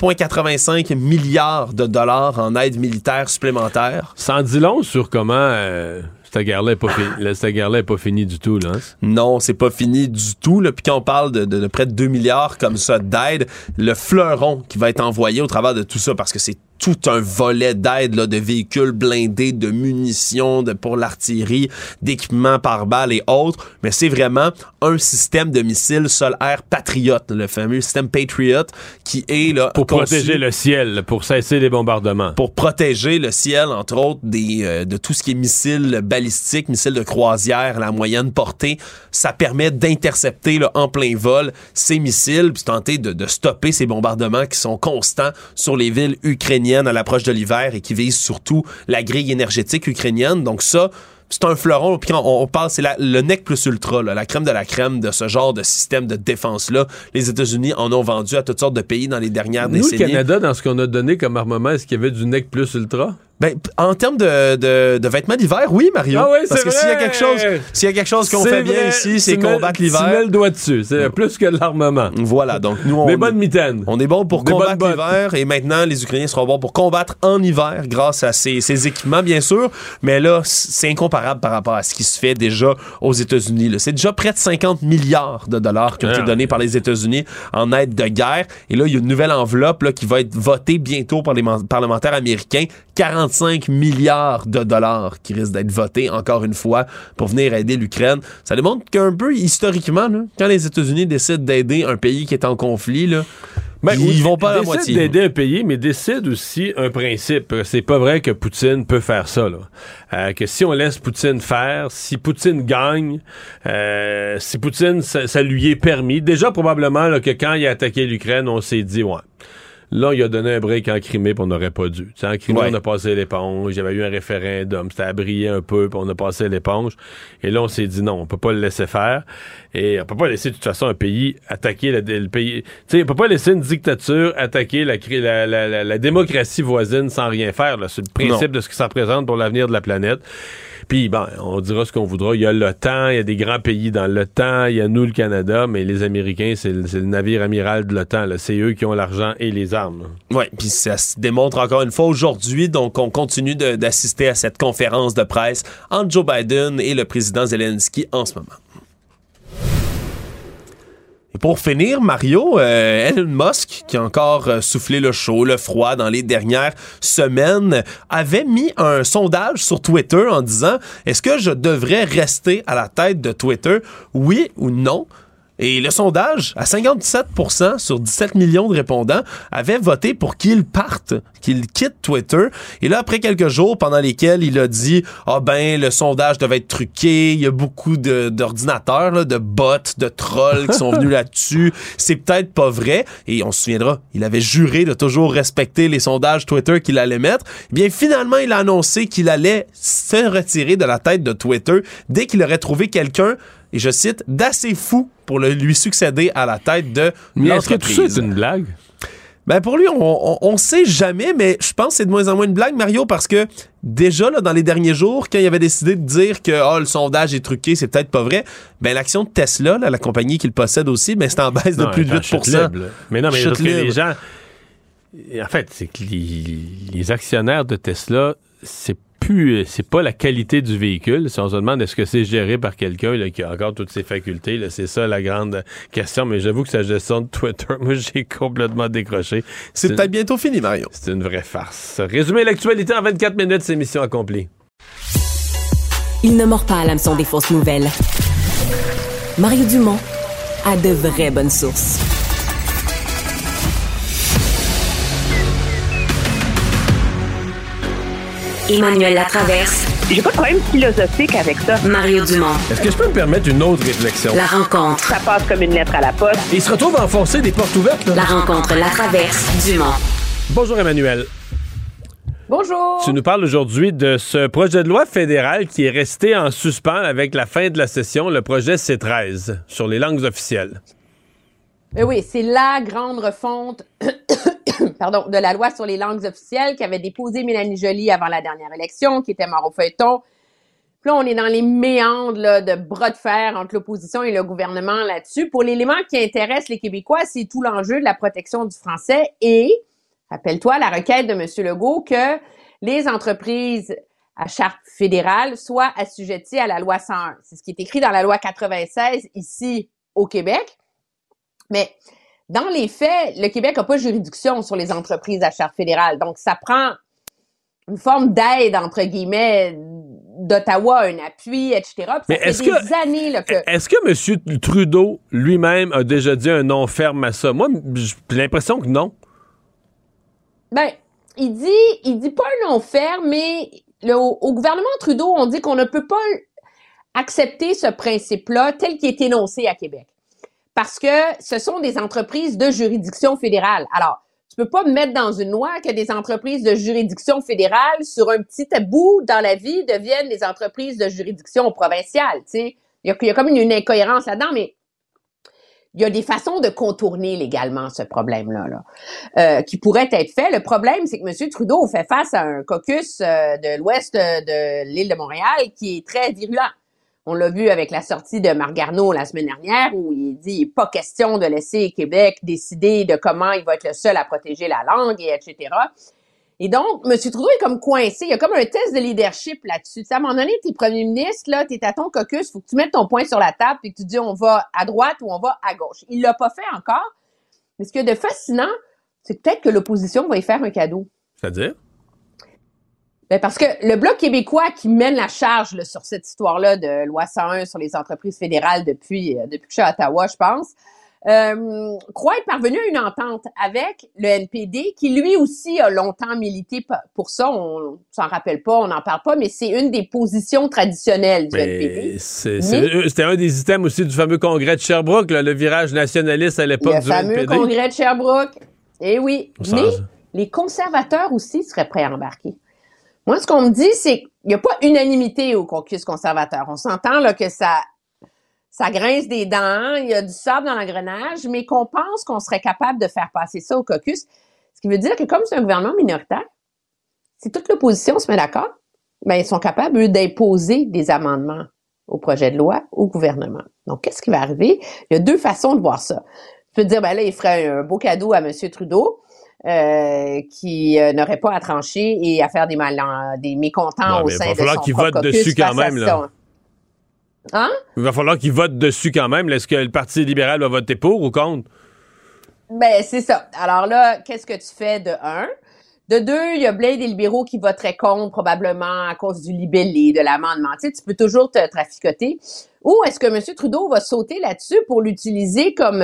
1,85 milliard de dollars en aide militaire supplémentaire. Ça en dit long sur comment cette guerre-là n'est pas finie du tout, là. Non, c'est pas fini du tout. Là. Puis quand on parle de près de 2 milliards comme ça d'aide, le fleuron qui va être envoyé au travers de tout ça, parce que c'est tout un volet d'aide là, de véhicules blindés, de munitions, pour l'artillerie, d'équipements par balles et autres, mais c'est vraiment un système de missiles sol-air Patriot, le fameux système Patriot, qui est là pour protéger le ciel, pour cesser les bombardements. Pour protéger le ciel, entre autres, de tout ce qui est missiles balistiques, missiles de croisière à la moyenne portée. Ça permet d'intercepter là, en plein vol ces missiles, puis tenter de stopper ces bombardements qui sont constants sur les villes ukrainiennes à l'approche de l'hiver et qui vise surtout la grille énergétique ukrainienne. Donc ça, c'est un fleuron. Puis quand on parle, c'est le nec plus ultra, là, la crème de la crème de ce genre de système de défense-là. Les États-Unis en ont vendu à toutes sortes de pays dans les dernières décennies. Nous, le Canada, dans ce qu'on a donné comme armement, est-ce qu'il y avait du nec plus ultra? Ben, en termes de vêtements d'hiver, oui, Mario. Ah oui, parce que vrai. s'il y a quelque chose qu'on fait bien ici, c'est combattre l'hiver. Tu mets le doigt dessus. C'est plus que l'armement. Voilà. Donc, nous, des bonnes mitaines. On est bon pour combattre l'hiver et maintenant, les Ukrainiens seront bons pour combattre en hiver grâce à ces équipements, bien sûr. Mais là, c'est incomparable par rapport à ce qui se fait déjà aux États-Unis. Là. C'est déjà près de 50 milliards de dollars qui ont été donnés par les États-Unis en aide de guerre. Et là, il y a une nouvelle enveloppe là, qui va être votée bientôt par les parlementaires américains. 45 milliards de dollars qui risquent d'être votés, encore une fois, pour venir aider l'Ukraine. Ça démontre qu'un peu, historiquement, là, quand les États-Unis décident d'aider un pays qui est en conflit, là, ils vont pas à la moitié. Ils décident d'aider un pays, mais décident aussi un principe. C'est pas vrai que Poutine peut faire ça, là. Que si on laisse Poutine faire, si Poutine gagne, si Poutine, ça lui est permis. Déjà, probablement, là, que quand il a attaqué l'Ukraine, on s'est dit, ouais. Là, il a donné un break en Crimée, puis on n'aurait pas dû. T'sais, en Crimée, on a passé l'éponge. Il y avait eu un référendum. C'était à briller un peu, puis on a passé l'éponge. Et là, on s'est dit non, on peut pas le laisser faire. Et on peut pas laisser, de toute façon, un pays attaquer le pays. T'sais, on peut pas laisser une dictature attaquer la démocratie voisine sans rien faire. Là. C'est le principe de ce que ça représente pour l'avenir de la planète. Puis, bon, on dira ce qu'on voudra. Il y a l'OTAN, il y a des grands pays dans l'OTAN, il y a nous, le Canada, mais les Américains, c'est le navire amiral de l'OTAN. Là. C'est eux qui ont l'argent et les armes. Oui, puis ça se démontre encore une fois aujourd'hui. Donc, on continue d'assister à cette conférence de presse entre Joe Biden et le président Zelensky en ce moment. Et pour finir, Mario, Elon Musk, qui a encore soufflé le chaud, le froid dans les dernières semaines, avait mis un sondage sur Twitter en disant « Est-ce que je devrais rester à la tête de Twitter? Oui ou non? » Et le sondage, à 57% sur 17 millions de répondants, avait voté pour qu'il parte, qu'il quitte Twitter. Et là, après quelques jours pendant lesquels il a dit « Ah ben, le sondage devait être truqué, il y a beaucoup d'ordinateurs, là, de bots, de trolls qui sont venus là-dessus, c'est peut-être pas vrai. » Et on se souviendra, il avait juré de toujours respecter les sondages Twitter qu'il allait mettre. Eh bien, finalement, il a annoncé qu'il allait se retirer de la tête de Twitter dès qu'il aurait trouvé quelqu'un, et je cite, d'assez fou pour lui succéder à la tête de l'entreprise. Est-ce que tout ça, c'est une blague? Ben pour lui, on sait jamais, mais je pense que c'est de moins en moins une blague, Mario, parce que déjà, là, dans les derniers jours, quand il avait décidé de dire que le sondage est truqué, c'est peut-être pas vrai, ben l'action de Tesla, là, la compagnie qu'il possède aussi, ben c'est en baisse de plus de 8%. Mais non, mais parce que les gens... En fait, c'est que les actionnaires de Tesla, c'est pas la qualité du véhicule. Si on se demande est-ce que c'est géré par quelqu'un là, qui a encore toutes ses facultés, là, c'est ça la grande question. Mais j'avoue que sa gestion de Twitter, moi, j'ai complètement décroché. C'est peut-être bientôt fini, Mario. C'est une vraie farce. Résumer l'actualité en 24 minutes, c'est mission accomplie. Il ne mord pas à l'hameçon des fausses nouvelles. Mario Dumont a de vraies bonnes sources. Emmanuel Latraverse. J'ai pas de problème philosophique avec ça. Mario Dumont. Est-ce que je peux me permettre une autre réflexion? La rencontre. Ça passe comme une lettre à la poste. Et il se retrouve à enfoncer des portes ouvertes, là. La rencontre Latraverse Dumont. Bonjour Emmanuel. Bonjour. Tu nous parles aujourd'hui de ce projet de loi fédéral qui est resté en suspens avec la fin de la session, le projet C13, sur les langues officielles. Oui, c'est la grande refonte de la loi sur les langues officielles qu'avait déposée Mélanie Joly avant la dernière élection, qui était mort au feuilleton. Puis là, on est dans les méandres là, de bras de fer entre l'opposition et le gouvernement là-dessus. Pour l'élément qui intéresse les Québécois, c'est tout l'enjeu de la protection du français et, rappelle-toi, la requête de M. Legault que les entreprises à charte fédérale soient assujetties à la loi 101. C'est ce qui est écrit dans la loi 96 ici au Québec. Mais dans les faits, le Québec n'a pas de juridiction sur les entreprises à charte fédérale. Donc, ça prend une forme d'aide, entre guillemets, d'Ottawa, un appui, etc. Puis mais ça fait des années là, que... Est-ce que M. Trudeau lui-même a déjà dit un non ferme à ça? Moi, j'ai l'impression que non. Ben, il dit pas un non ferme, mais au gouvernement Trudeau, on dit qu'on ne peut pas accepter ce principe-là tel qu'il est énoncé à Québec. Parce que ce sont des entreprises de juridiction fédérale. Alors, tu peux pas me mettre dans une loi que des entreprises de juridiction fédérale, sur un petit bout dans la vie, deviennent des entreprises de juridiction provinciale, tu sais. Il y a comme une incohérence là-dedans, mais il y a des façons de contourner légalement ce problème-là, qui pourrait être fait. Le problème, c'est que M. Trudeau fait face à un caucus de l'ouest de l'île de Montréal qui est très virulent. On l'a vu avec la sortie de Marc Garneau la semaine dernière où il dit qu'il n'est pas question de laisser Québec décider de comment il va être le seul à protéger la langue, et etc. Et donc, M. Trudeau est comme coincé. Il y a comme un test de leadership là-dessus. Tu sais, à un moment donné, t'es premier ministre, là, t'es à ton caucus, faut que tu mettes ton poing sur la table et que tu dis on va à droite ou on va à gauche. Il l'a pas fait encore. Mais ce qu'il y a de fascinant, c'est peut-être que l'opposition va y faire un cadeau. C'est-à-dire? Ben parce que le Bloc québécois qui mène la charge là, sur cette histoire-là de loi 101 sur les entreprises fédérales depuis que je suis à Ottawa, je pense, croit être parvenu à une entente avec le NPD qui lui aussi a longtemps milité pour ça. On s'en rappelle pas, on n'en parle pas, mais c'est une des positions traditionnelles du NPD. C'était un des items aussi du fameux congrès de Sherbrooke, là, le virage nationaliste à l'époque du NPD. Le fameux congrès de Sherbrooke. Eh oui, mais les conservateurs aussi seraient prêts à embarquer. Moi, ce qu'on me dit, c'est qu'il n'y a pas unanimité au caucus conservateur. On s'entend là que ça grince des dents, il y a du sable dans l'engrenage, mais qu'on pense qu'on serait capable de faire passer ça au caucus. Ce qui veut dire que comme c'est un gouvernement minoritaire, si toute l'opposition se met d'accord, ben ils sont capables, eux, d'imposer des amendements au projet de loi au gouvernement. Donc, qu'est-ce qui va arriver? Il y a deux façons de voir ça. Tu peux te dire, ben là, il ferait un beau cadeau à M. Trudeau, qui n'aurait pas à trancher et à faire des mécontents au sein de son caucus. Il va falloir qu'il vote dessus quand même, là. Hein? Il va falloir qu'il vote dessus quand même. Est-ce que le Parti libéral va voter pour ou contre? Ben, c'est ça. Alors là, qu'est-ce que tu fais de un? De deux, il y a plein des libéraux qui voteraient contre, probablement à cause du libellé, de l'amendement. Tu sais, tu peux toujours te traficoter. Ou est-ce que M. Trudeau va sauter là-dessus pour l'utiliser comme,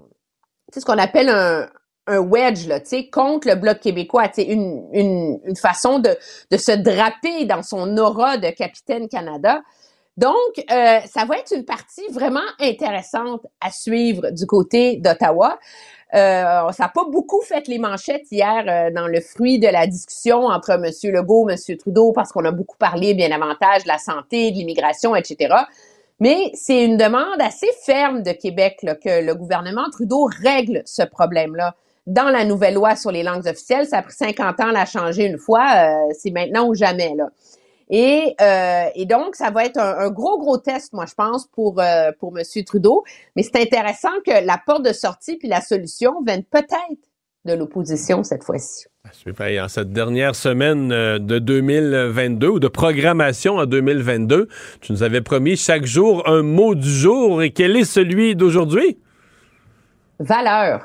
tu sais, ce qu'on appelle un wedge, là, tu sais, contre le Bloc québécois, tu sais, une façon de se draper dans son aura de capitaine Canada. Donc, ça va être une partie vraiment intéressante à suivre du côté d'Ottawa. Ça n'a pas beaucoup fait les manchettes hier dans le fruit de la discussion entre M. Legault, M. Trudeau, parce qu'on a beaucoup parlé bien davantage de la santé, de l'immigration, etc. Mais c'est une demande assez ferme de Québec là, que le gouvernement Trudeau règle ce problème-là. Dans la nouvelle loi sur les langues officielles, ça a pris 50 ans à la changer une fois, c'est maintenant ou jamais, là. Et donc, ça va être un gros test, moi, je pense, pour M. Trudeau. Mais c'est intéressant que la porte de sortie puis la solution viennent peut-être de l'opposition cette fois-ci. En cette dernière semaine de 2022 ou de programmation en 2022, tu nous avais promis chaque jour un mot du jour. Et quel est celui d'aujourd'hui? Valeurs.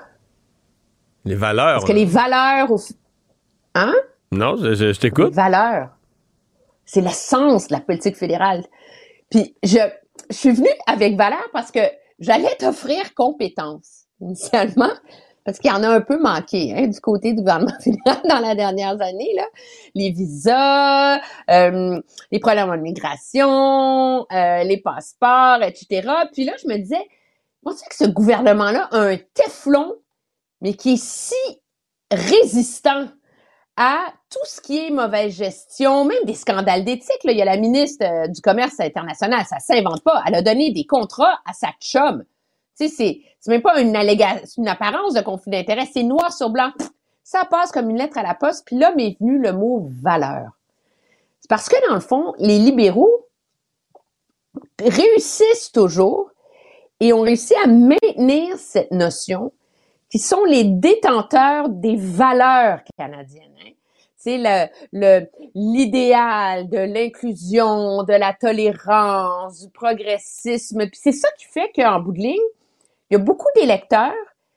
Les valeurs. Parce que les valeurs... Hein? Non, je t'écoute. Les valeurs. C'est l'essence de la politique fédérale. Puis, je suis venue avec valeurs parce que j'allais t'offrir compétences, initialement, parce qu'il y en a un peu manqué, hein, du côté du gouvernement fédéral dans les dernières années, là. Les visas, les problèmes de migration, les passeports, etc. Puis là, je me disais, on sait que ce gouvernement-là a un téflon, mais qui est si résistant à tout ce qui est mauvaise gestion, même des scandales d'éthique. Là. Il y a la ministre du Commerce international, ça s'invente pas. Elle a donné des contrats à sa chum. Tu sais, c'est même pas une apparence de conflit d'intérêt, c'est noir sur blanc. Ça passe comme une lettre à la poste, puis là m'est venu le mot « valeur ». C'est parce que, dans le fond, les libéraux réussissent toujours et ont réussi à maintenir cette notion qui sont les détenteurs des valeurs canadiennes. Hein. C'est l'idéal de l'inclusion, de la tolérance, du progressisme. Puis c'est ça qui fait qu'en bout de ligne, il y a beaucoup d'électeurs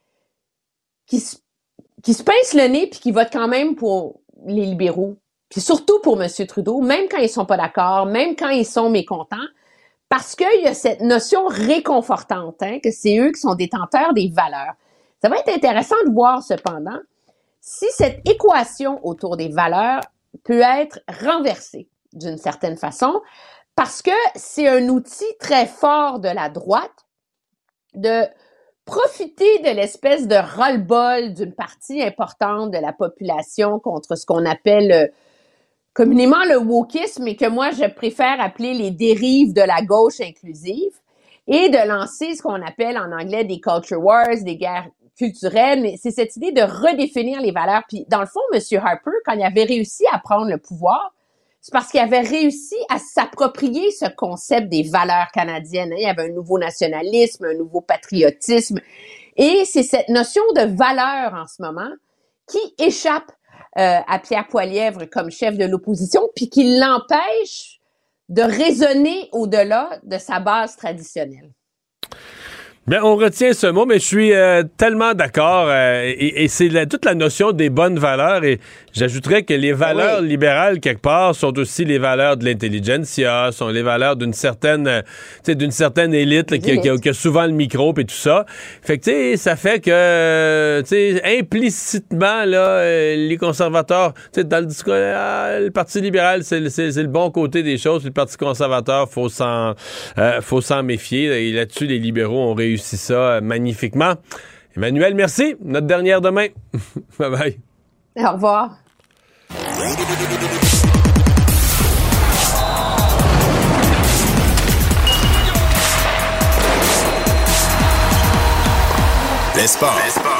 qui se pincent le nez puis qui votent quand même pour les libéraux. Puis surtout pour M. Trudeau, même quand ils sont pas d'accord, même quand ils sont mécontents, parce qu'il y a cette notion réconfortante, hein, que c'est eux qui sont détenteurs des valeurs. Ça va être intéressant de voir cependant si cette équation autour des valeurs peut être renversée d'une certaine façon, parce que c'est un outil très fort de la droite de profiter de l'espèce de ras-le-bol d'une partie importante de la population contre ce qu'on appelle communément le wokisme, et que moi je préfère appeler les dérives de la gauche inclusive, et de lancer ce qu'on appelle en anglais des culture wars, des guerres culturelles. Mais c'est cette idée de redéfinir les valeurs. Puis dans le fond, M. Harper, quand il avait réussi à prendre le pouvoir, c'est parce qu'il avait réussi à s'approprier ce concept des valeurs canadiennes. Il y avait un nouveau nationalisme, un nouveau patriotisme. Et c'est cette notion de valeur en ce moment qui échappe à Pierre Poilievre comme chef de l'opposition, puis qui l'empêche de raisonner au-delà de sa base traditionnelle. Bien, on retient ce mot, mais je suis tellement d'accord. Et c'est toute la notion des bonnes valeurs. Et j'ajouterais que les valeurs libérales, quelque part, sont aussi les valeurs de l'intelligentsia, sont les valeurs d'une certaine élite là, qui a souvent le micro et tout ça. Fait que, tu sais, ça fait que, tu sais, implicitement, là, les conservateurs, tu sais, dans le discours, le Parti libéral, c'est le bon côté des choses. Puis le Parti conservateur, faut s'en méfier. Et là-dessus, les libéraux ont réussi ça magnifiquement. Emmanuel, merci. Notre dernière demain. Bye-bye. Au revoir. Les sports.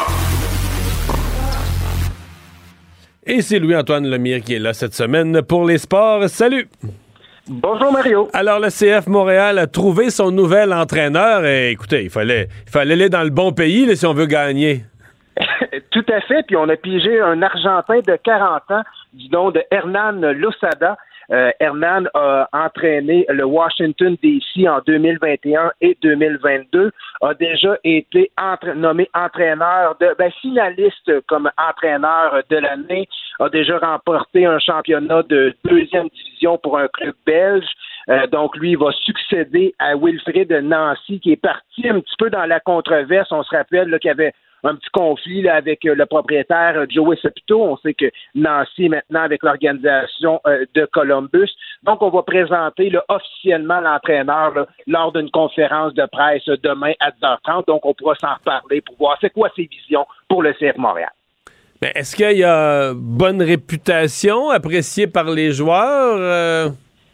Et c'est Louis-Antoine Lemire qui est là cette semaine pour les sports. Salut! Bonjour Mario. Alors le CF Montréal a trouvé son nouvel entraîneur et écoutez, il fallait aller dans le bon pays là, si on veut gagner. Tout à fait, puis on a pigé un Argentin de 40 ans du nom de Hernan Losada. Hernan a entraîné le Washington DC en 2021 et 2022, a déjà été nommé entraîneur finaliste comme entraîneur de l'année, a déjà remporté un championnat de 2e division pour un club belge. Donc lui, il va succéder à Wilfrid Nancy, qui est parti un petit peu dans la controverse. On se rappelle là, qu'il y avait un petit conflit là, avec le propriétaire Joey Saputo. On sait que Nancy est maintenant avec l'organisation de Columbus. Donc, on va présenter là, officiellement l'entraîneur là, lors d'une conférence de presse demain à 10h30. Donc, on pourra s'en reparler pour voir c'est quoi ses visions pour le CF Montréal. Mais est-ce qu'il y a bonne réputation appréciée par les joueurs?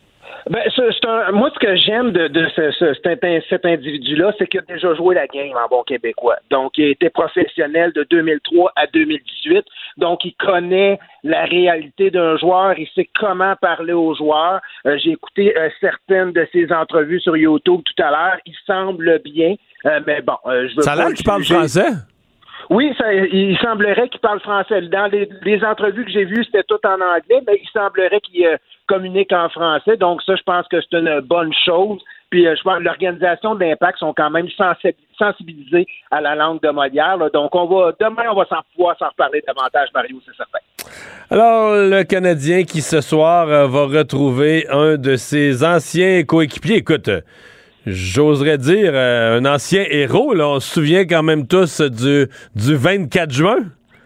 Moi, ce que j'aime de cet individu-là, c'est qu'il a déjà joué la game en bon québécois. Donc, il a été professionnel de 2003 à 2018. Donc, il connaît la réalité d'un joueur. Il sait comment parler aux joueurs. J'ai écouté certaines de ses entrevues sur YouTube tout à l'heure. Il semble bien. Mais bon, je veux ça a l'air qu'il parle français? Oui, il semblerait qu'il parle français. Dans les entrevues que j'ai vues, c'était tout en anglais, mais il semblerait qu'il communique en français. Donc ça, je pense que c'est une bonne chose. Puis je pense que l'organisation de l'Impact sont quand même sensibilisés à la langue de Molière. Là. Donc demain, on va pouvoir s'en reparler davantage, Mario, c'est certain. Alors, le Canadien qui ce soir va retrouver un de ses anciens coéquipiers. Écoute, j'oserais dire un ancien héros. Là. On se souvient quand même tous du 24 juin.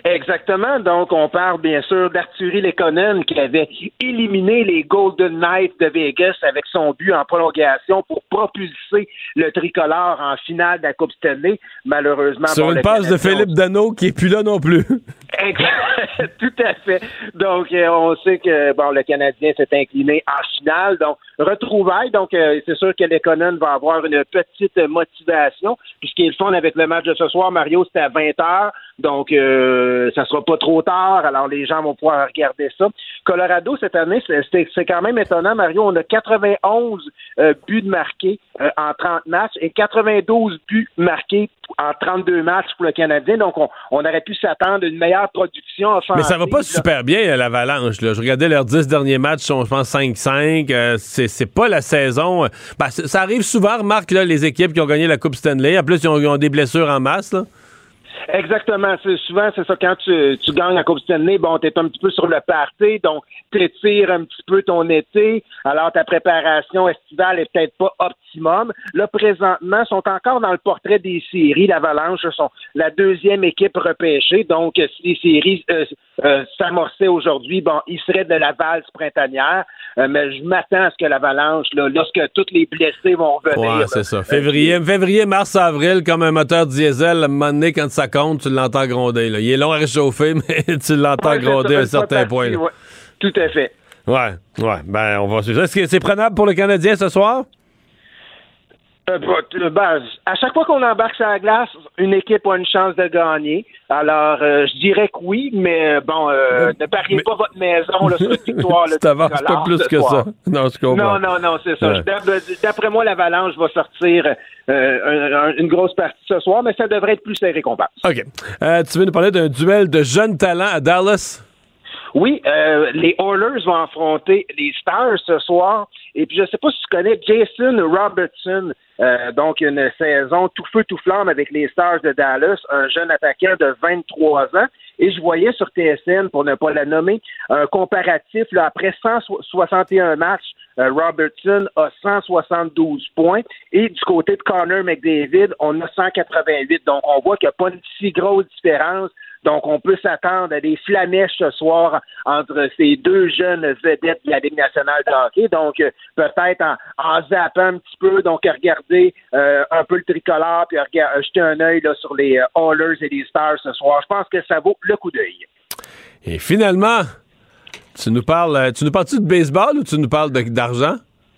Exactement. Donc, on parle bien sûr d'Arturi Lekkonen qui avait éliminé les Golden Knights de Vegas avec son but en prolongation pour propulser le tricolore en finale de la Coupe Stanley. Malheureusement, sur une passe de Philippe Danault qui est plus là non plus. Tout à fait. Donc, on sait que le Canadien s'est incliné en finale. Donc, retrouvailles. Donc, c'est sûr que Lekkonen va avoir une petite motivation. Puis, ce qui est le fun avec le match de ce soir, Mario, c'était à 20h. Donc, ça sera pas trop tard. Alors, les gens vont pouvoir regarder ça. Colorado, cette année, c'est quand même étonnant, Mario. On a 91 buts marqués en 30 matchs et 92 buts marqués en 32 matchs pour le Canadien. Donc, on aurait pu s'attendre à une meilleure production offensive. Mais ça va pas super bien, l'Avalanche. Là. Je regardais leurs 10 derniers matchs, sont, je pense, 5-5. C'est pas la saison. Ça arrive souvent, remarque, là, les équipes qui ont gagné la Coupe Stanley. En plus, ils ont des blessures en masse, là. Exactement. Souvent, c'est ça. Quand tu gagnes la Coupe Stanley, t'es un petit peu sur le party, donc t'étires un petit peu ton été. Alors, ta préparation estivale est peut-être pas optimum. Là, présentement, ils sont encore dans le portrait des séries. L'Avalanche sont la deuxième équipe repêchée. Donc, si les séries s'amorçaient aujourd'hui, ils seraient de la valse printanière. Mais je m'attends à ce que l'Avalanche, lorsque tous les blessés vont revenir... Ouais, c'est ça. Février, mars, avril, comme un moteur diesel, à un moment donné, quand ça compte, tu l'entends gronder. Là. Il est long à réchauffer, mais tu l'entends gronder à un certain point. Là. Ouais. Tout à fait. Ouais. On va suivre. Est-ce que c'est prenable pour le Canadien ce soir? À chaque fois qu'on embarque sur la glace, une équipe a une chance de gagner. Alors, je dirais que oui, mais ne pariez pas votre maison là, sur une victoire. Tu t'avances pas plus que ça. Non, je comprends. Non, c'est ça. Ouais. D'après moi, l'Avalanche va sortir une grosse partie ce soir, mais ça devrait être plus serré qu'on pense. OK. Tu veux nous parler d'un duel de jeunes talents à Dallas? Oui, les Oilers vont affronter les Stars ce soir. Et puis, je ne sais pas si tu connais Jason Robertson, donc une saison tout feu tout flamme avec les Stars de Dallas, un jeune attaquant de 23 ans. Et je voyais sur TSN, pour ne pas la nommer, un comparatif, là, après 161 matchs, Robertson a 172 points. Et du côté de Connor McDavid, on a 188. Donc, on voit qu'il n'y a pas une si grosse différence. Donc, on peut s'attendre à des flamèches ce soir entre ces deux jeunes vedettes de la Ligue nationale de hockey. Donc, peut-être en zappant un petit peu, donc regarder un peu le tricolore, puis jeter un œil là, sur les Oilers et les Stars ce soir. Je pense que ça vaut le coup d'œil. Et finalement, tu nous parles-tu de baseball ou tu nous parles d'argent?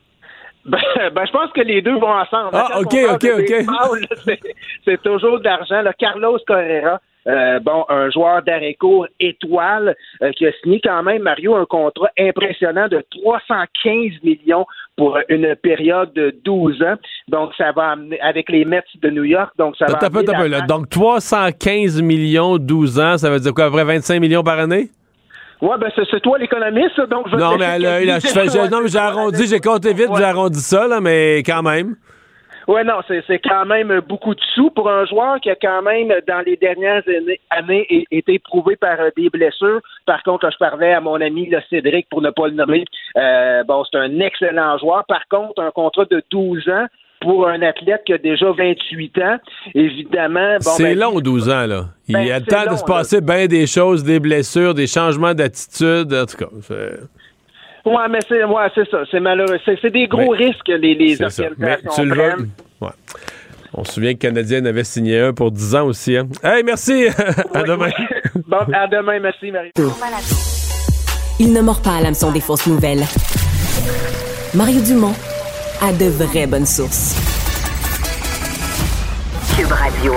Je pense que les deux vont ensemble. Ah, OK. Baseball, c'est toujours de l'argent. Là, Carlos Correa, un joueur d'arrêt-court étoile qui a signé quand même, Mario, un contrat impressionnant de 315 millions pour une période de 12 ans. Donc, ça va amener, avec les Mets de New York, donc ça va amener... Donc, 315 millions, 12 ans, ça veut dire quoi, à peu près 25 millions par année? Ouais, c'est toi l'économiste, donc... Non, mais j'ai arrondi, j'ai compté vite, j'ai arrondi ça, là, mais quand même... Oui, non, c'est quand même beaucoup de sous pour un joueur qui a quand même, dans les dernières années été éprouvé par des blessures. Par contre, je parlais à mon ami Cédric, pour ne pas le nommer. C'est un excellent joueur. Par contre, un contrat de 12 ans pour un athlète qui a déjà 28 ans, évidemment... c'est long, 12 ans, là. Il y a le temps de se passer bien des choses, des blessures, des changements d'attitude, en tout cas... Oui, mais c'est ça. C'est malheureux. C'est des gros risques, les organisations prennent. Ouais. On se souvient que le Canadien avait signé un pour 10 ans aussi. Hein? Hey, merci! À demain. À demain, merci, Marie. Il ne mord pas à l'hameçon des fausses nouvelles. Mario Dumont a de vraies bonnes sources. Cube Radio.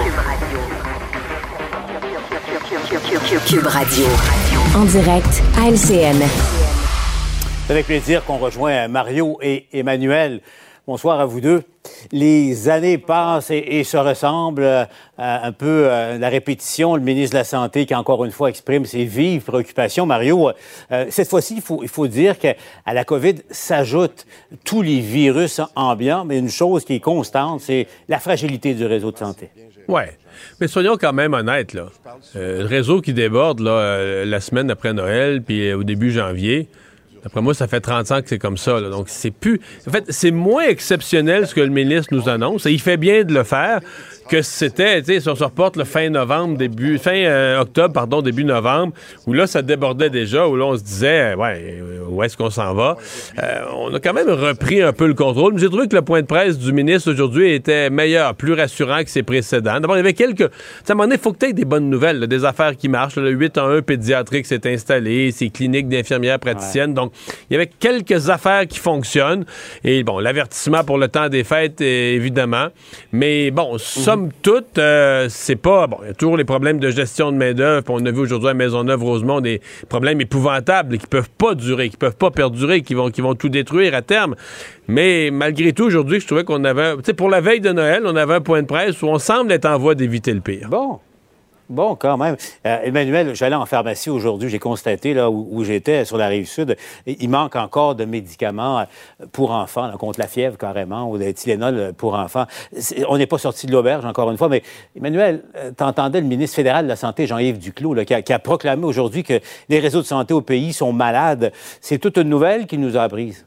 Cube Radio. En direct à LCN. C'est avec plaisir qu'on rejoint Mario et Emmanuel. Bonsoir à vous deux. Les années passent et se ressemblent un peu la répétition. Le ministre de la Santé qui, encore une fois, exprime ses vives préoccupations. Mario, cette fois-ci, il faut dire qu'à la COVID s'ajoutent tous les virus ambiants, mais une chose qui est constante, c'est la fragilité du réseau de santé. Oui, mais soyons quand même honnêtes, là. Le réseau qui déborde là, la semaine après Noël, puis au début janvier, D'après moi, ça fait 30 ans que c'est comme ça. Là. Donc, c'est plus... En fait, c'est moins exceptionnel ce que le ministre nous annonce. Et il fait bien de le faire que c'était, tu sais, si on se reporte le fin octobre, début novembre, où là, ça débordait déjà, où là, on se disait, où est-ce qu'on s'en va? On a quand même repris un peu le contrôle. Mais j'ai trouvé que le point de presse du ministre aujourd'hui était meilleur, plus rassurant que ses précédents. D'abord, il y avait quelques... À un moment donné, il faut que tu aies des bonnes nouvelles, là, des affaires qui marchent. Là, le 8-1 pédiatrique s'est installé, ces cliniques d'infirmières praticiennes. Donc, il y avait quelques affaires qui fonctionnent. Et bon, l'avertissement pour le temps des fêtes, évidemment. Mais bon, somme toute, c'est pas... Bon, il y a toujours les problèmes de gestion de main-d'œuvre. On a vu aujourd'hui à Maisonneuve-Rosemont des problèmes épouvantables qui peuvent pas durer, qui peuvent pas perdurer, qui vont tout détruire à terme. Mais malgré tout, aujourd'hui, je trouvais qu'on avait... Tu sais, pour la veille de Noël, on avait un point de presse où on semble être en voie d'éviter le pire. Bon, quand même. Emmanuel, j'allais en pharmacie aujourd'hui, j'ai constaté, là où j'étais, sur la Rive-Sud, il manque encore de médicaments pour enfants, là, contre la fièvre carrément, ou des Tylenol pour enfants. On n'est pas sorti de l'auberge, encore une fois, mais Emmanuel, t'entendais le ministre fédéral de la Santé, Jean-Yves Duclos, là, qui a proclamé aujourd'hui que les réseaux de santé au pays sont malades. C'est toute une nouvelle qu'il nous a apprise.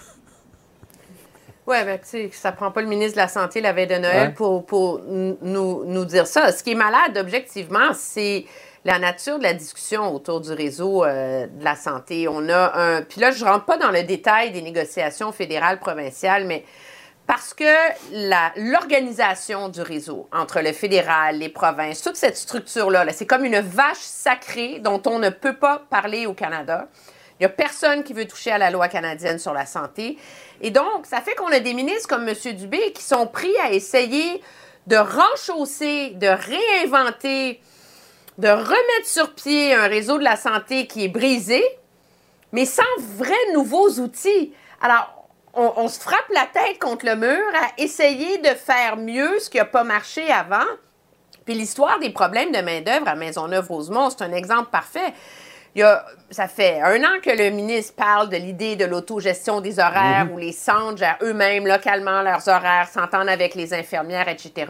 Oui, bien, tu sais, ça prend pas le ministre de la Santé la veille de Noël pour nous dire ça. Ce qui est malade, objectivement, c'est la nature de la discussion autour du réseau de la santé. On a Puis là, je rentre pas dans le détail des négociations fédérales, provinciales, mais parce que l'organisation du réseau entre le fédéral, les provinces, toute cette structure-là, c'est comme une vache sacrée dont on ne peut pas parler au Canada. Il n'y a personne qui veut toucher à la loi canadienne sur la santé. Et donc, ça fait qu'on a des ministres comme M. Dubé qui sont pris à essayer de renchausser, de réinventer, de remettre sur pied un réseau de la santé qui est brisé, mais sans vrais nouveaux outils. Alors, on se frappe la tête contre le mur à essayer de faire mieux ce qui n'a pas marché avant. Puis l'histoire des problèmes de main-d'œuvre à Maisonneuve-Rosemont, c'est un exemple parfait. Ça fait 1 an que le ministre parle de l'idée de l'autogestion des horaires où les centres gèrent eux-mêmes localement leurs horaires, s'entendent avec les infirmières, etc.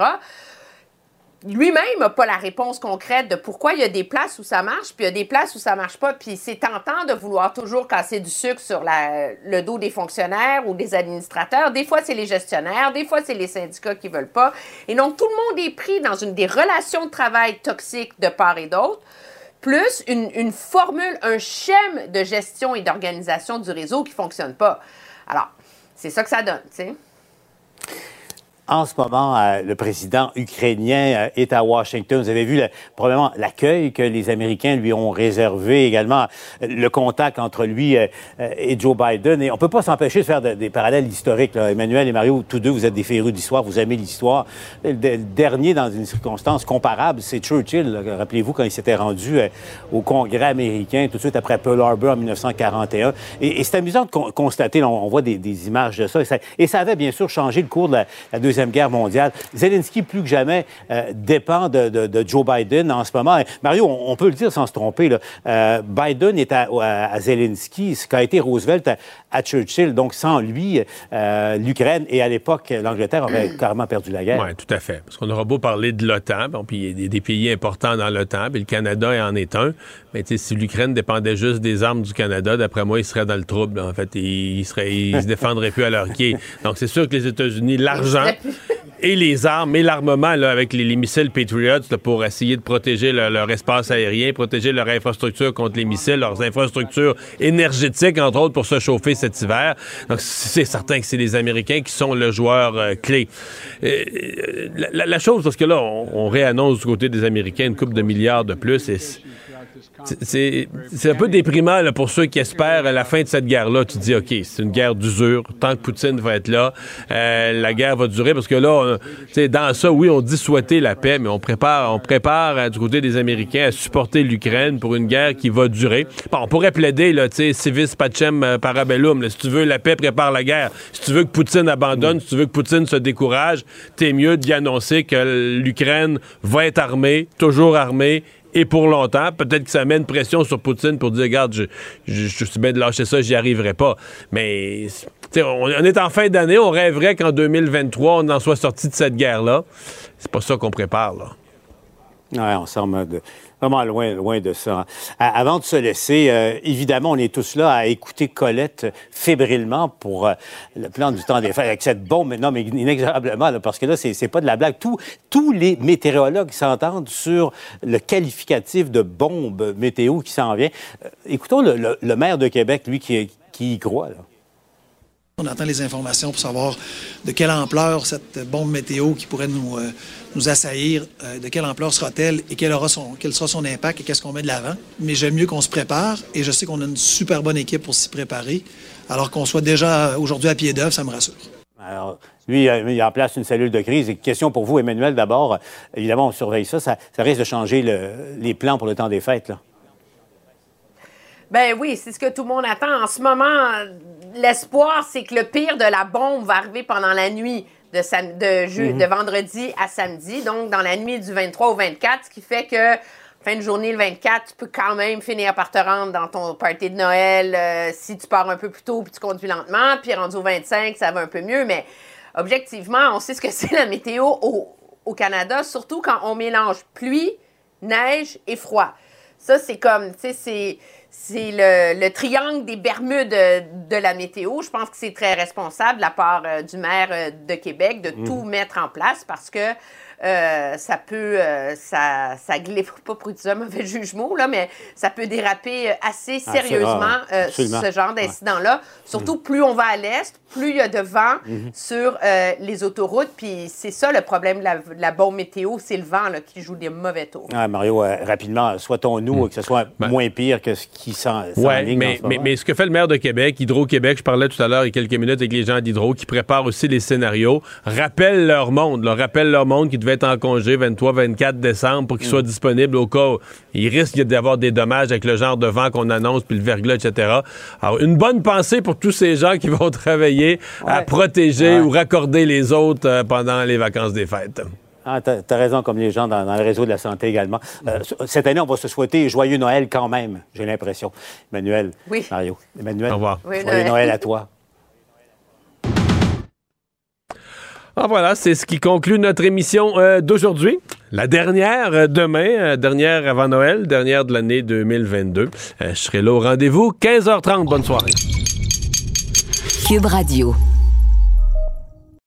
Lui-même n'a pas la réponse concrète de pourquoi il y a des places où ça marche, puis il y a des places où ça marche pas. Puis c'est tentant de vouloir toujours casser du sucre sur le dos des fonctionnaires ou des administrateurs. Des fois, c'est les gestionnaires, des fois, c'est les syndicats qui veulent pas. Et donc, tout le monde est pris dans des relations de travail toxiques de part et d'autre, plus une formule, un schème de gestion et d'organisation du réseau qui ne fonctionne pas. Alors, c'est ça que ça donne, tu sais. En ce moment, le président ukrainien est à Washington. Vous avez vu probablement l'accueil que les Américains lui ont réservé, également le contact entre lui et Joe Biden. Et on ne peut pas s'empêcher de faire des parallèles historiques, là. Emmanuel et Mario, tous deux, vous êtes des férus d'histoire, vous aimez l'histoire. Le dernier, dans une circonstance comparable, c'est Churchill. Là. Rappelez-vous quand il s'était rendu au Congrès américain, tout de suite après Pearl Harbor en 1941. Et c'est amusant de constater, là, on voit des images de ça. Et ça avait bien sûr changé le cours de la Deuxième Guerre mondiale. Zelensky, plus que jamais, dépend de Joe Biden en ce moment. Mario, on peut le dire sans se tromper, là, Biden est à Zelensky, ce qu'a été Roosevelt à Churchill. Donc, sans lui, l'Ukraine et à l'époque, l'Angleterre aurait carrément perdu la guerre. Oui, tout à fait. Parce qu'on aura beau parler de l'OTAN, bon, puis il y a des pays importants dans l'OTAN, puis le Canada en est un. Mais si l'Ukraine dépendait juste des armes du Canada, d'après moi, il serait dans le trouble. En fait, il se défendrait plus à leur pied. Donc, c'est sûr que les États-Unis, l'argent et les armes et l'armement là, avec les missiles Patriot là, pour essayer de protéger leur espace aérien, protéger leur infrastructure contre les missiles, leurs infrastructures énergétiques, entre autres, pour se chauffer cet hiver. Donc, c'est certain que c'est les Américains qui sont le joueur clé. La chose, parce que là, on réannonce du côté des Américains une couple de milliards de plus, et c'est un peu déprimant là, pour ceux qui espèrent à la fin de cette guerre-là. Tu te dis, OK, c'est une guerre d'usure. Tant que Poutine va être là, la guerre va durer. Parce que là, dans ça, oui, on dit souhaiter la paix, mais on prépare du côté des Américains à supporter l'Ukraine pour une guerre qui va durer. Bon, on pourrait plaider, là, tu sais, civis pacem parabellum. Là, si tu veux la paix, prépare la guerre. Si tu veux que Poutine abandonne, si tu veux que Poutine se décourage, t'es mieux d'y annoncer que l'Ukraine va être armée, toujours armée, et pour longtemps. Peut-être que ça met une pression sur Poutine pour dire, regarde, je suis bien de lâcher ça, j'y arriverai pas. Mais, on est en fin d'année, on rêverait qu'en 2023, on en soit sorti de cette guerre-là. C'est pas ça qu'on prépare, là. Ouais, on semble Vraiment loin de ça. Avant de se laisser, évidemment, on est tous là à écouter Colette fébrilement pour le plan du temps des fêtes avec cette bombe, non, mais inexorablement, là, parce que là, c'est pas de la blague. Tous les météorologues s'entendent sur le qualificatif de bombe météo qui s'en vient. Écoutons le maire de Québec, lui, qui y croit, là. On attend les informations pour savoir de quelle ampleur cette bombe météo qui pourrait nous assaillir, de quelle ampleur sera-t-elle et quel sera son impact et qu'est-ce qu'on met de l'avant. Mais j'aime mieux qu'on se prépare et je sais qu'on a une super bonne équipe pour s'y préparer. Alors qu'on soit déjà aujourd'hui à pied d'œuvre, ça me rassure. Alors, lui, il a mis en place une cellule de crise. Et question pour vous, Emmanuel, d'abord. Évidemment, on surveille ça. Ça risque de changer les plans pour le temps des fêtes, là. Ben oui, c'est ce que tout le monde attend. En ce moment, l'espoir, c'est que le pire de la bombe va arriver pendant la nuit de vendredi à samedi, donc dans la nuit du 23 au 24, ce qui fait que fin de journée, le 24, tu peux quand même finir par te rendre dans ton party de Noël si tu pars un peu plus tôt puis tu conduis lentement, puis rendu au 25, ça va un peu mieux, mais objectivement, on sait ce que c'est la météo au Canada, surtout quand on mélange pluie, neige et froid. Ça, c'est comme, tu sais, c'est le triangle des Bermudes de la météo. Je pense que c'est très responsable de la part du maire de Québec de tout mettre en place parce que ça peut, ça glisse, pas pour utiliser un mauvais jugement, là, mais ça peut déraper assez sérieusement ce genre d'incident-là. Surtout, plus on va à l'est, plus il y a de vent sur les autoroutes. Puis c'est ça le problème de la bombe météo, c'est le vent là, qui joue des mauvais tours. Ah, Mario, rapidement, souhaitons-nous que ce soit moins pire que ce qui s'enligne. Mais ce que fait le maire de Québec, Hydro-Québec, je parlais tout à l'heure il y a quelques minutes avec les gens d'Hydro qui préparent aussi les scénarios, rappellent leur monde qui devait être en congé 23-24 décembre pour qu'ils soient disponibles au cas où il risque d'avoir des dommages avec le genre de vent qu'on annonce, puis le verglas, etc. Alors, une bonne pensée pour tous ces gens qui vont travailler à protéger ou raccorder les autres pendant les vacances des fêtes. Ah, t'as raison, comme les gens dans le réseau de la santé également. Cette année, on va se souhaiter joyeux Noël quand même, j'ai l'impression. Emmanuel, Mario. Emmanuel, au revoir. Joyeux Noël à toi. Ah voilà, c'est ce qui conclut notre émission d'aujourd'hui. La dernière demain, dernière avant Noël, dernière de l'année 2022. Je serai là au rendez-vous, 15h30. Bonne soirée. Cube Radio.